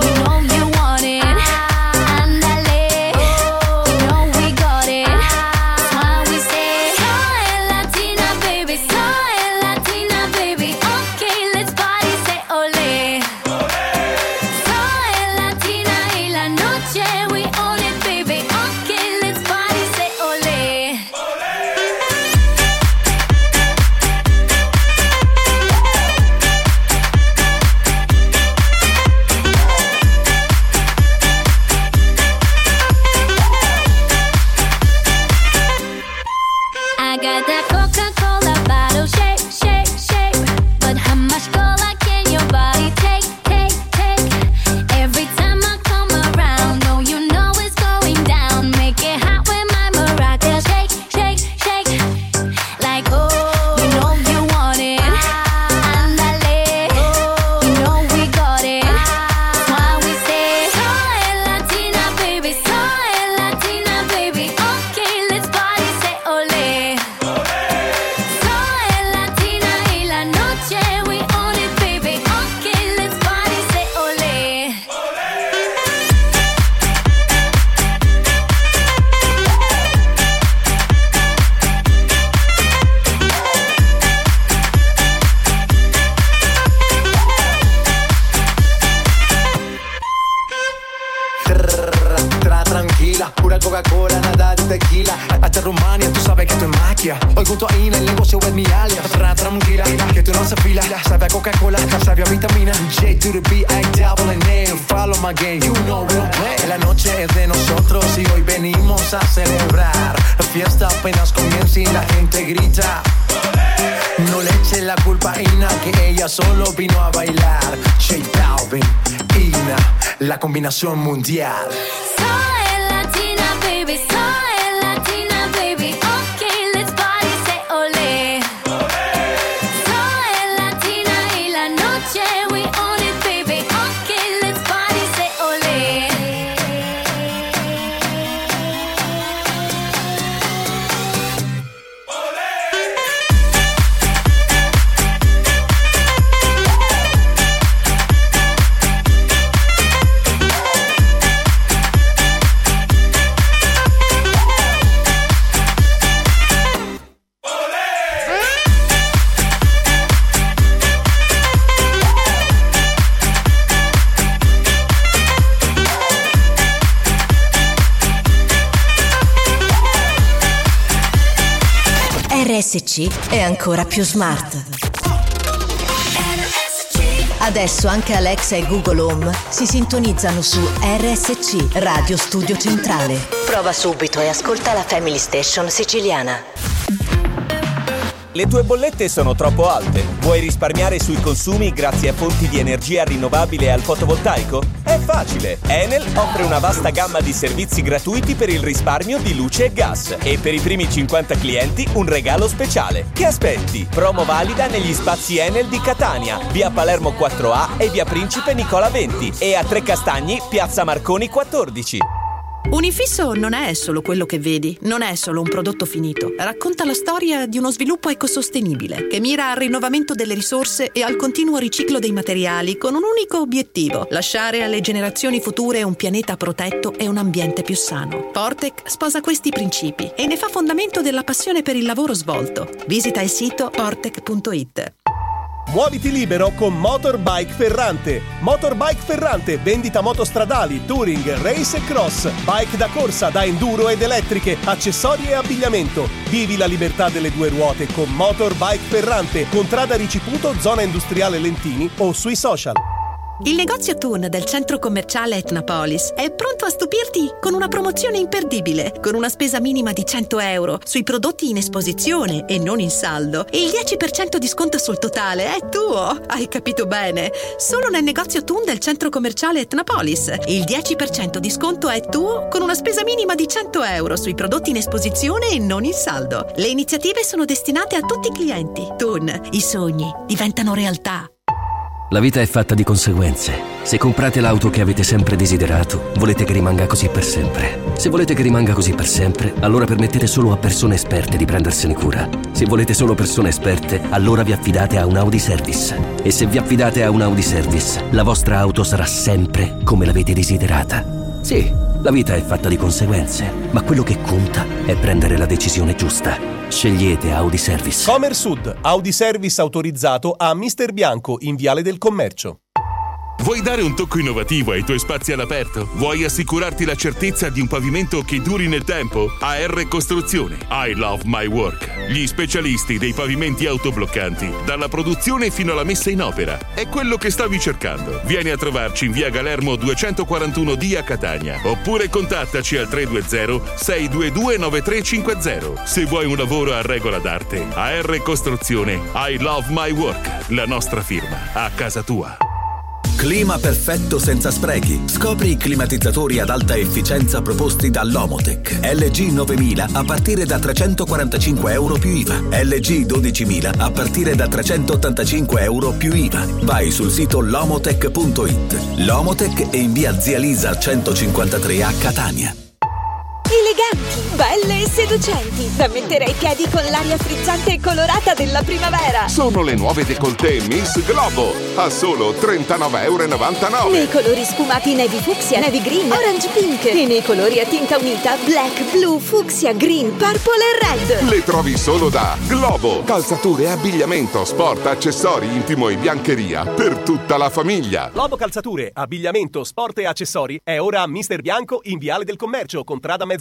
Coca-Cola, nada de tequila. Hasta Rumania, tú sabes que estoy magia. Hoy junto a Ina el negocio es mi alias. Tra, tranquila, que tú no se fila. Sabe a Coca-Cola, sabe a vitamina. J to the B, I double N. Follow my game, you know we'll play. La noche es de nosotros y hoy venimos a celebrar. La fiesta apenas comienza y la gente grita. No le eche la culpa a Ina, que ella solo vino a bailar. J Balvin, Ina, la combinación mundial. Soy latina, baby, soy latina, baby. Okay, let's party, say ole. Soy latina y la noche we own it, baby. Okay, let's party, say ole. R S C è ancora più smart. Adesso anche Alexa e Google Home si sintonizzano su R S C, Radio Studio Centrale. Prova subito e ascolta la Family Station siciliana. Le tue bollette sono troppo alte? Vuoi risparmiare sui consumi grazie a fonti di energia rinnovabile e al fotovoltaico? È facile! Enel offre una vasta gamma di servizi gratuiti per il risparmio di luce e gas. E per i primi cinquanta clienti un regalo speciale. Che aspetti? Promo valida negli spazi Enel di Catania, via Palermo quattro A e via Principe Nicola venti e a Trecastagni, piazza Marconi quattordici. Unifisso non è solo quello che vedi, non è solo un prodotto finito. Racconta la storia di uno sviluppo ecosostenibile che mira al rinnovamento delle risorse e al continuo riciclo dei materiali con un unico obiettivo: lasciare alle generazioni future un pianeta protetto e un ambiente più sano. Portec sposa questi principi e ne fa fondamento della passione per il lavoro svolto. Visita il sito portec punto it. Muoviti libero con Motorbike Ferrante. Motorbike Ferrante, vendita moto stradali, touring, race e cross, bike da corsa, da enduro ed elettriche, accessori e abbigliamento. Vivi la libertà delle due ruote con Motorbike Ferrante, contrada Riciputo, zona industriale Lentini o sui social. Il negozio Thun del centro commerciale Etnapolis è pronto a stupirti con una promozione imperdibile. Con una spesa minima di cento euro sui prodotti in esposizione e non in saldo, e il dieci per cento di sconto sul totale è tuo. Hai capito bene? Solo nel negozio Thun del centro commerciale Etnapolis. Il dieci per cento di sconto è tuo con una spesa minima di cento euro sui prodotti in esposizione e non in saldo. Le iniziative sono destinate a tutti i clienti. Thun, i sogni diventano realtà. La vita è fatta di conseguenze. Se comprate l'auto che avete sempre desiderato, volete che rimanga così per sempre. Se volete che rimanga così per sempre, allora permettete solo a persone esperte di prendersene cura. Se volete solo persone esperte, allora vi affidate a un Audi Service. E se vi affidate a un Audi Service, la vostra auto sarà sempre come l'avete desiderata. Sì, la vita è fatta di conseguenze, ma quello che conta è prendere la decisione giusta. Scegliete Audi Service. Comer Sud, Audi Service autorizzato a Mister Bianco in Viale del Commercio. Vuoi dare un tocco innovativo ai tuoi spazi all'aperto? Vuoi assicurarti la certezza di un pavimento che duri nel tempo? A R Costruzione. I love my work. Gli specialisti dei pavimenti autobloccanti, dalla produzione fino alla messa in opera. È quello che stavi cercando. Vieni a trovarci in via Galermo duecentoquarantuno D a Catania. Oppure contattaci al tre due zero sei due due nove tre cinque zero. Se vuoi un lavoro a regola d'arte, A R Costruzione. I love my work. La nostra firma. A casa tua. Clima perfetto senza sprechi. Scopri i climatizzatori ad alta efficienza proposti dall'Omotech. L G novemila a partire da trecentoquarantacinque euro più I V A. L G dodicimila a partire da trecentottantacinque euro più I V A. Vai sul sito lomotech punto it. L'Omotech è in via Zia Lisa centocinquantatré a Catania. Eleganti, belle e seducenti, da mettere ai piedi con l'aria frizzante e colorata della primavera. Sono le nuove décolleté Miss Globo a solo trentanove e novantanove euro. Nei colori sfumati navy fucsia, navy green, orange pink, e nei colori a tinta unita black, blu, fucsia, green, purple e red. Le trovi solo da Globo. Calzature, abbigliamento, sport, accessori, intimo e biancheria per tutta la famiglia. Globo Calzature, abbigliamento, sport e accessori è ora a Mister Bianco in Viale del Commercio, contrada Mezzocampo.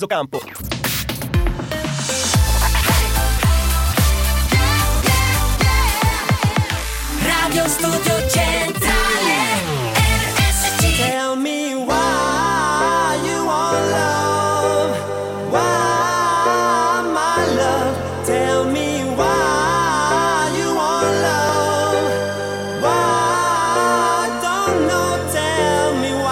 Radio Studio Centrale R S C. Tell me why you want love, why my love. Tell me why you want love, why don't know. Tell me why.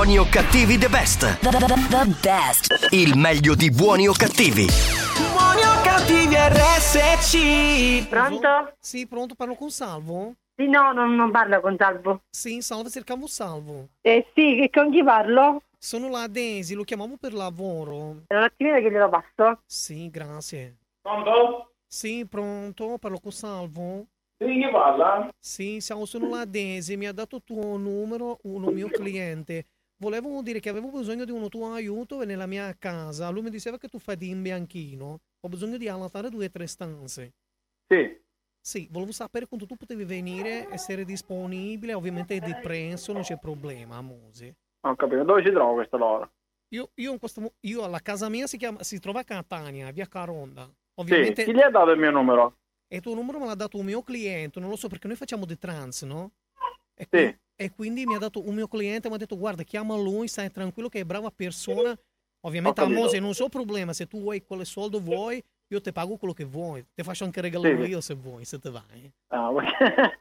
Buoni o cattivi the best. The, the, the, the best. Il meglio di Buoni o cattivi. Buoni o cattivi R S C. Pronto? Sì, pronto, parlo con Salvo? Sì, no, non, non parlo con Salvo. Sì, salve, cercavo Salvo. Eh sì, con chi parlo? Sono la Daisy, lo chiamavo per lavoro. Un attimino che glielo passo. Sì, grazie. Pronto? Sì, pronto, parlo con Salvo? Sì, chi parla? Sì, siamo, sono la Daisy, mi ha dato il tuo numero, uno mio cliente. Volevo dire che avevo bisogno di uno tuo aiuto nella mia casa. Lui mi diceva che tu fai di imbianchino. Ho bisogno di allattare due o tre stanze. Sì. Sì, volevo sapere quando tu potevi venire, essere disponibile. Ovviamente è di prezzo, non c'è problema, Mose. Ho capito, dove si trova questa loro? Io, io, in questo, io alla casa mia si, chiama, si trova a Catania, via Caronda. Ovviamente... Sì, chi gli ha dato il mio numero? E il tuo numero me l'ha dato un mio cliente, non lo so perché noi facciamo di trans, no? E sì. Quindi, e quindi mi ha dato un mio cliente, mi ha detto guarda, chiama lui, stai tranquillo che è brava persona. Ovviamente a Mose non so problema, se tu vuoi quale soldo vuoi, io ti pago quello che vuoi. Ti faccio anche regalare sì. io se vuoi, se te vai. Ah, perché...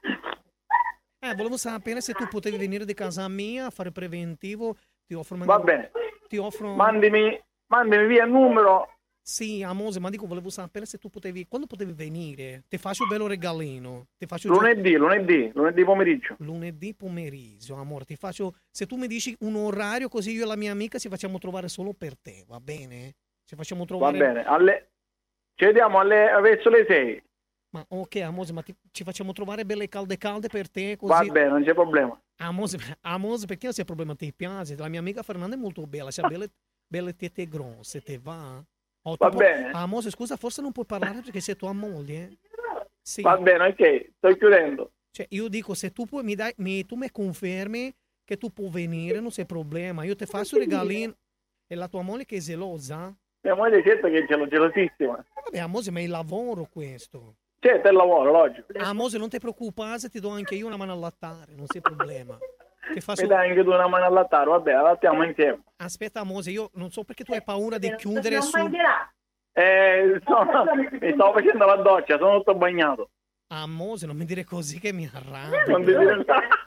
Eh, volevo sapere se tu potevi venire di casa mia a fare preventivo. Ti offro Va bene. Ti offro... Mandimi, mandimi via il numero. Sì, a Mose, ma dico, volevo sapere se tu potevi... Quando potevi venire? Ti faccio un bello regalino. Ti faccio lunedì, gio... lunedì, lunedì pomeriggio. Lunedì pomeriggio, amore. Ti faccio... Se tu mi dici un orario, così io e la mia amica ci facciamo trovare solo per te, va bene? Ci facciamo trovare... Va bene, alle... ci vediamo alle... verso le sei. Ma ok, Amose, ma ti, ci facciamo trovare belle calde calde per te così. Va bene, non c'è problema. Amose, Amose perché non c'è problema, ti piace? La mia amica Fernanda è molto bella, c'ha belle, belle tette grosse, te va? Oh, va può... bene. Amose, scusa, forse non puoi parlare perché sei tua moglie? Sì. Va bene, ok, sto chiudendo. Cioè, io dico, se tu puoi, mi dai, mi, tu mi confermi che tu puoi venire, non c'è problema, io ti faccio un regalino. E la tua moglie che è gelosa? Mia moglie certo che è gelo, gelosissima. Vabbè, Amose, ma è il lavoro questo. Certo, è il lavoro, logico. Ah, Mose, non ti preoccupare, ti do anche io una mano a lattare, non c'è problema. Ti faccio... Mi dai anche tu una mano a lattare, vabbè, allattiamo insieme. Aspetta, Mose, io non so perché tu hai paura di chiudere su... Eh, no, mi stavo facendo la doccia, sono tutto bagnato. Ah, Mose, non mi dire così che mi arrabbio. Non ti dire...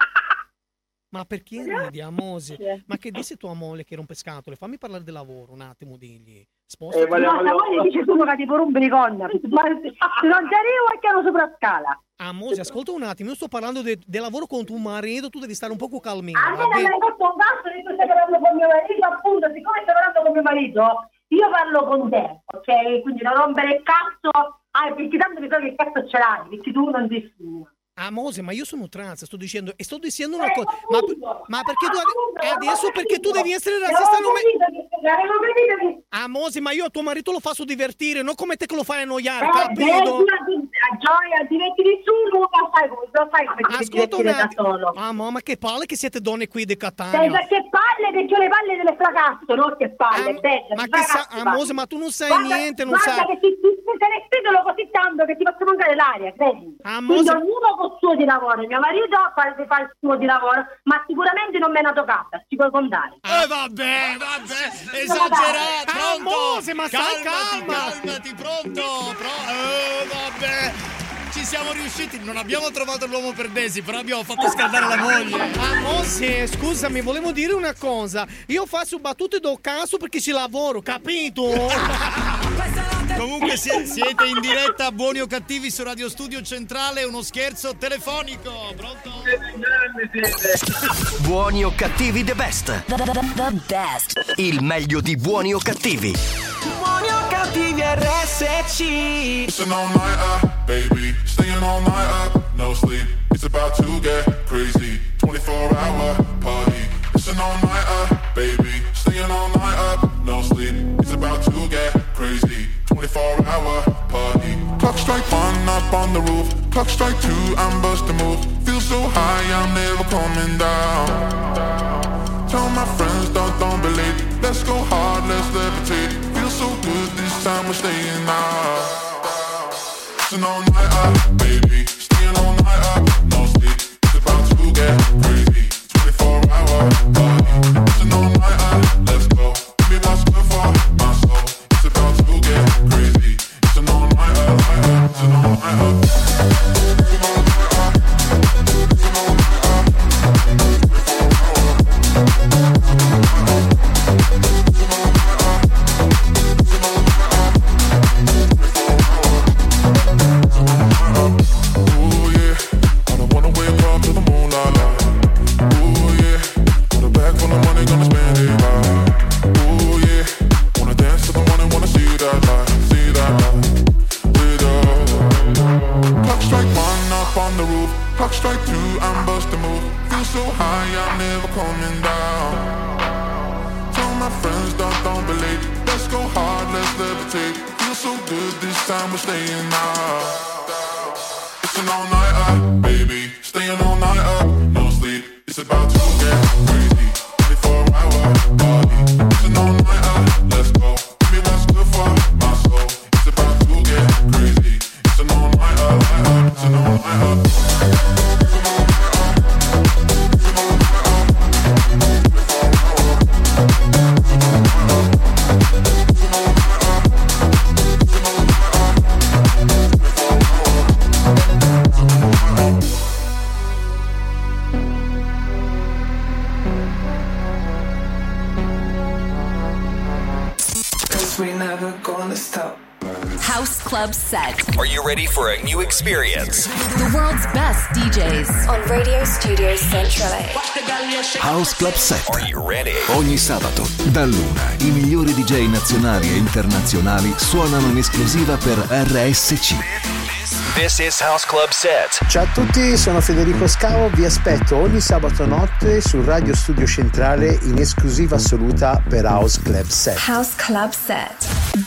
Ma perché ridi, Mose? Ma che disse tua moglie che rompe scatole? Fammi parlare del lavoro, un attimo, digli. Sposta. Eh, no, la moglie dice tu che ti rompi le corna. Se non ti arrivo è chiaro sopra scala. Ah, Mose, ascolta un attimo, io sto parlando del de lavoro con tuo marito, tu devi stare un poco calmino. A me non mi hai fatto un cazzo che tu stai parlando con mio marito, appunto, siccome stai parlando con mio marito, io parlo con te, ok? Quindi non rompere il cazzo, ah, perché tanto mi so che il cazzo ce l'hai, perché tu non ti stimi. Ah, Mose, ma io sono trans, sto dicendo, e sto dicendo una cosa, ma, ma perché tu adesso perché tu devi essere razzista? Non me... Ah, Mose, ma io a tuo marito lo faccio divertire, non come te che lo fai annoiare, eh, capito? Gioia, divertiti su, lo fai come lo fai come ti ascolta un attimo. Ah, mamma, che palle che siete donne qui di Catania. Sei perché palle, perché ho le palle delle fracazzo, non che palle, ah, bella, ma che sa, ah, Mose, ma tu non sai guarda, niente, non guarda sai. Guarda che ti, ti, te ne spedolo così tanto che ti faccio mancare l'aria, credi? Ah, Mose... Quindi ognuno col suo di lavoro, mio marito fa, fa il suo di lavoro, ma sicuramente non me ne ha toccata, ci puoi contare. Eh vabbè, vabbè, esagerato, ah, Mose, ma calmati, calma. calmati, pronto, pronto, eh, vabbè. Ci siamo riusciti, non abbiamo trovato l'uomo per Daisy, però abbiamo fatto scaldare la moglie. Ah, Mose, scusami, volevo dire una cosa. Io faccio battute do caso perché ci lavoro, capito? Comunque siete in diretta, Buoni o Cattivi su Radio Studio Centrale, uno scherzo telefonico. Pronto? Buoni o Cattivi the best. The, the, the best. Il meglio di Buoni o Cattivi. Buoni o Cattivi R S C. It's an all-nighter, baby. Staying all night up, no sleep. It's about to get crazy. twenty-four hour party. It's an all-nighter, baby. Staying all night up, no sleep. It's about to get crazy. twenty-four hour party. Clock strike one up on the roof. Clock strike two, I'm busting move. Feel so high, I'm never coming down. Tell my friends, don't, don't believe. Let's go hard, let's levitate. Feel so good, this time we're staying out. It's an all-nighter, baby. Staying all night up, no sleep. It's about to get crazy. twenty-four hour party. It's an all-nighter, let's go. Give me what's good for my soul. It's about to get crazy. It's an all-nighter, it's an all-nighter. It's an all-nighter. It's an all-nighter. coming down. Tell my friends, don't, don't believe. Let's go hard, let's levitate. Feel so good this time we're staying out. It's an all-nighter, baby. Staying all night up, no sleep. It's about to get crazy. twenty-four hour party. It's an all-nighter, let's go. Give me what's good for my soul. It's about to get crazy. It's an all-nighter, it's an all-nighter. House Club Set. Are you ready for a new experience? The world's best D Js. On Radio Studios Centrale. House Club Set. Are you ready? Ogni sabato, dall'una, i migliori D J nazionali e internazionali suonano in esclusiva per R S C. This is House Club Set. Ciao a tutti, sono Federico Scavo, vi aspetto ogni sabato notte su Radio Studio Centrale in esclusiva assoluta per House Club Set. House Club Set.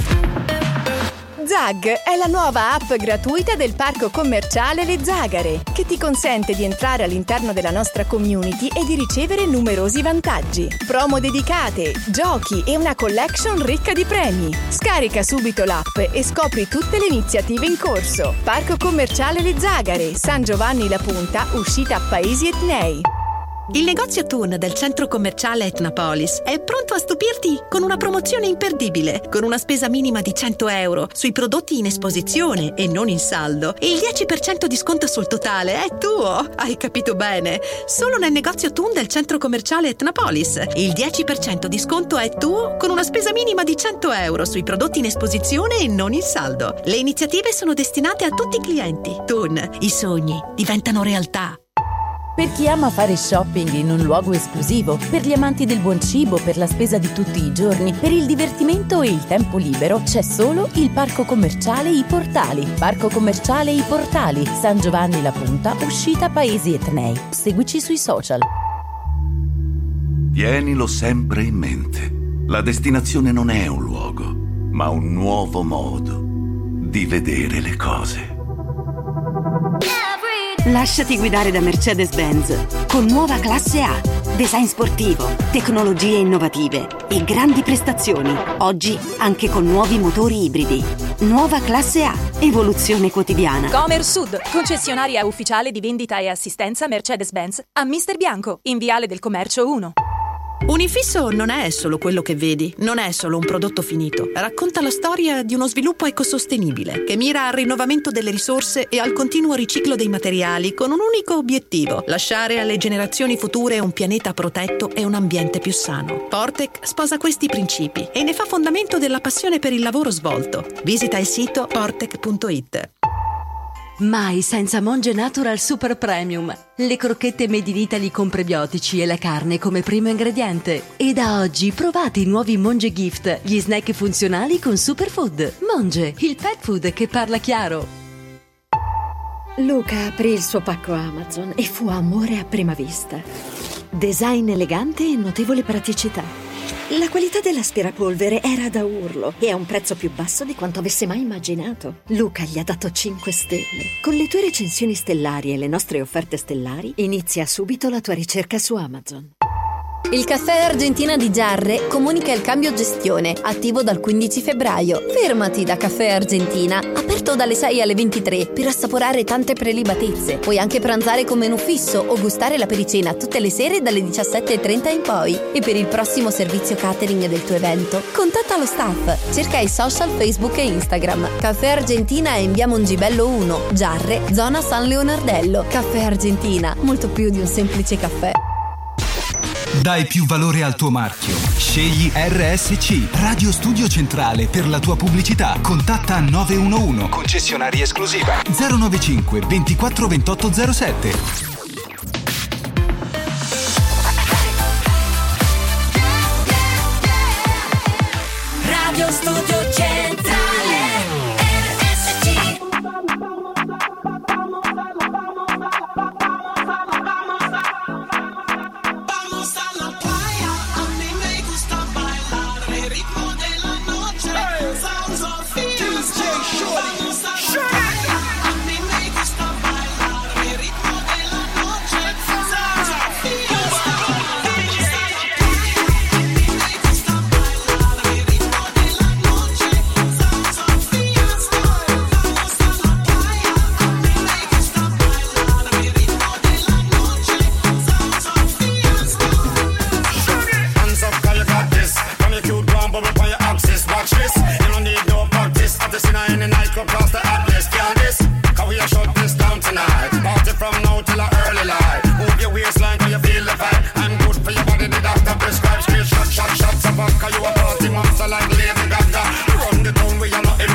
Zag è la nuova app gratuita del parco commerciale Le Zagare, che ti consente di entrare all'interno della nostra community e di ricevere numerosi vantaggi, promo dedicate, giochi e una collection ricca di premi. Scarica subito l'app e scopri tutte le iniziative in corso. Parco commerciale Le Zagare, San Giovanni La Punta, uscita Paesi Etnei. Il negozio Thun del centro commerciale Etnapolis è pronto a stupirti con una promozione imperdibile, con una spesa minima di cento euro sui prodotti in esposizione e non in saldo e il dieci per cento di sconto sul totale è tuo, hai capito bene? Solo nel negozio Thun del centro commerciale Etnapolis. Il dieci per cento di sconto è tuo con una spesa minima di cento euro sui prodotti in esposizione e non in saldo. Le iniziative sono destinate a tutti i clienti. Thun, i sogni diventano realtà. Per chi ama fare shopping in un luogo esclusivo, per gli amanti del buon cibo, per la spesa di tutti i giorni, per il divertimento e il tempo libero, c'è solo il Parco Commerciale I Portali. Parco Commerciale I Portali, San Giovanni La Punta, uscita Paesi Etnei. Seguici sui social. Tienilo sempre in mente. La destinazione non è un luogo, ma un nuovo modo di vedere le cose. Lasciati guidare da Mercedes-Benz con nuova classe A, design sportivo, tecnologie innovative e grandi prestazioni. Oggi anche con nuovi motori ibridi. Nuova classe A, evoluzione quotidiana. Comer Sud, concessionaria ufficiale di vendita e assistenza Mercedes-Benz a Mister Bianco, in Viale del Commercio uno. Un infisso non è solo quello che vedi, non è solo un prodotto finito. Racconta la storia di uno sviluppo ecosostenibile che mira al rinnovamento delle risorse e al continuo riciclo dei materiali con un unico obiettivo: lasciare alle generazioni future un pianeta protetto e un ambiente più sano. Portec sposa questi principi e ne fa fondamento della passione per il lavoro svolto. Visita il sito portec punto it. Mai senza Monge Natural Super Premium. Le crocchette made in Italy con prebiotici e la carne come primo ingrediente. E da oggi provate i nuovi Monge Gift, gli snack funzionali con superfood. Monge, il pet food che parla chiaro. Luca aprì il suo pacco Amazon e fu amore a prima vista. Design elegante e notevole praticità. La qualità dell'aspirapolvere era da urlo e a un prezzo più basso di quanto avesse mai immaginato. Luca gli ha dato cinque stelle. Con le tue recensioni stellari e le nostre offerte stellari, inizia subito la tua ricerca su Amazon. Il caffè Argentina di Giarre comunica il cambio gestione, attivo dal quindici febbraio. Fermati da Caffè Argentina, aperto dalle sei alle ventitré per assaporare tante prelibatezze. Puoi anche pranzare con menù fisso o gustare la pericena tutte le sere dalle diciassette e trenta in poi. E per il prossimo servizio catering del tuo evento, contatta lo staff. Cerca i social Facebook e Instagram. Caffè Argentina è in via Mongibello uno, Giarre, zona San Leonardello. Caffè Argentina, molto più di un semplice caffè. Dai più valore al tuo marchio. Scegli R S C, Radio Studio Centrale. Per la tua pubblicità contatta nove uno uno, concessionaria esclusiva, zero nove cinque ventiquattro ventotto zero sette. Radio Studio Centrale R S C. Vamos a la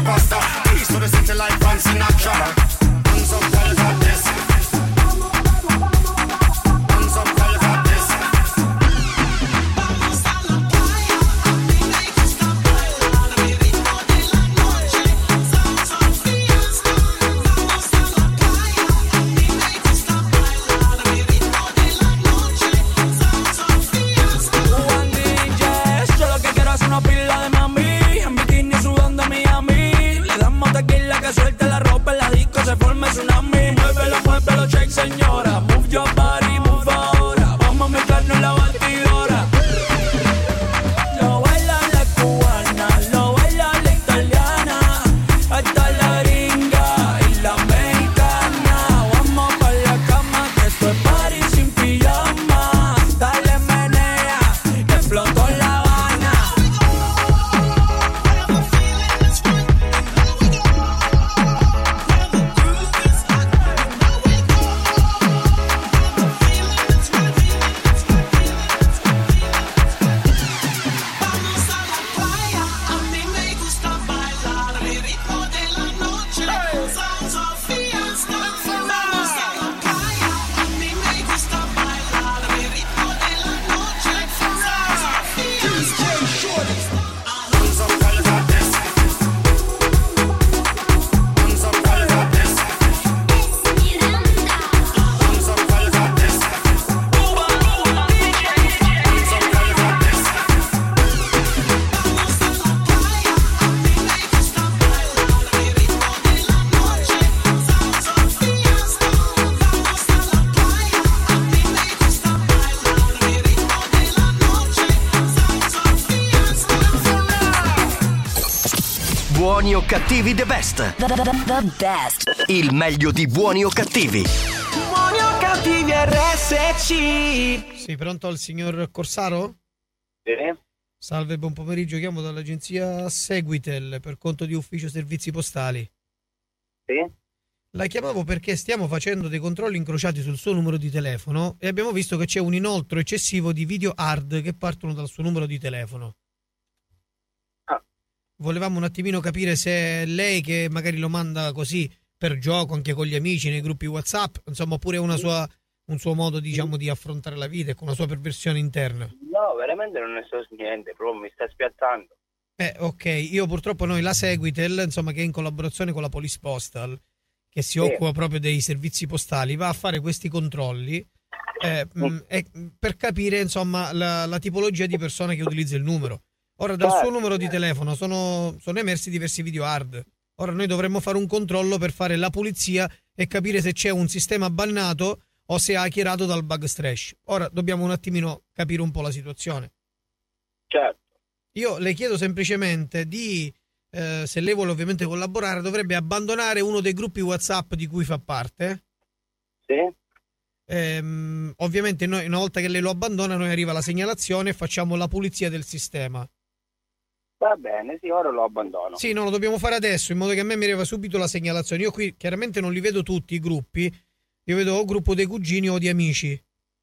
pasta. East to the city like Frank Sinatra. Hands up, girl, got this. Hands up, girl, got this. Vamos a la playa, a mí me gusta bailar al ritmo de la noche. Salsa fiesta. Vamos a la playa, a mí me gusta bailar al ritmo de la noche. Salsa fiesta. Juan D J, yo lo que quiero es una pila de mami, en bikini sudando Miami. Le damos tequila que suelte la ropa en la disco, se forma tsunami. Muévelo, muévelo, check señora. Move your body, move ahora. Vamos a mezclarnos en la batidora. Lo baila la cubana, lo baila la italiana, hasta la gringa y la mexicana. Vamos pa' la cama que esto es party sin pijama. Dale menea, que explotó La Habana. Vamos a la playa, a mí me gusta bailar al ritmo de la noche. Salsa fiesta. Vamos a la playa, a mí me gusta bailar al ritmo de la noche. Salsa fiesta. Hands up, girl, got this. Hands up, girl, got this. Hands up, girl, got this. Hands up, girl, got this. Buoni o cattivi the best. The, the, the best. Il meglio di buoni o cattivi. Buoni o cattivi R S C. Sì, pronto al signor Corsaro? Sì. Salve, buon pomeriggio, chiamo dall'agenzia Seguitel per conto di Ufficio Servizi Postali. Sì. La chiamavo perché stiamo facendo dei controlli incrociati sul suo numero di telefono e abbiamo visto che c'è un inoltro eccessivo di video hard che partono dal suo numero di telefono. Ah. Volevamo un attimino capire se è lei che magari lo manda così per gioco anche con gli amici nei gruppi WhatsApp, insomma, oppure una sua, un suo modo, diciamo, di affrontare la vita e con una sua perversione interna. No, veramente non ne so niente, proprio mi sta spiazzando. Eh, ok, io purtroppo noi la Seguitel, insomma, che è in collaborazione con la Police Postal, che si Sì. occupa proprio dei servizi postali, va a fare questi controlli eh, mh, e- per capire, insomma, la, la tipologia di persona che utilizza il numero. Ora, dal suo numero di telefono sono, sono emersi diversi video hard. Ora noi dovremmo fare un controllo per fare la pulizia e capire se c'è un sistema bannato o se è hackerato dal bug strash. Ora dobbiamo un attimino capire un po' la situazione. Certo. Io le chiedo semplicemente di, eh, se lei vuole ovviamente collaborare, dovrebbe abbandonare uno dei gruppi WhatsApp di cui fa parte. Sì. Ehm, ovviamente noi, una volta che lei lo abbandona, noi arriva la segnalazione e facciamo la pulizia del sistema. Va bene, sì, ora lo abbandono. Sì, no, lo dobbiamo fare adesso, in modo che a me mi arriva subito la segnalazione. Io qui chiaramente non li vedo tutti i gruppi, io vedo o gruppo dei cugini o di amici.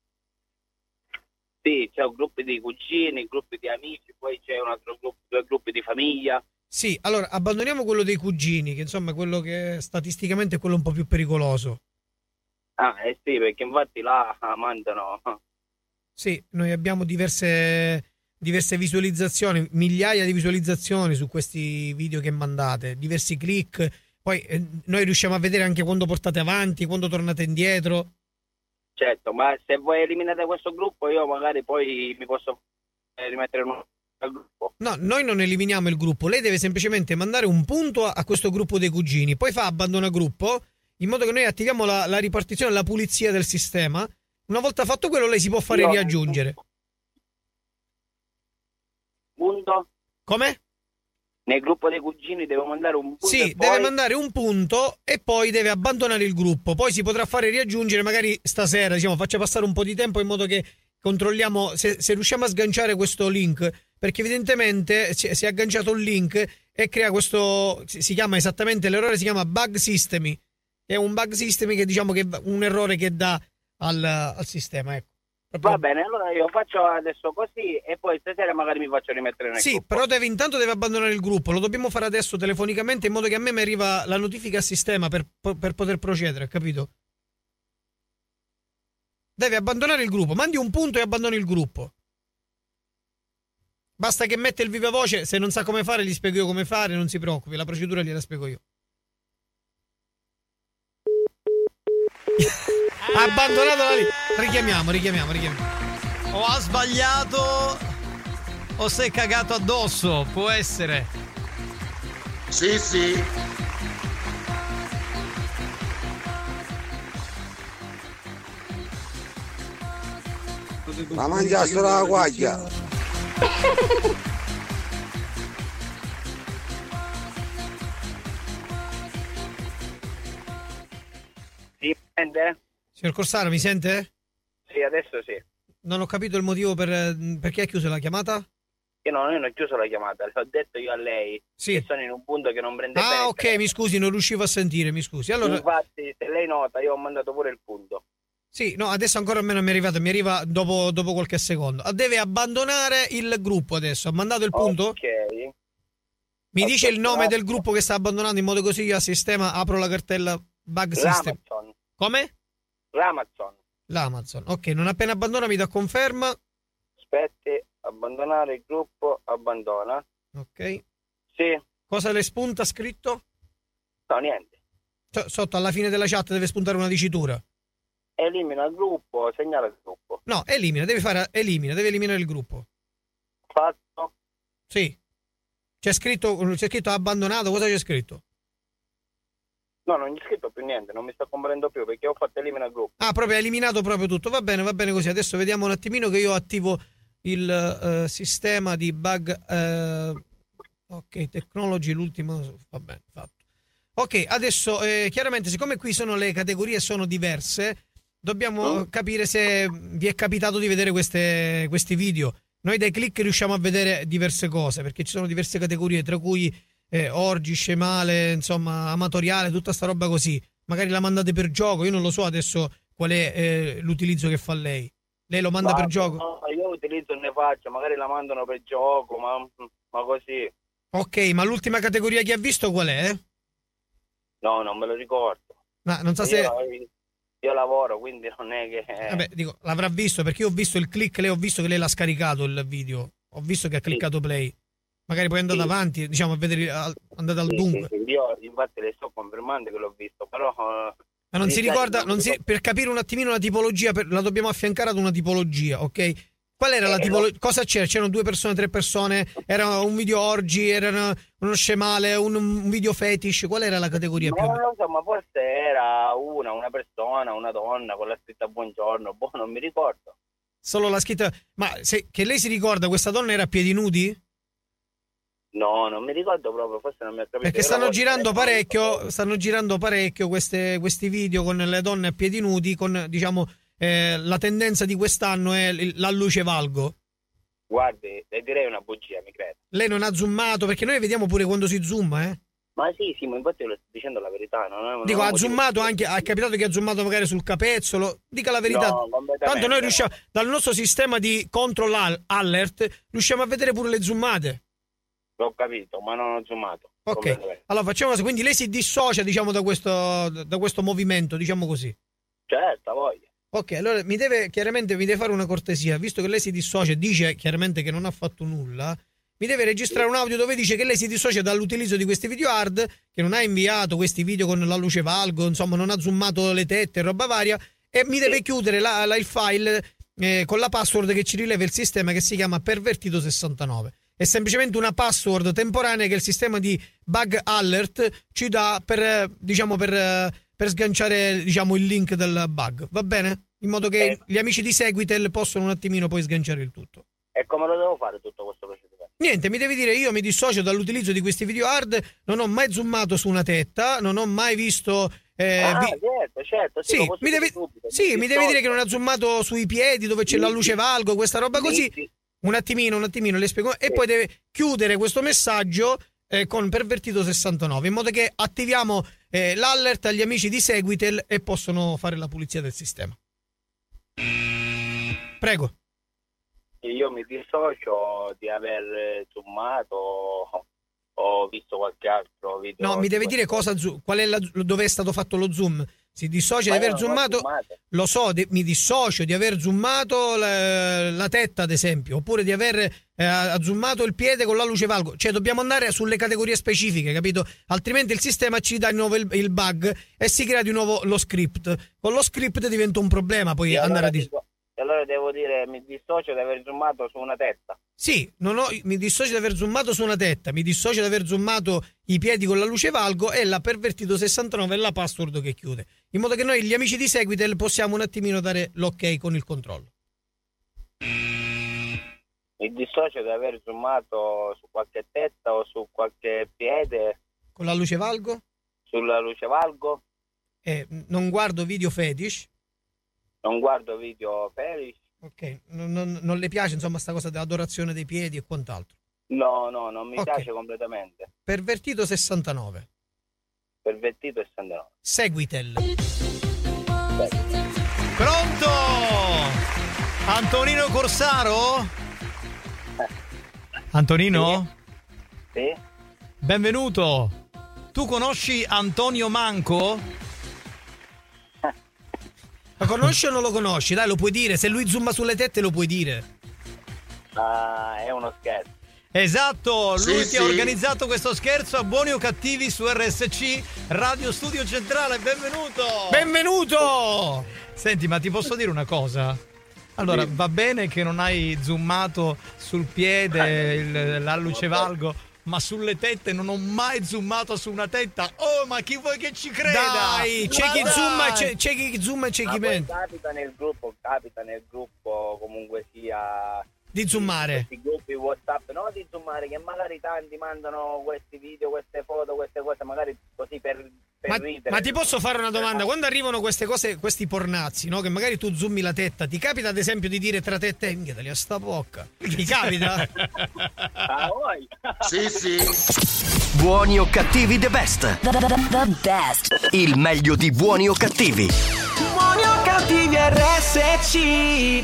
Sì, c'è un gruppo di cugini, gruppi di amici, poi c'è un altro gruppo, due gruppi di famiglia. Sì, allora abbandoniamo quello dei cugini, che insomma è quello che statisticamente è quello un po' più pericoloso. Ah, eh sì, perché infatti là mandano. Sì, noi abbiamo diverse, diverse visualizzazioni, migliaia di visualizzazioni su questi video che mandate, diversi click. Poi eh, noi riusciamo a vedere anche quando portate avanti, quando tornate indietro. Certo, ma se voi eliminate questo gruppo io magari poi mi posso rimettere in un altro gruppo. No, noi non eliminiamo il gruppo, lei deve semplicemente mandare un punto a, a questo gruppo dei cugini, poi fa abbandona gruppo, in modo che noi attiviamo la, la ripartizione e la pulizia del sistema. Una volta fatto quello lei si può fare No. riaggiungere. Punto? Come? Nel gruppo dei cugini devo mandare un punto. Sì, e deve poi... mandare un punto e poi deve abbandonare il gruppo. Poi si potrà fare riaggiungere magari stasera, diciamo, faccia passare un po' di tempo in modo che controlliamo se, se riusciamo a sganciare questo link, perché evidentemente si, si è agganciato un link e crea questo, si, si chiama esattamente, l'errore si chiama bug system. È un bug system che diciamo che è un errore che dà al, al sistema, ecco. Proprio... Va bene, allora io faccio adesso così e poi stasera magari mi faccio rimettere nel Sì, gruppo. però deve, intanto deve abbandonare il gruppo, lo dobbiamo fare adesso telefonicamente in modo che a me mi arriva la notifica a sistema per, per poter procedere, capito? Deve abbandonare il gruppo, mandi un punto e abbandoni il gruppo. Basta che mette il viva voce, se non sa come fare gli spiego io come fare, non si preoccupi, la procedura gliela spiego io. Abbandonato la lì. Richiamiamo, richiamiamo, richiamiamo. O ha sbagliato o si è cagato addosso, può essere. Sì, sì. Ma mangiassero la guaglia. Sì, sente? Signor Corsaro, mi sente? Sì, adesso sì. Non ho capito il motivo per perché ha chiuso la chiamata? Io non, io non ho chiuso la chiamata, l'ho detto io a lei. Sì. Che sono in un punto che non prende bene. Ah, ok, mi scusi, non riuscivo a sentire, mi scusi. Allora... Infatti, se lei nota, io ho mandato pure il punto. Sì, no, adesso ancora a me non mi è arrivato, mi arriva dopo, dopo qualche secondo. Deve abbandonare il gruppo adesso, ha mandato il punto? Ok. Mi dice il nome del gruppo che sta abbandonando in modo così io a sistema apro la cartella bug system. L'Amazon. Come? L'Amazon. L'Amazon, ok, non appena abbandona mi dà conferma. Aspetti, abbandonare il gruppo, abbandona. Ok. Sì. Cosa le spunta scritto? No, niente. S- sotto alla fine della chat deve spuntare una dicitura. Elimina il gruppo, segnala il gruppo. No, elimina, deve fare elimina, deve eliminare il gruppo. Fatto? Sì. C'è scritto, c'è scritto abbandonato, cosa c'è scritto? No, non gli ho scritto più niente, non mi sto comprendendo più perché ho fatto elimina il gruppo. Ah, proprio eliminato proprio tutto. Va bene, va bene così. Adesso vediamo un attimino che io attivo il uh, sistema di bug. Uh, ok, technology, l'ultimo. Va bene, fatto. Ok, adesso eh, chiaramente, siccome qui sono le categorie sono diverse, dobbiamo mm. capire se vi è capitato di vedere queste, questi video. Noi dai click riusciamo a vedere diverse cose, perché ci sono diverse categorie, tra cui eh, orgi, scemale, insomma, amatoriale, tutta sta roba così. Magari la mandate per gioco, io non lo so adesso qual è eh, l'utilizzo che fa lei. Lei lo manda ma, per gioco? No, io utilizzo e ne faccio, magari la mandano per gioco, ma, ma così. Ok, ma l'ultima categoria che ha visto qual è? No, non me lo ricordo. Ma non so io, se... Io lavoro, quindi non è che... Vabbè, dico, l'avrà visto, perché io ho visto il click, lei ho visto che lei l'ha scaricato il video. Ho visto che ha cliccato sì. play. Magari poi è andato sì. avanti, diciamo, a vedere, andate al sì, dunque. Sì, sì. Io infatti le sto confermando che l'ho visto, però... Uh, Ma non si ricorda, non si, per capire un attimino la tipologia, per, la dobbiamo affiancare ad una tipologia, ok? Qual era la tipologia? Cosa c'era? C'erano due persone, tre persone? Era un video orgi? Era uno scemale? Un, un video fetish? Qual era la categoria? Ma più? non lo so, ma forse era una, una persona, una donna con la scritta buongiorno, boh, non mi ricordo. Solo la scritta... Ma se, che lei si ricorda, questa donna era a piedi nudi? No, non mi ricordo proprio, forse non mi ha capito. Perché stanno girando parecchio, stanno girando parecchio queste, questi video con le donne a piedi nudi, con, diciamo... Eh, la tendenza di quest'anno è la luce valgo. Guardi, le direi una bugia, mi credo. Lei non ha zoomato, perché noi vediamo pure quando si zooma, eh? Ma sì, sì, ma infatti io le sto dicendo la verità. Non è, non Dico, ha zoomato anche, è capitato che ha zoomato magari sul capezzolo. Dica la verità. No, tanto noi riusciamo, dal nostro sistema di control alert, riusciamo a vedere pure le zoomate. L'ho capito, ma non ho zoomato. Ok, allora facciamo così. Quindi lei si dissocia, diciamo, da questo, da questo movimento, diciamo così. Certo, voglio. Ok, allora mi deve chiaramente mi deve fare una cortesia, visto che lei si dissocia e dice chiaramente che non ha fatto nulla, mi deve registrare un audio dove dice che lei si dissocia dall'utilizzo di questi video hard, che non ha inviato questi video con la luce valgo, insomma non ha zoomato le tette, roba varia, e mi deve chiudere la, la, il file eh, con la password che ci rileva il sistema, che si chiama pervertito sessantanove. È semplicemente una password temporanea che il sistema di bug alert ci dà per, diciamo, per... per sganciare, diciamo, il link del bug, va bene? In modo che eh. gli amici di Seguitel possono un attimino poi sganciare il tutto. E come lo devo fare tutto questo procedimento? Niente, mi devi dire, io mi dissocio dall'utilizzo di questi video hard, non ho mai zoomato su una tetta, non ho mai visto... Eh, ah, vi... certo, certo. Sì, sì, mi, devi... sì mi, mi devi dire che non ha zoomato sui piedi dove c'è sì, la luce valgo, questa roba così. Sì. Un attimino, un attimino, le spiego. Sì. E poi deve chiudere questo messaggio eh, con pervertito sessantanove, in modo che attiviamo... Eh, l'alert agli amici di Seguitel e possono fare la pulizia del sistema. Prego. Io mi dissocio di aver zoomato o visto qualche altro video. No, mi deve dire cosa zoom, qual è la, dove è stato fatto lo zoom. Si dissocia Ma di aver io non ho zoomato. zoomato. Lo so, de, mi dissocio di aver zoomato la, la tetta, ad esempio, oppure di aver eh, zoomato il piede con la luce valgo. Cioè, dobbiamo andare sulle categorie specifiche, capito? Altrimenti il sistema ci dà di nuovo il, il bug e si crea di nuovo lo script. Con lo script diventa un problema poi E andare allora a dis- dico- e allora devo dire mi dissocio di aver zoomato su una testa. Sì, non ho, mi dissocio di aver zoomato su una tetta, mi dissocio di aver zoomato i piedi con la luce valgo e la pervertito sessantanove è la password che chiude. In modo che noi, gli amici di Seguitel, possiamo un attimino dare l'ok con il controllo. Mi dissocio di aver zoomato su qualche testa o su qualche piede. Con la luce valgo? Sulla luce valgo. Eh, non guardo video fetish. Non guardo video fetish. Ok, non, non, non le piace insomma sta cosa dell'adorazione dei piedi e quant'altro. No, no, non mi Ok. piace completamente. Pervertito sessantanove. Pervertito e sessantanove. Seguitel. Pronto? Antonino Corsaro? Antonino? Sì. Benvenuto. Tu conosci Antonio Manco? Lo conosci o non lo conosci? Dai, lo puoi dire. Se lui zooma sulle tette lo puoi dire. Ah, è uno scherzo. Esatto, lui Sì, ti ha sì. organizzato questo scherzo a Buoni o Cattivi su R S C Radio Studio Centrale. Benvenuto! Benvenuto! Senti, ma ti posso dire una cosa? Allora, Sì. va bene che non hai zoomato sul piede il, la luce valgo, ma sulle tette non ho mai zoomato su una tetta. Oh, ma chi vuoi che ci creda? Dai, c'è Ma chi dai! zooma, c'è, c'è chi zooma e c'è Ma chi poi mente. capita nel gruppo, capita nel gruppo comunque sia Di zoomare. questi gruppi WhatsApp, no di zoomare, che magari tanti mandano questi video, queste foto, queste cose, magari così per, per Ma, ridere. ma ti posso fare una domanda? Quando arrivano queste cose, questi pornazzi, no? Che magari tu zoomi la tetta, ti capita ad esempio di dire tra tette, minchia, te li ho sta bocca? Ti capita? Ah, vuoi? Sì, sì. Buoni o cattivi the best. The, the- the best. Il meglio di buoni o cattivi. Buoni o cattivi R S C.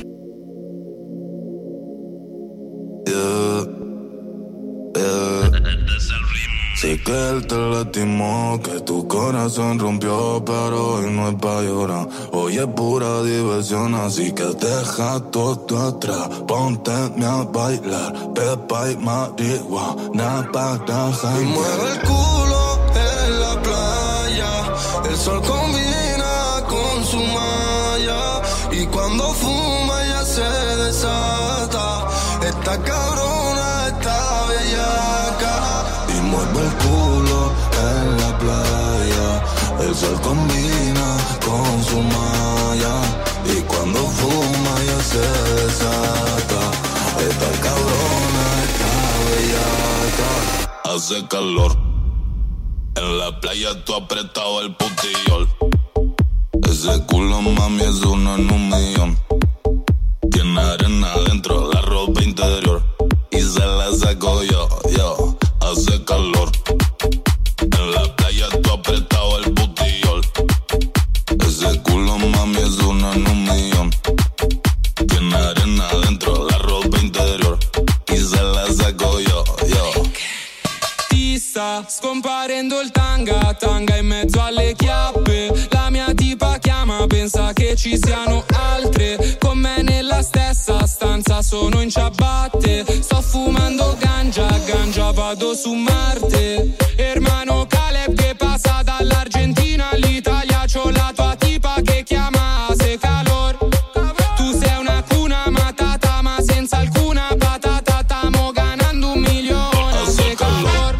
Yeah, yeah. Sí que él te lastimó, que tu corazón rompió, pero hoy no es pa' llorar. Hoy es pura diversión, así que deja todo atrás. Ponte a bailar, pepa y marihuana para janguear. Y mueve el culo en la playa, el sol combina con su malla. Y cuando fuma ya se desata. Esta cabrona está bellaca. Y mueve el culo en la playa. El sol combina con su malla. Y cuando fuma ya se desata. Esta cabrona está bellaca. Hace calor. En la playa tú apretado el putillol. Ese culo mami es uno en un millón. Tiene arena adentro, la ropa interior. Y se la saco yo, yo. Hace calor. En la playa tú apretado el butillol. Ese culo mami es uno en un millón. Tiene arena adentro, la ropa interior. Y se la saco yo, yo. Ti sta scomparendo il tanga, tanga in mezzo alle chiappe. La mia tipa chiama, pensa che ci siano altre. Con me nella stessa stanza sono in ciabatte. Sto fumando ganja, ganja vado su Marte. Hermano Caleb che passa dall'Argentina all'Italia. C'ho la tua tipa che chiama Ase Calor. Tu sei una cuna matata ma senza alcuna patata. Stamo ganando un milione. Ase Calor.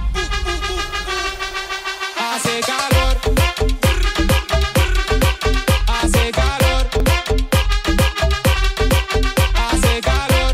Hace calor, hace calor, hace calor.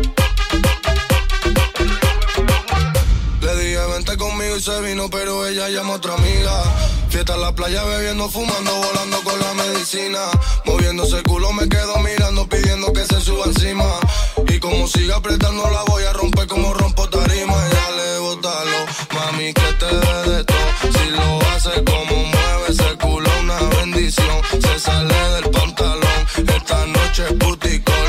Le dije vente conmigo y se vino, pero ella llama a otra amiga. Fiesta en la playa, bebiendo, fumando, volando con la medicina. Moviéndose el culo me quedo mirando, pidiendo que se suba encima. Y como siga apretando la voy a romper como rompo tarima. Y dale, bótalo, mami, que te dé de todo. Si lo hace como mueve ese culo, una bendición. Se sale del pantalón, esta noche es booty call.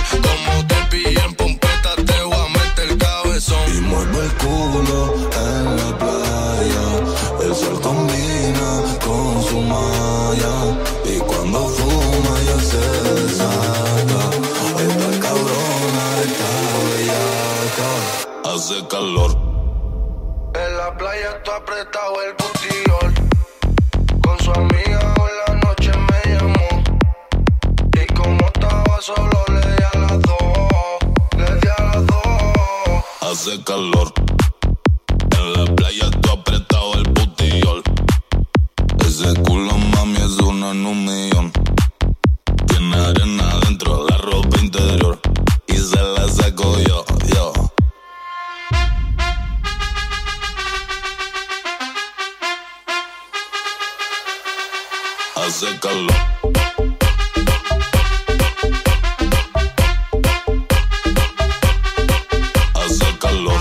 se combina con su malla y cuando fuma ya se desata. Esta cabrona está bellaca. Hace calor. En la playa está apretado el butiol. Con su amiga hoy la noche me llamó. Y como estaba solo le di a las dos. Le di a las dos. Hace calor. En la playa está apretado el butiol. Ese culo mami es uno en un millón. Tiene arena dentro de la ropa interior. Y se la saco yo, yo. Hace calor. Hace calor.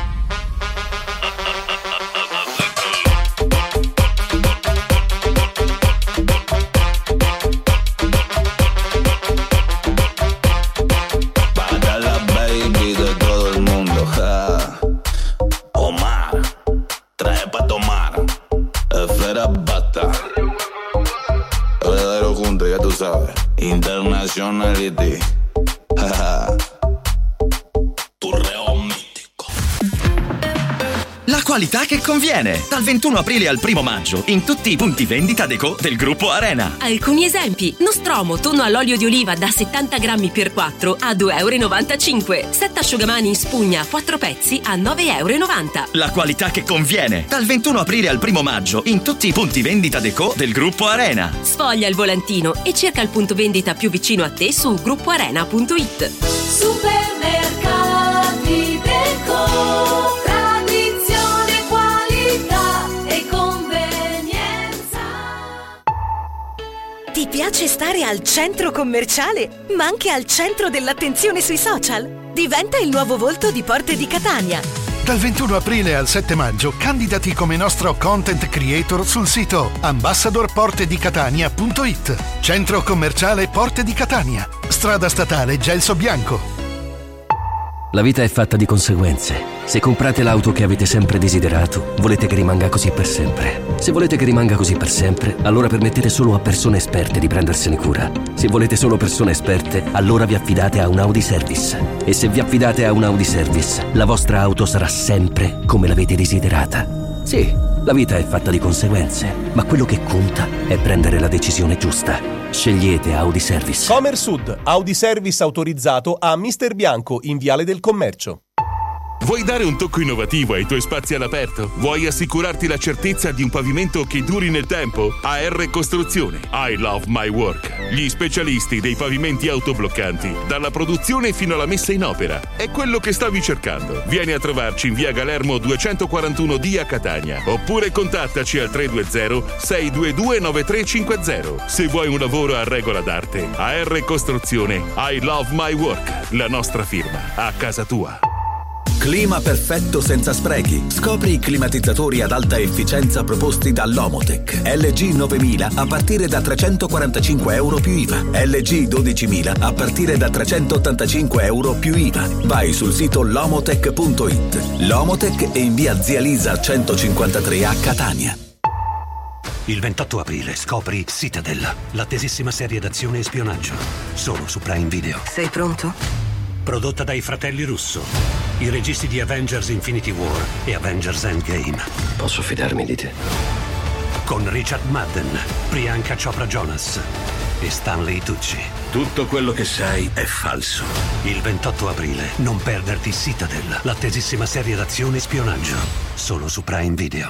Para la baby de todo el mundo, ja. Omar, trae pa' tomar. Esfera basta. Verdadero junto, ya tú sabes. Internationality. Turreo mitico. La qualità che conviene. Dal ventuno aprile al primo maggio in tutti i punti vendita Deco del gruppo Arena. Alcuni esempi: Nostromo tonno all'olio di oliva da settanta grammi per quattro a due euro e novantacinque. Set asciugamani in spugna quattro pezzi a nove euro e novanta. La qualità che conviene. Dal ventuno aprile al primo maggio in tutti i punti vendita Deco del gruppo Arena. Sfoglia il volantino e cerca il punto vendita più vicino a te su gruppo arena punto it. Supermercati Deco, tradizione, qualità e convenienza. Ti piace stare al centro commerciale, ma anche al centro dell'attenzione sui social? Diventa il nuovo volto di Porte di Catania. Dal ventuno aprile al sette maggio candidati come nostro content creator sul sito ambassador porte di catania punto it. Centro commerciale Porte di Catania. Strada statale Gelso Bianco. La vita è fatta di conseguenze. Se comprate l'auto che avete sempre desiderato, volete che rimanga così per sempre. Se volete che rimanga così per sempre, allora permettete solo a persone esperte di prendersene cura. Se volete solo persone esperte, allora vi affidate a un Audi Service. E se vi affidate a un Audi Service, la vostra auto sarà sempre come l'avete desiderata. Sì, la vita è fatta di conseguenze, ma quello che conta è prendere la decisione giusta. Scegliete Audi Service. Comersud, Audi Service autorizzato a Mister Bianco in Viale del Commercio. Vuoi dare un tocco innovativo ai tuoi spazi all'aperto? Vuoi assicurarti la certezza di un pavimento che duri nel tempo? A R Costruzione. I love my work. Gli specialisti dei pavimenti autobloccanti, dalla produzione fino alla messa in opera. È quello che stavi cercando. Vieni a trovarci in via Galermo duecentoquarantuno D a Catania. Oppure contattaci al tre due zero sei due due nove tre cinque zero. Se vuoi un lavoro a regola d'arte, A R Costruzione. I love my work. La nostra firma. A casa tua. Clima perfetto senza sprechi. Scopri i climatizzatori ad alta efficienza proposti dall'Omotech. L G novemila a partire da trecentoquarantacinque euro più I V A. L G dodicimila a partire da trecentottantacinque euro più I V A. Vai sul sito lomotech punto it. L'Omotech è in via Zia Lisa centocinquantatré a Catania. Il ventotto aprile scopri Citadel, l'attesissima serie d'azione e spionaggio. Solo su Prime Video. Sei pronto? Prodotta dai fratelli Russo, i registi di Avengers Infinity War e Avengers Endgame. Posso fidarmi di te? Con Richard Madden, Priyanka Chopra Jonas e Stanley Tucci. Tutto quello che sai è falso. Il ventotto aprile non perderti Citadel, l'attesissima serie d'azione e spionaggio. Solo su Prime Video.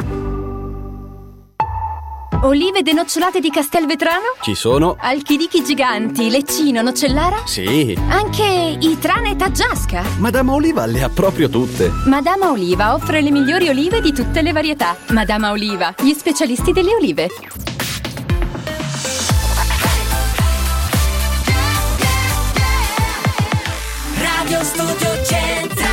Olive denocciolate di Castelvetrano? Ci sono? Alchirichi giganti, leccino, nocellara? Sì. Anche Itrana e Taggiasca? Madama Oliva le ha proprio tutte. Madama Oliva offre le migliori olive di tutte le varietà. Madama Oliva, gli specialisti delle olive. Radio Studio Centrale.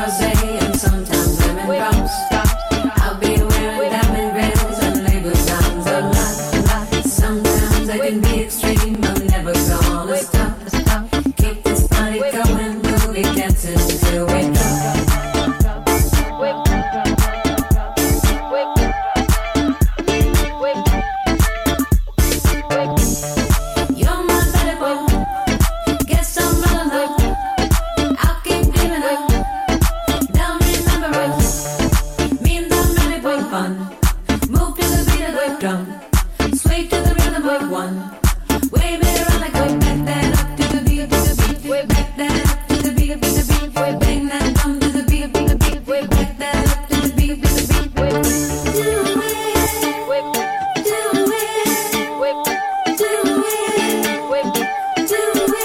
rosé and sometimes lemon drops. I'll be wearing diamond rings and label times a lot. Sometimes I can be extreme, I'm never gonna stop. Keep this party going, we'll be dancing till we drop. You're my better boy. Guess I'm running low. I'll keep giving up. Don't remember us. Me and them really boy fun. Move to the beat of the drum. Sway to the rhythm of one. Wave it around like a back that up to the beat, to the beat. Way back that up to the beat, beat the beat. Way bang that drum to the beat, beat the beat. Way back that up to the beat, beat the beat. Way do it, way do it, way do it, way do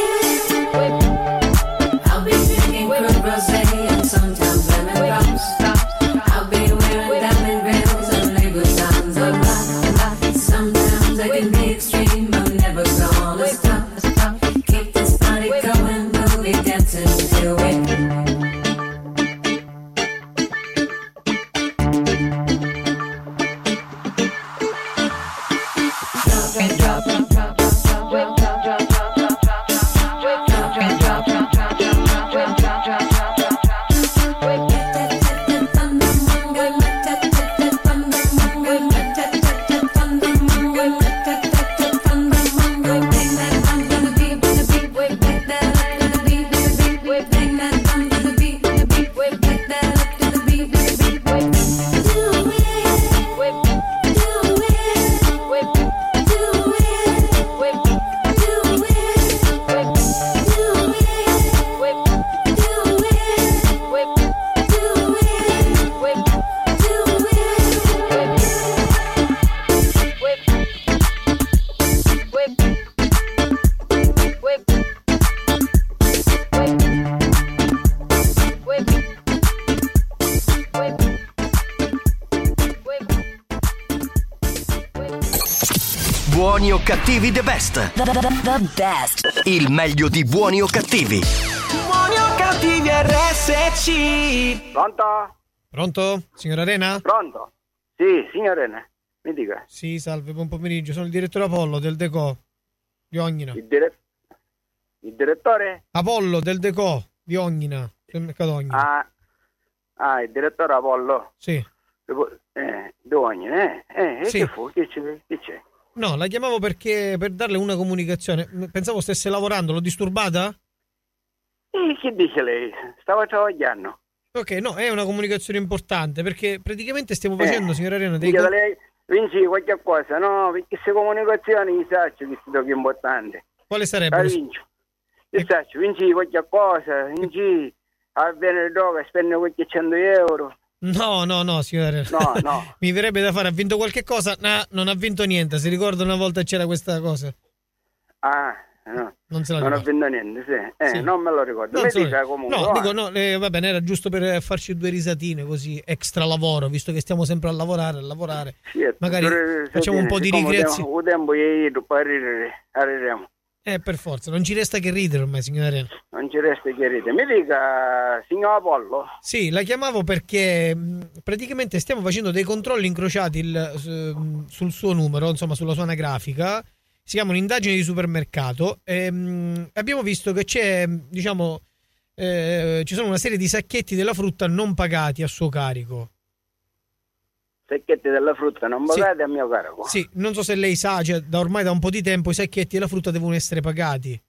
it. I'll be drinking Crown Rosé and sometimes lemon drops. I'll be wearing diamond rings and label times a lot. Sometimes I can be extreme, I'm never gonna stop. Keep this party going, we'll be dancing till we. Buoni o cattivi the best. The, the, the best. Il meglio di Buoni o cattivi. Buoni o cattivi R S C. Pronto? Pronto? Signora Arena? Pronto? Sì, signora Arena. Mi dica. Sì, salve, buon pomeriggio. Sono il direttore Apollo del Deco di Ognina. Il, dire... il direttore? Apollo del Deco di Ognina, del mercato Ognina. Ah, ah, il direttore Apollo? Sì. Eh, di Ognina, eh? Eh, e Sì. che fu? Che c'è? Che c'è? No, la chiamavo perché per darle una comunicazione. Pensavo stesse lavorando, l'ho disturbata? E che dice lei? Stavo travagliando. Ok, no, è una comunicazione importante perché praticamente stiamo facendo, Eh, signora Arena, dei dica co- lei, vinci qualche cosa, no? Perché queste comunicazioni mi saccio che sono importanti. Quale sarebbero? La vincio. Io saccio, vinci qualche cosa, vinci a bene droga, spende qualche cento euro. No, no, no, signora Arena. No, no. Mi verrebbe da fare, ha vinto qualche cosa? No, non ha vinto niente. Si ricorda una volta c'era questa cosa? Ah, no. Non se la Non ho ricordo. vinto niente, sì. Eh, Sì. non me lo ricordo. Non Mi so- dica comunque. no, va. dico no, eh, va bene, era giusto per farci due risatine così, extra lavoro, visto che stiamo sempre a lavorare, a lavorare. Sì, Magari per- facciamo un po' di siccome ricreazione. Il tempo è ido, poi arriveremo. arriveremo. Eh, per forza, non ci resta che ridere ormai, signora Arena. Non ci resta che ridere. Mi dica, signor Apollo. Sì, la chiamavo perché mh, praticamente stiamo facendo dei controlli incrociati il- su- sul suo numero, insomma sulla sua anagrafica. Si chiama un'indagine di supermercato e mh, abbiamo visto che c'è, diciamo, eh, ci sono una serie di sacchetti della frutta non pagati a suo carico. Sacchetti della frutta non Sì. pagate a mio carico. Sì, non so se lei sa, cioè, da ormai da un po' di tempo i sacchetti della frutta devono essere pagati.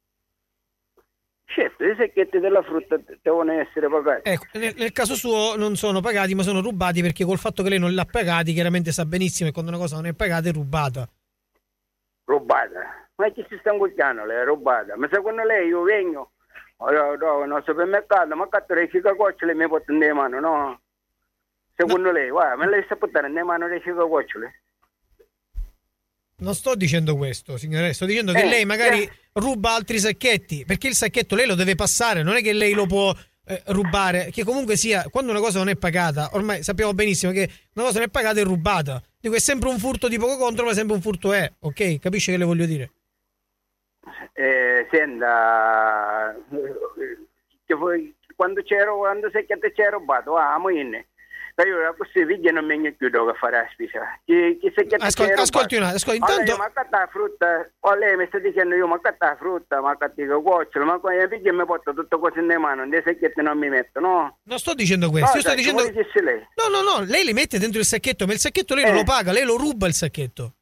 Certo, i sacchetti della frutta devono essere pagati. Ecco, nel, nel caso suo non sono pagati, ma sono rubati perché col fatto che lei non li ha pagati, chiaramente sa benissimo che quando una cosa non è pagata è rubata. Rubata? Ma chi si sta ingugliando lei? È rubata? Ma secondo lei io vengo al supermercato, ma catto le cicacocciole e mi porto nelle mani, no? Secondo no. lei, guarda, ma lei sta portando nelle mani le cicacocciole? Non sto dicendo questo, signore, sto dicendo che Eh, lei magari eh. ruba altri sacchetti, perché il sacchetto lei lo deve passare, non è che lei lo può eh, rubare, che comunque sia, quando una cosa non è pagata, ormai sappiamo benissimo che una cosa non è pagata è rubata. Dico, è sempre un furto di poco contro, ma sempre un furto è, ok? Capisce che le voglio dire? Eh, senta, che voi, quando c'ero, quando sei che ti c'è rubato, ah, mo inne. Io questi figli non mi chiudo a fare la spesa. Chi, chi sei che ti Ascol- c'è ascolti un attimo, ascolti, intanto... Allora, ma catta la frutta, o lei mi sta dicendo io, ma catta la frutta, ma catti che cuocciolo, ma qua i figli mi portano tutto cose nelle mani, dei secchietti non mi metto, no? Non sto dicendo questo, No, io sto dai, dicendo... come dicesse lei. No, no, no, lei li mette dentro il sacchetto, ma il sacchetto lei non Eh. lo paga, lei lo ruba il sacchetto.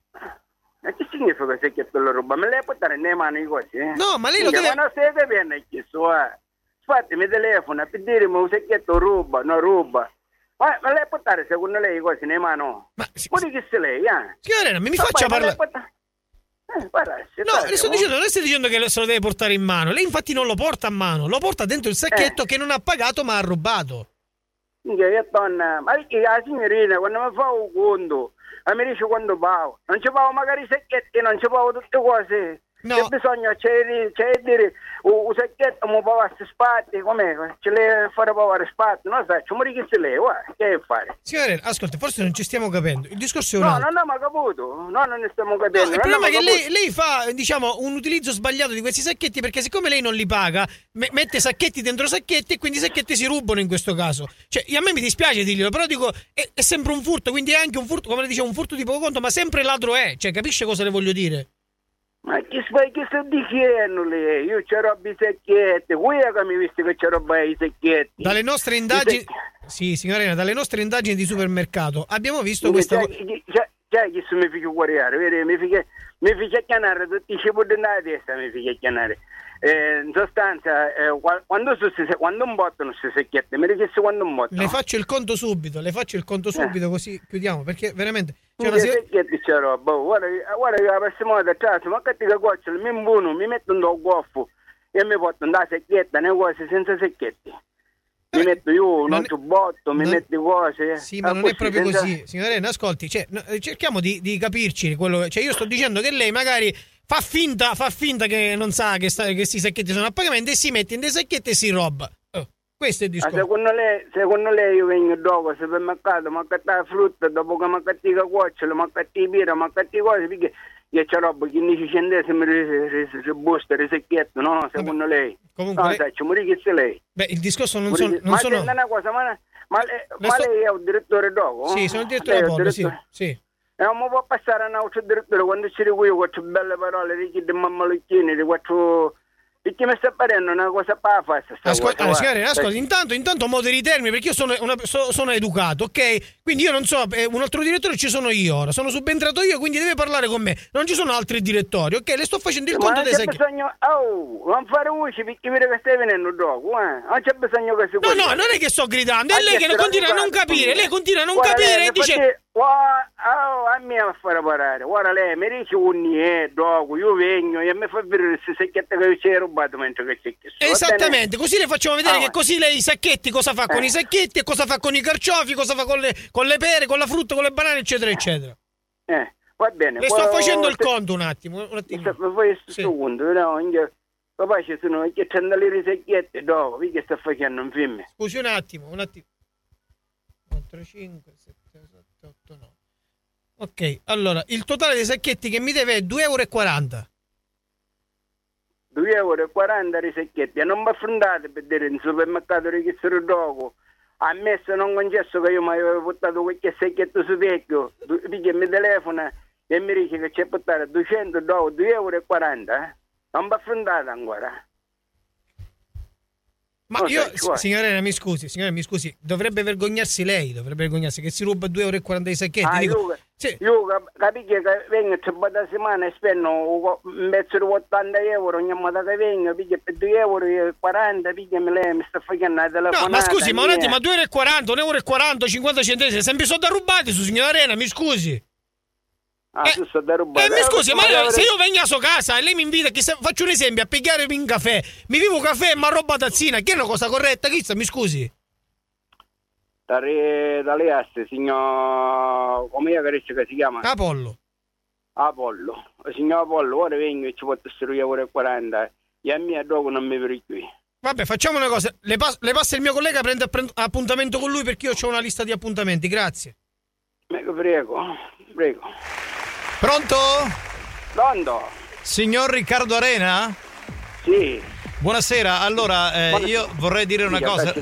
Ma che significa che secchietto lo ruba? Me lei portare nelle mani così, eh? No, ma lei lo Minchia, deve- Ma non siete bene chiesto, eh? Infatti mi telefona per dirmi un secchietto ruba, non ruba. Ma, ma lei portare secondo lei così nelle mani? Ma pure che se lei, eh? Signora Arena, mi Ma faccia poi, ma lei parlare... porta- Eh, guarda, se No, dai, le sto oh. dicendo, non sto dicendo che se lo deve portare in mano. Lei infatti non lo porta a mano, lo porta dentro il sacchetto che non ha pagato ma ha rubato. Minchia, io donna, ma che la signorina quando mi fa un conto, a mi dice quando pago, non ci pago magari i secchetti, non ci pago tutte cose. No. C'è bisogno, c'è, di- c'è di dire, un sacchetto mi paga queste spatti, com'è? Ce le fare pagare spatti, non sai, ci muori che se lei, guarda, che è fare? Signora Arena, ascolta, forse non ci stiamo capendo. Il discorso è un No, altro. non abbiamo capito, no, non ne stiamo capendo. No, il non problema è che abbiamo lei, lei fa, diciamo, un utilizzo sbagliato di questi sacchetti perché siccome lei non li paga, me- mette sacchetti dentro sacchetti e quindi i sacchetti si rubano in questo caso. Cioè, a me mi dispiace dirglielo, però dico, è, è sempre un furto, quindi è anche un furto, come le dicevo, un furto di poco conto, ma sempre ladro è. Cioè, capisce cosa le voglio dire? Ma che stai che sta dicendo lei? Io c'ho roba i secchietti, voi che mi visto che c'ho roba i secchietti. Dalle nostre indagini... Sì, signora Arena, dalle nostre indagini di supermercato abbiamo visto questa... Cioè, cioè, cioè, che se mi figlio guardare, vedi? Mi figlio, mi figlio chiamare tutti i cibi nella testa, mi figlio chiamare. Eh, in sostanza, eh, qua- quando, su, se- quando un botto non si secchiette, mi richiesto quando un botto. Le faccio il conto subito, le faccio il conto subito così chiudiamo, perché veramente... C'è C'è una signora- secchietti c'è roba, guarda, guarda che la prossima volta atrás, ma che ti cuocciolo, mi imbuno, mi metto un goffo e mi porto una secchietta, nei cose senza secchietti. Mi metto io un giubbotto, mi non- metto cose. Sì, ma ah, non è proprio senza- così, signora Arena, ascolti, cioè, no, eh, cerchiamo di, di capirci quello, cioè io sto dicendo che lei magari fa finta, fa finta che non sa che, sta, che questi sacchetti sono a pagamento e si mette in dei sacchetti e si roba. Oh, questo è il Ma discorso. secondo lei, secondo lei io vengo dopo al supermercato, ma cattare frutta, dopo che mi catti la cuocciolo, ma catti birra, ma catti cose, perché io c'ho roba quindici centesimi di busta, di secchietto, no? Secondo lei. Comunque no, lei- sai, ci muori che se lei. Beh, il discorso non Muori sono... che- Non ma sono... senta una cosa, ma, ma, lei, Le ma sto- lei è un direttore dopo? Sì, sono il direttore Lei è un Apollo, sì, direttore? sì. E non mi può passare a un altro direttore quando ci qui quattro belle parole di chi di mammalucchini, di quattro... Perché mi sta parendo una cosa pa' fa sta Ascolta, cosa, signora Arena, guarda. ascolti, intanto, intanto moderi i termini perché io sono, una- so- sono educato, ok? Quindi io non so, eh, un altro direttore ci sono io ora, sono subentrato io, quindi deve parlare con me. Non ci sono altri direttori, ok? Le sto facendo il Ma conto non dei c'è sacchetti. bisogno, oh, non fare voce perché vede che stai venendo dopo, eh. Non c'è bisogno che si No, no, non è che sto gridando, è Ah, lei che che continua a non guarda, capire, lei continua a non guarda, capire lei, e dice... infatti, guarda, oh, a me a fare parare, guarda lei, mi dice un niente, dopo, io vengo e mi fa vedere queste secchiette che ci hai rubato mentre che c'è chiesto. Esattamente, così le facciamo vedere Ah, che così lei i sacchetti cosa fa con Eh. i sacchetti e cosa fa con i carciofi, cosa fa con le, con le pere, con la frutta, con le banane, eccetera, eccetera. Eh, va bene. Le sto poi- facendo il se- conto un attimo, un attimo. se- Mi fai questo secondo, no? Inge- Papà ci sono che c'hanno le secchiette dopo, perché sta facendo un film. Scusi un attimo, un attimo. quattro, cinque, sette, otto, nove. Ok, allora, il totale dei sacchetti che mi deve è due e quaranta euro. due euro e quaranta di secchietti e non mi affrontate per dire in supermercato di che sono dopo. Ammesso non concesso che io mi avevo portato qualche secchietto su vecchio, du- perché mi telefona e mi dice che c'è portato duecento dopo due euro e quaranta, eh? Non mi affrontate ancora. Ma No, io, sai, ci vuole. signorina, mi scusi, signora, mi scusi, dovrebbe vergognarsi lei, dovrebbe vergognarsi che si ruba due euro e quaranta di sacchetti. Ah, Dico, io, io cap- capisci che vengo tre volte a settimana e spendo un pezzo di ottanta euro ogni volta che vengo, perché per due euro e quaranta, perché me lei mi sta facendo la telefonata. no, ma scusi, ma un mia. attimo, ma due euro e quaranta, un euro e quaranta, cinquanta centesimi, sempre soldi rubati su signora Arena, mi scusi. Ah, tu sto da rubare. Eh, mi scusi, ma avrei- se io vengo a sua casa e lei mi invita, che se- faccio un esempio, a pigliarmi un caffè, mi vivo un caffè e mi arroba tazzina, che è una cosa corretta, chi sta, mi scusi? Dalle, dalle aste, signor... come che si chiama? Apollo. Apollo. Signor Apollo, ora vengo e ci porto questi due euro e quaranta e a me dopo non mi per qui. Vabbè, facciamo una cosa, le, pas- le passa il mio collega, prende app- appuntamento con lui perché io ho una lista di appuntamenti, grazie. Prego, prego, prego. Pronto? Pronto? Signor Riccardo Arena? Sì. Buonasera, allora eh, io vorrei dire una cosa.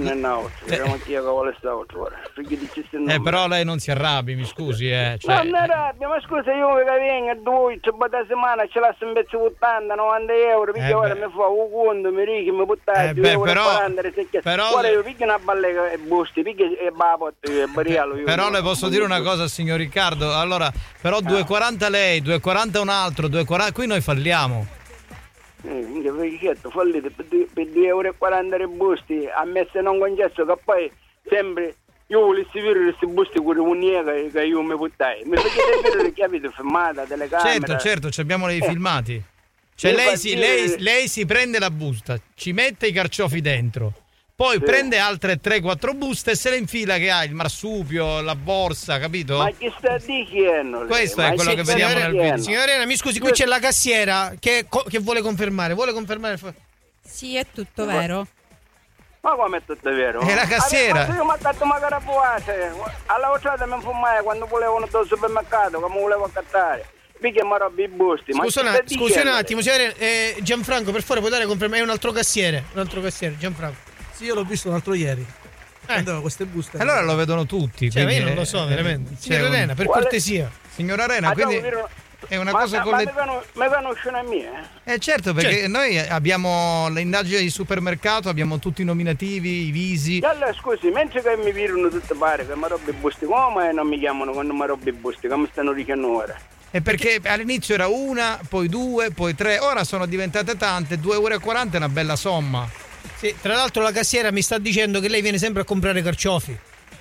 Eh, però lei non si arrabbi, mi scusi, eh. Cioè... No, non arrabbia, ma scusa, io che vengo a due, c'è da settimana, ce l'ho sempre ottanta novanta euro, perché Eh ora beh. mi fa un conto, mi ricchi, mi buttai Eh due beh, euro però- e quaranta, però- ora io picchio una ballega e busti, picchio e babotto, e barialo io. Però le posso dire una cosa, signor Riccardo, allora, però due e quaranta lei, due e quaranta un altro, due e quaranta, qui noi falliamo. Eh, minchia, perché fallite per due euro e quaranta e busti, a me se non concesso che poi sempre io volessi vedere questi busti con un'ega che io mi buttai. Mi facete vedere che avete filmata, telecamera. Certo, certo, ci abbiamo dei Eh. filmati. Cioè Mi lei fa si, dire- lei, lei si prende la busta, ci mette i carciofi dentro, poi Sì. prende altre tre quattro buste e se le infila che ha il marsupio, la borsa, capito? Ma chi sta dicendo? Questo Ma è quello chi che sta vediamo nel dicendo? video. Signora Arena, mi scusi, qui c'è la cassiera che, co- che vuole confermare. Vuole confermare? il fa- Sì, è tutto vero. Ma come è tutto vero? È la cassiera. Ma io mi accatto magari a buate. Alla volta mi fumai quando volevano dal supermercato, che mi volevo accattare. Mica mi robbi i busti. Ma Scusa, chi un sta att- scusi un dicendo? attimo, signora Arena, eh, Gianfranco, per favore, puoi dare conferma? È un altro cassiere. Un altro cassiere, Gianfranco. Sì, io l'ho visto l'altro ieri. Andava queste buste. Allora lo vedono tutti. Cioè, quindi io non è- lo so, è- veramente. c'è Signora un- Arena, per Quale- cortesia. Signora Arena, Ah, quindi devo dire- è una ma, cosa ma collettiva. mi conos- mi conoscono a me, eh? Eh certo, perché Certo. noi abbiamo le indagini di supermercato, abbiamo tutti i nominativi, i visi. E allora scusi, mentre che mi virano tutte pare che mi robbi i busti, come non mi chiamano quando mi robbi i busti? Che mi stanno dicendo ora? E perché all'inizio era una, poi due, poi tre, ora sono diventate tante, due euro e quaranta è una bella somma. Sì, tra l'altro la cassiera mi sta dicendo che lei viene sempre a comprare carciofi.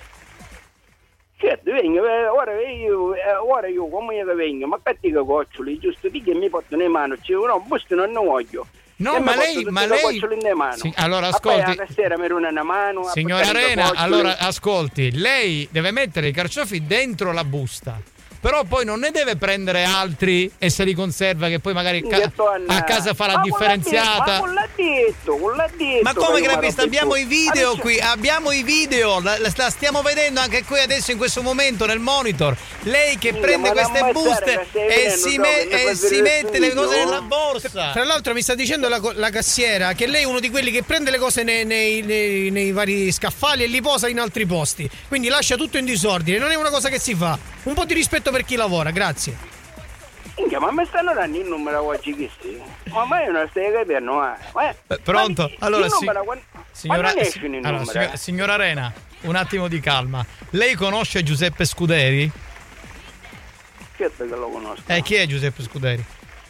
Certo, vengo, eh, ora io, eh, ora io come io vengo, ma cattivo goccioli, giusto di che mi portano in mano, cioè, no, busti non ne voglio. No, E ma mi lei- porto ma tutte le lei- gocciole in mano. Sì, allora, Ma poi ascolti- la cassiera mi runa una mano. a Signora portare le Arena, gocciole. allora ascolti, lei deve mettere i carciofi dentro la busta. Però poi non ne deve prendere altri e se li conserva, che poi magari ca- Che torna- a casa fa la Ma con l'ha differenziata. detto, Ma con l'ha detto, con l'ha detto. Ma come che io grapista? mi Abbiamo robbi i video busti. qui, abbiamo i video, la, la- la stiamo vedendo anche qui adesso in questo momento nel monitor. Lei che Sì, prende ma queste non buste ammazzare, che stai e vedendo, si, no, me- che mi e fa si vedere il mette le cose video. nella borsa. Tra l'altro mi sta dicendo la, co- la cassiera che lei è uno di quelli che prende le cose nei, nei- nei- nei vari scaffali e li posa in altri posti. Quindi lascia tutto in disordine, non è una cosa che si fa. Un po' di rispetto per chi lavora, grazie. Minchia, ma mi stanno dando il numero oggi che sì? Ma mai non stai capendo, eh? Eh, Pronto? Allora, il sì. numero, quando- Signora, quando si- escono i allora, numeri, signora, eh? signora Arena, un attimo di calma. Lei conosce Giuseppe Scuderi? Certo che lo conosco. Eh, chi è Giuseppe Scuderi?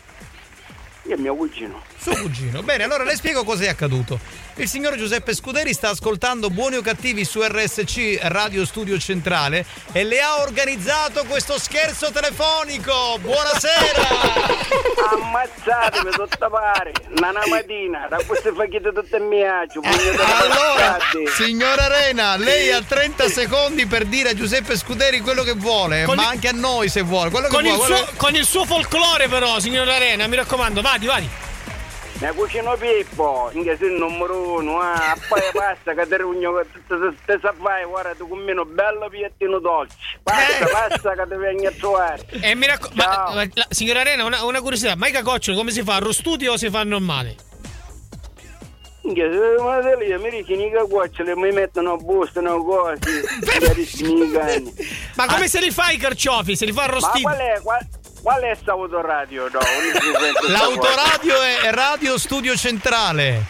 Io è mio cugino. Suo cugino. Bene, allora le spiego cosa è accaduto. Il signor Giuseppe Scuderi sta ascoltando Buoni o Cattivi su R S C Radio Studio Centrale e le ha organizzato questo scherzo telefonico. Buonasera! Ammazzatemi tutta pare. Una mattina, da queste facchette tutte mie agio. Allora, signora Arena, lei ha trenta secondi per dire a Giuseppe Scuderi quello che vuole, Con ma il- anche a noi se vuole. Quello che Con il, vuole. suo, con il suo folklore però, signora Arena, mi raccomando, vadi, vadi. Mia cucino Pippo, in che sei il numero uno, ah, poi basta che te rugno, te saprai, guarda, tu con me un bello piattino dolce. Basta, basta che ti vengi a trovare. E mi raccomando, ma, ma, la- signora Arena, una, una curiosità, ma i cacoccioli come si fa? Arrostuti o si fa normale? Minchia, se ma te lì, mi dicono i cacoccioli, mi mettono a busto, no cose, mi cani. Ma come se li fa i carciofi? Se li fa Ma arrostiti? qual è, qual, qual è sta autoradio? No, L'autoradio è Radio Studio Centrale.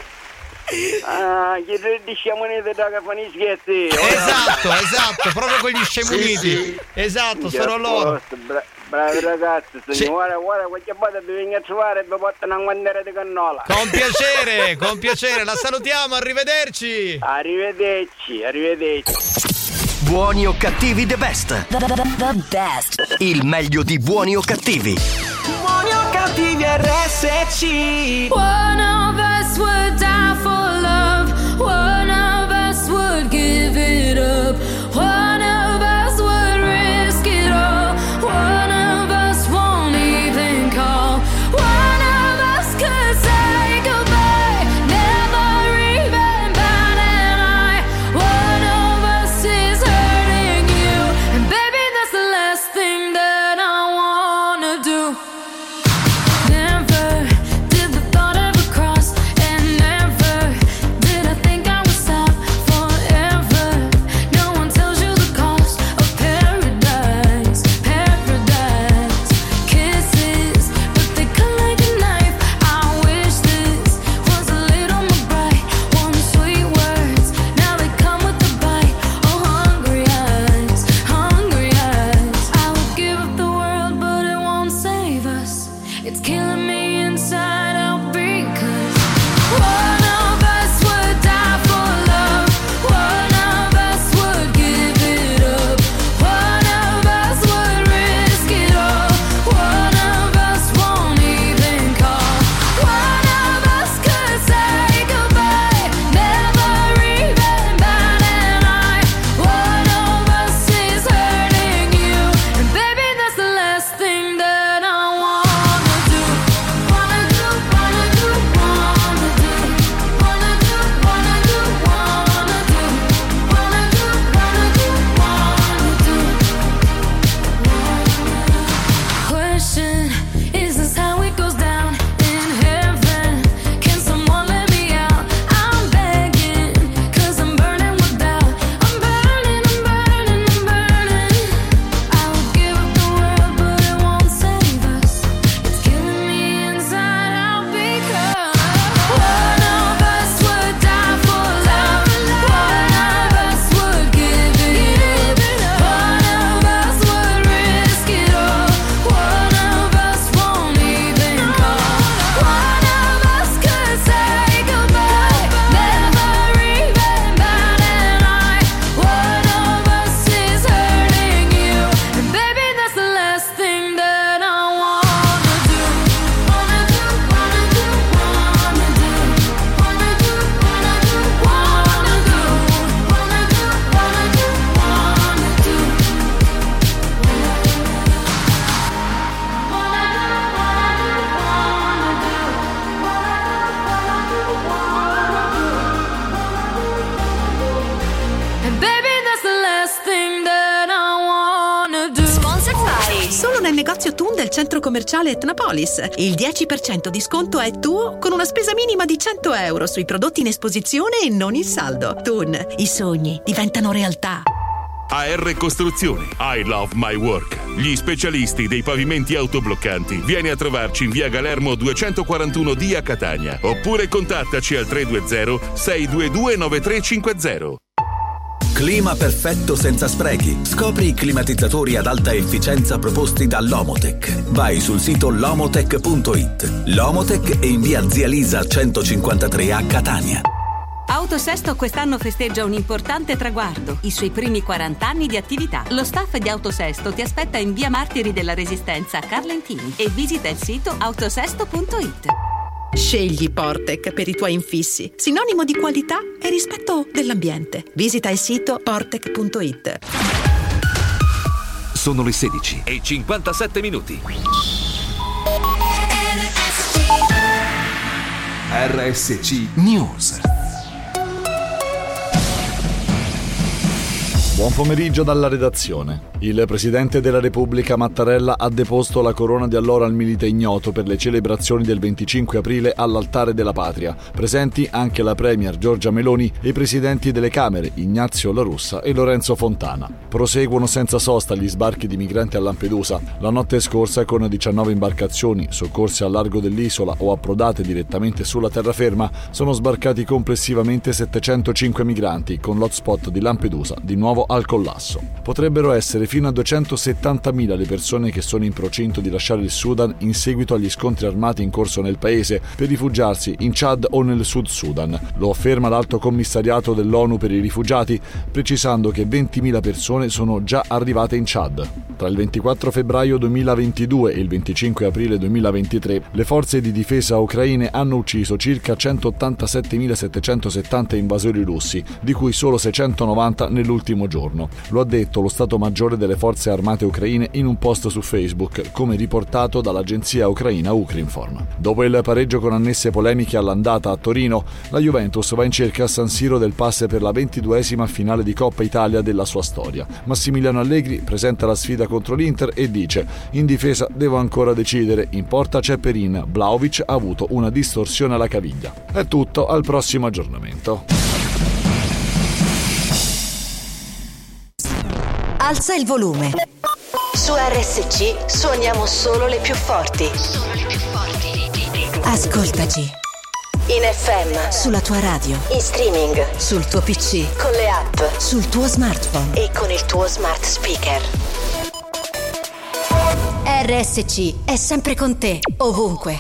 Ah, che te diciamo ne da che fanno i scherzi. Esatto, esatto, proprio quegli scemuniti. Esatto, sono loro. Bra- bravi ragazzi, signora, guarda, qualche volta vi vengo a trovare e vi portano una bandiera di cannola. Con piacere, con piacere, la salutiamo, arrivederci. Arrivederci, arrivederci. Buoni o cattivi the best. The, the- the best. Il meglio di Buoni o cattivi. Buoni o cattivi R S C. One of us would die for love. One of us would give it up. One of us would risk it all. One of us won't even call. One of us could say goodbye, never even bat an eye. One of us is hurting you, and baby, that's the last thing that I wanna do. Never did the thought ever cross, and negozio Thun del centro commerciale Etnapolis. Il dieci per cento di sconto è tuo con una spesa minima di cento euro sui prodotti in esposizione e non in saldo. Thun, i sogni diventano realtà. A R Costruzioni, I Love My Work. Gli specialisti dei pavimenti autobloccanti. Vieni a trovarci in via Galermo duecentoquarantuno D a Catania. Oppure contattaci al tre due zero sei due due nove tre cinque zero. Clima perfetto senza sprechi. Scopri i climatizzatori ad alta efficienza proposti da Lomotec. Vai sul sito lomotec punto it. Lomotec è in via Zia Lisa centocinquantatré a Catania. Autosesto quest'anno festeggia un importante traguardo, i suoi primi quaranta anni di attività. Lo staff di Autosesto ti aspetta in via Martiri della Resistenza a Carlentini e visita il sito autosesto punto it. Scegli Portec per i tuoi infissi, sinonimo di qualità e rispetto dell'ambiente. Visita il sito portec punto it. Sono le sedici e cinquantasette minuti. R S C News. Buon pomeriggio dalla redazione. Il Presidente della Repubblica Mattarella ha deposto la corona di allora al milite ignoto per le celebrazioni del venticinque aprile all'Altare della Patria. Presenti anche la Premier Giorgia Meloni e i Presidenti delle Camere Ignazio La Russa e Lorenzo Fontana. Proseguono senza sosta gli sbarchi di migranti a Lampedusa. La notte scorsa, con diciannove imbarcazioni soccorse al largo dell'isola o approdate direttamente sulla terraferma, sono sbarcati complessivamente settecentocinque migranti, con l'hotspot di Lampedusa di nuovo al collasso. Potrebbero essere fino a duecentosettantamila le persone che sono in procinto di lasciare il Sudan in seguito agli scontri armati in corso nel paese per rifugiarsi in Chad o nel Sud Sudan. Lo afferma l'Alto Commissariato dell'ONU per i rifugiati, precisando che ventimila persone sono già arrivate in Chad. Tra il ventiquattro febbraio duemilaventidue e il venticinque aprile duemilaventitré le forze di difesa ucraine hanno ucciso circa centottantasettemilasettecentosettanta invasori russi, di cui solo seicentonovanta nell'ultimo giorno. Lo ha detto lo Stato Maggiore delle Forze Armate Ucraine in un post su Facebook, come riportato dall'agenzia ucraina Ukrinform. Dopo il pareggio con annesse polemiche all'andata a Torino, la Juventus va in cerca a San Siro del pass per la ventiduesima finale di Coppa Italia della sua storia. Massimiliano Allegri presenta la sfida contro l'Inter e dice: in difesa devo ancora decidere, in porta c'è Perin, Vlahovic ha avuto una distorsione alla caviglia. È tutto, al prossimo aggiornamento. Alza il volume. Su R S C suoniamo solo le più forti. Solo le più forti. Ascoltaci. In F M, sulla tua radio, in streaming, sul tuo P C, con le app, sul tuo smartphone e con il tuo smart speaker. R S C è sempre con te, ovunque.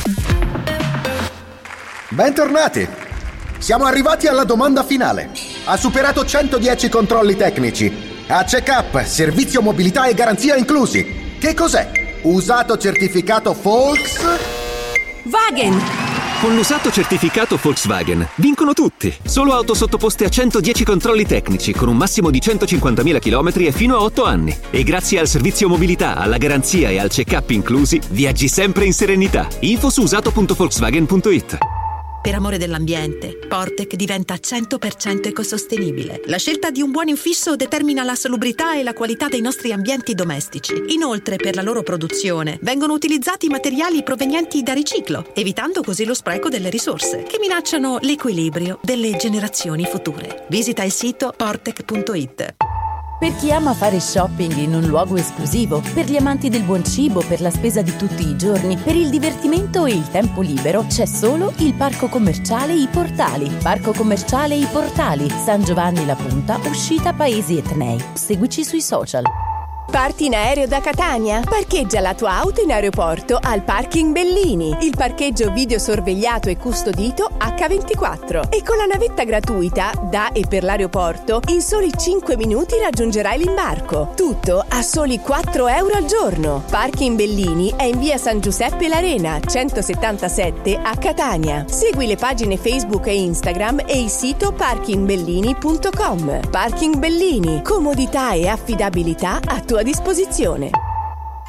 Bentornati! Siamo arrivati alla domanda finale. Ha superato centodieci controlli tecnici. Ha check-up, servizio mobilità e garanzia inclusi. Che cos'è? Usato certificato Volks? Wagen! Con l'usato certificato Volkswagen vincono tutti. Solo auto sottoposte a centodieci controlli tecnici con un massimo di centocinquantamila chilometri e fino a otto anni. E grazie al servizio mobilità, alla garanzia e al check-up inclusi, viaggi sempre in serenità. Info su usato punto volkswagen punto it. Per amore dell'ambiente, Portec diventa cento per cento ecosostenibile. La scelta di un buon infisso determina la salubrità e la qualità dei nostri ambienti domestici. Inoltre, per la loro produzione, vengono utilizzati materiali provenienti da riciclo, evitando così lo spreco delle risorse, che minacciano l'equilibrio delle generazioni future. Visita il sito portec punto it. Per chi ama fare shopping in un luogo esclusivo, per gli amanti del buon cibo, per la spesa di tutti i giorni, per il divertimento e il tempo libero, c'è solo il Parco Commerciale I Portali. Parco Commerciale I Portali, San Giovanni La Punta, uscita Paesi Etnei. Seguici sui social. Parti in aereo da Catania? Parcheggia la tua auto in aeroporto al Parking Bellini, il parcheggio videosorvegliato e custodito acca ventiquattro. E con la navetta gratuita da e per l'aeroporto, in soli cinque minuti raggiungerai l'imbarco. Tutto a soli quattro euro al giorno. Parking Bellini è in via San Giuseppe L'Arena, centosettantasette a Catania. Segui le pagine Facebook e Instagram e il sito parking bellini punto com. Parking Bellini, comodità e affidabilità a tua disposizione.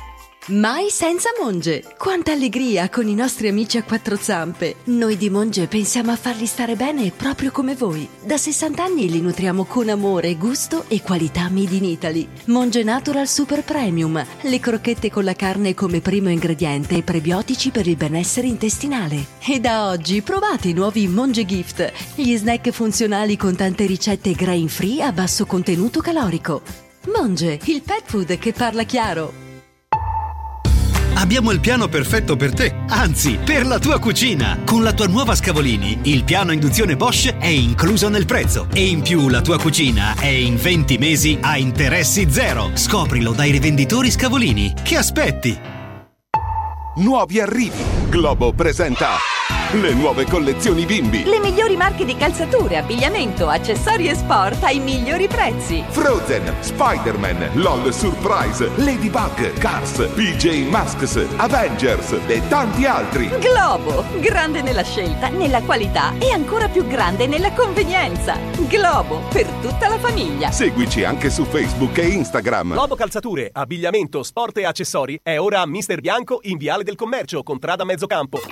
Mai senza Monge. Quanta allegria con i nostri amici a quattro zampe. Noi di Monge pensiamo a farli stare bene proprio come voi. Da sessanta anni li nutriamo con amore, gusto e qualità made in Italy. Monge Natural Super Premium. Le crocchette con la carne come primo ingrediente e prebiotici per il benessere intestinale. E da oggi provate i nuovi Monge Gift. Gli snack funzionali con tante ricette grain free a basso contenuto calorico. Monge, il pet food che parla chiaro. Abbiamo il piano perfetto per te, anzi, per la tua cucina. Con la tua nuova Scavolini, il piano induzione Bosch è incluso nel prezzo. E in più la tua cucina è in venti mesi a interessi zero. Scoprilo dai rivenditori Scavolini. Che aspetti? Nuovi arrivi. Globo presenta le nuove collezioni bimbi. Le migliori marche di calzature, abbigliamento, accessori e sport ai migliori prezzi. Frozen, Spider-Man, LOL Surprise, Ladybug, Cars, P J Masks, Avengers e tanti altri. Globo, grande nella scelta, nella qualità e ancora più grande nella convenienza. Globo, per tutta la famiglia. Seguici anche su Facebook e Instagram. Globo Calzature, abbigliamento, sport e accessori è ora a Mister Bianco in Viale del Commercio, Contrada Mezzocampo.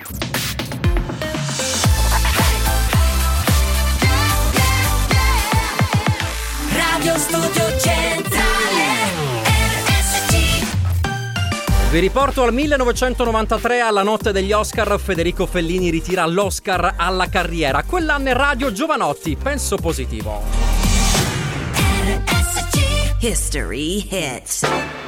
Radio Studio Centrale R S C. Vi riporto al millenovecentonovantatré, alla notte degli Oscar. Federico Fellini ritira l'Oscar alla carriera. Quell'anno è Radio Giovanotti, penso positivo. R S C. History Hits.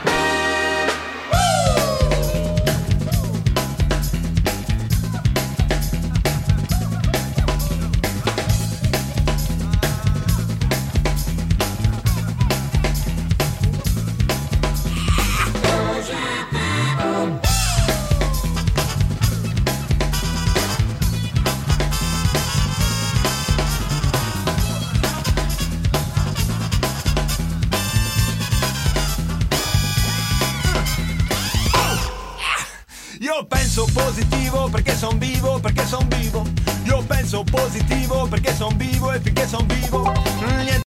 Io penso positivo perché son vivo, perché son vivo. Io penso positivo perché son vivo e finché son vivo. Niente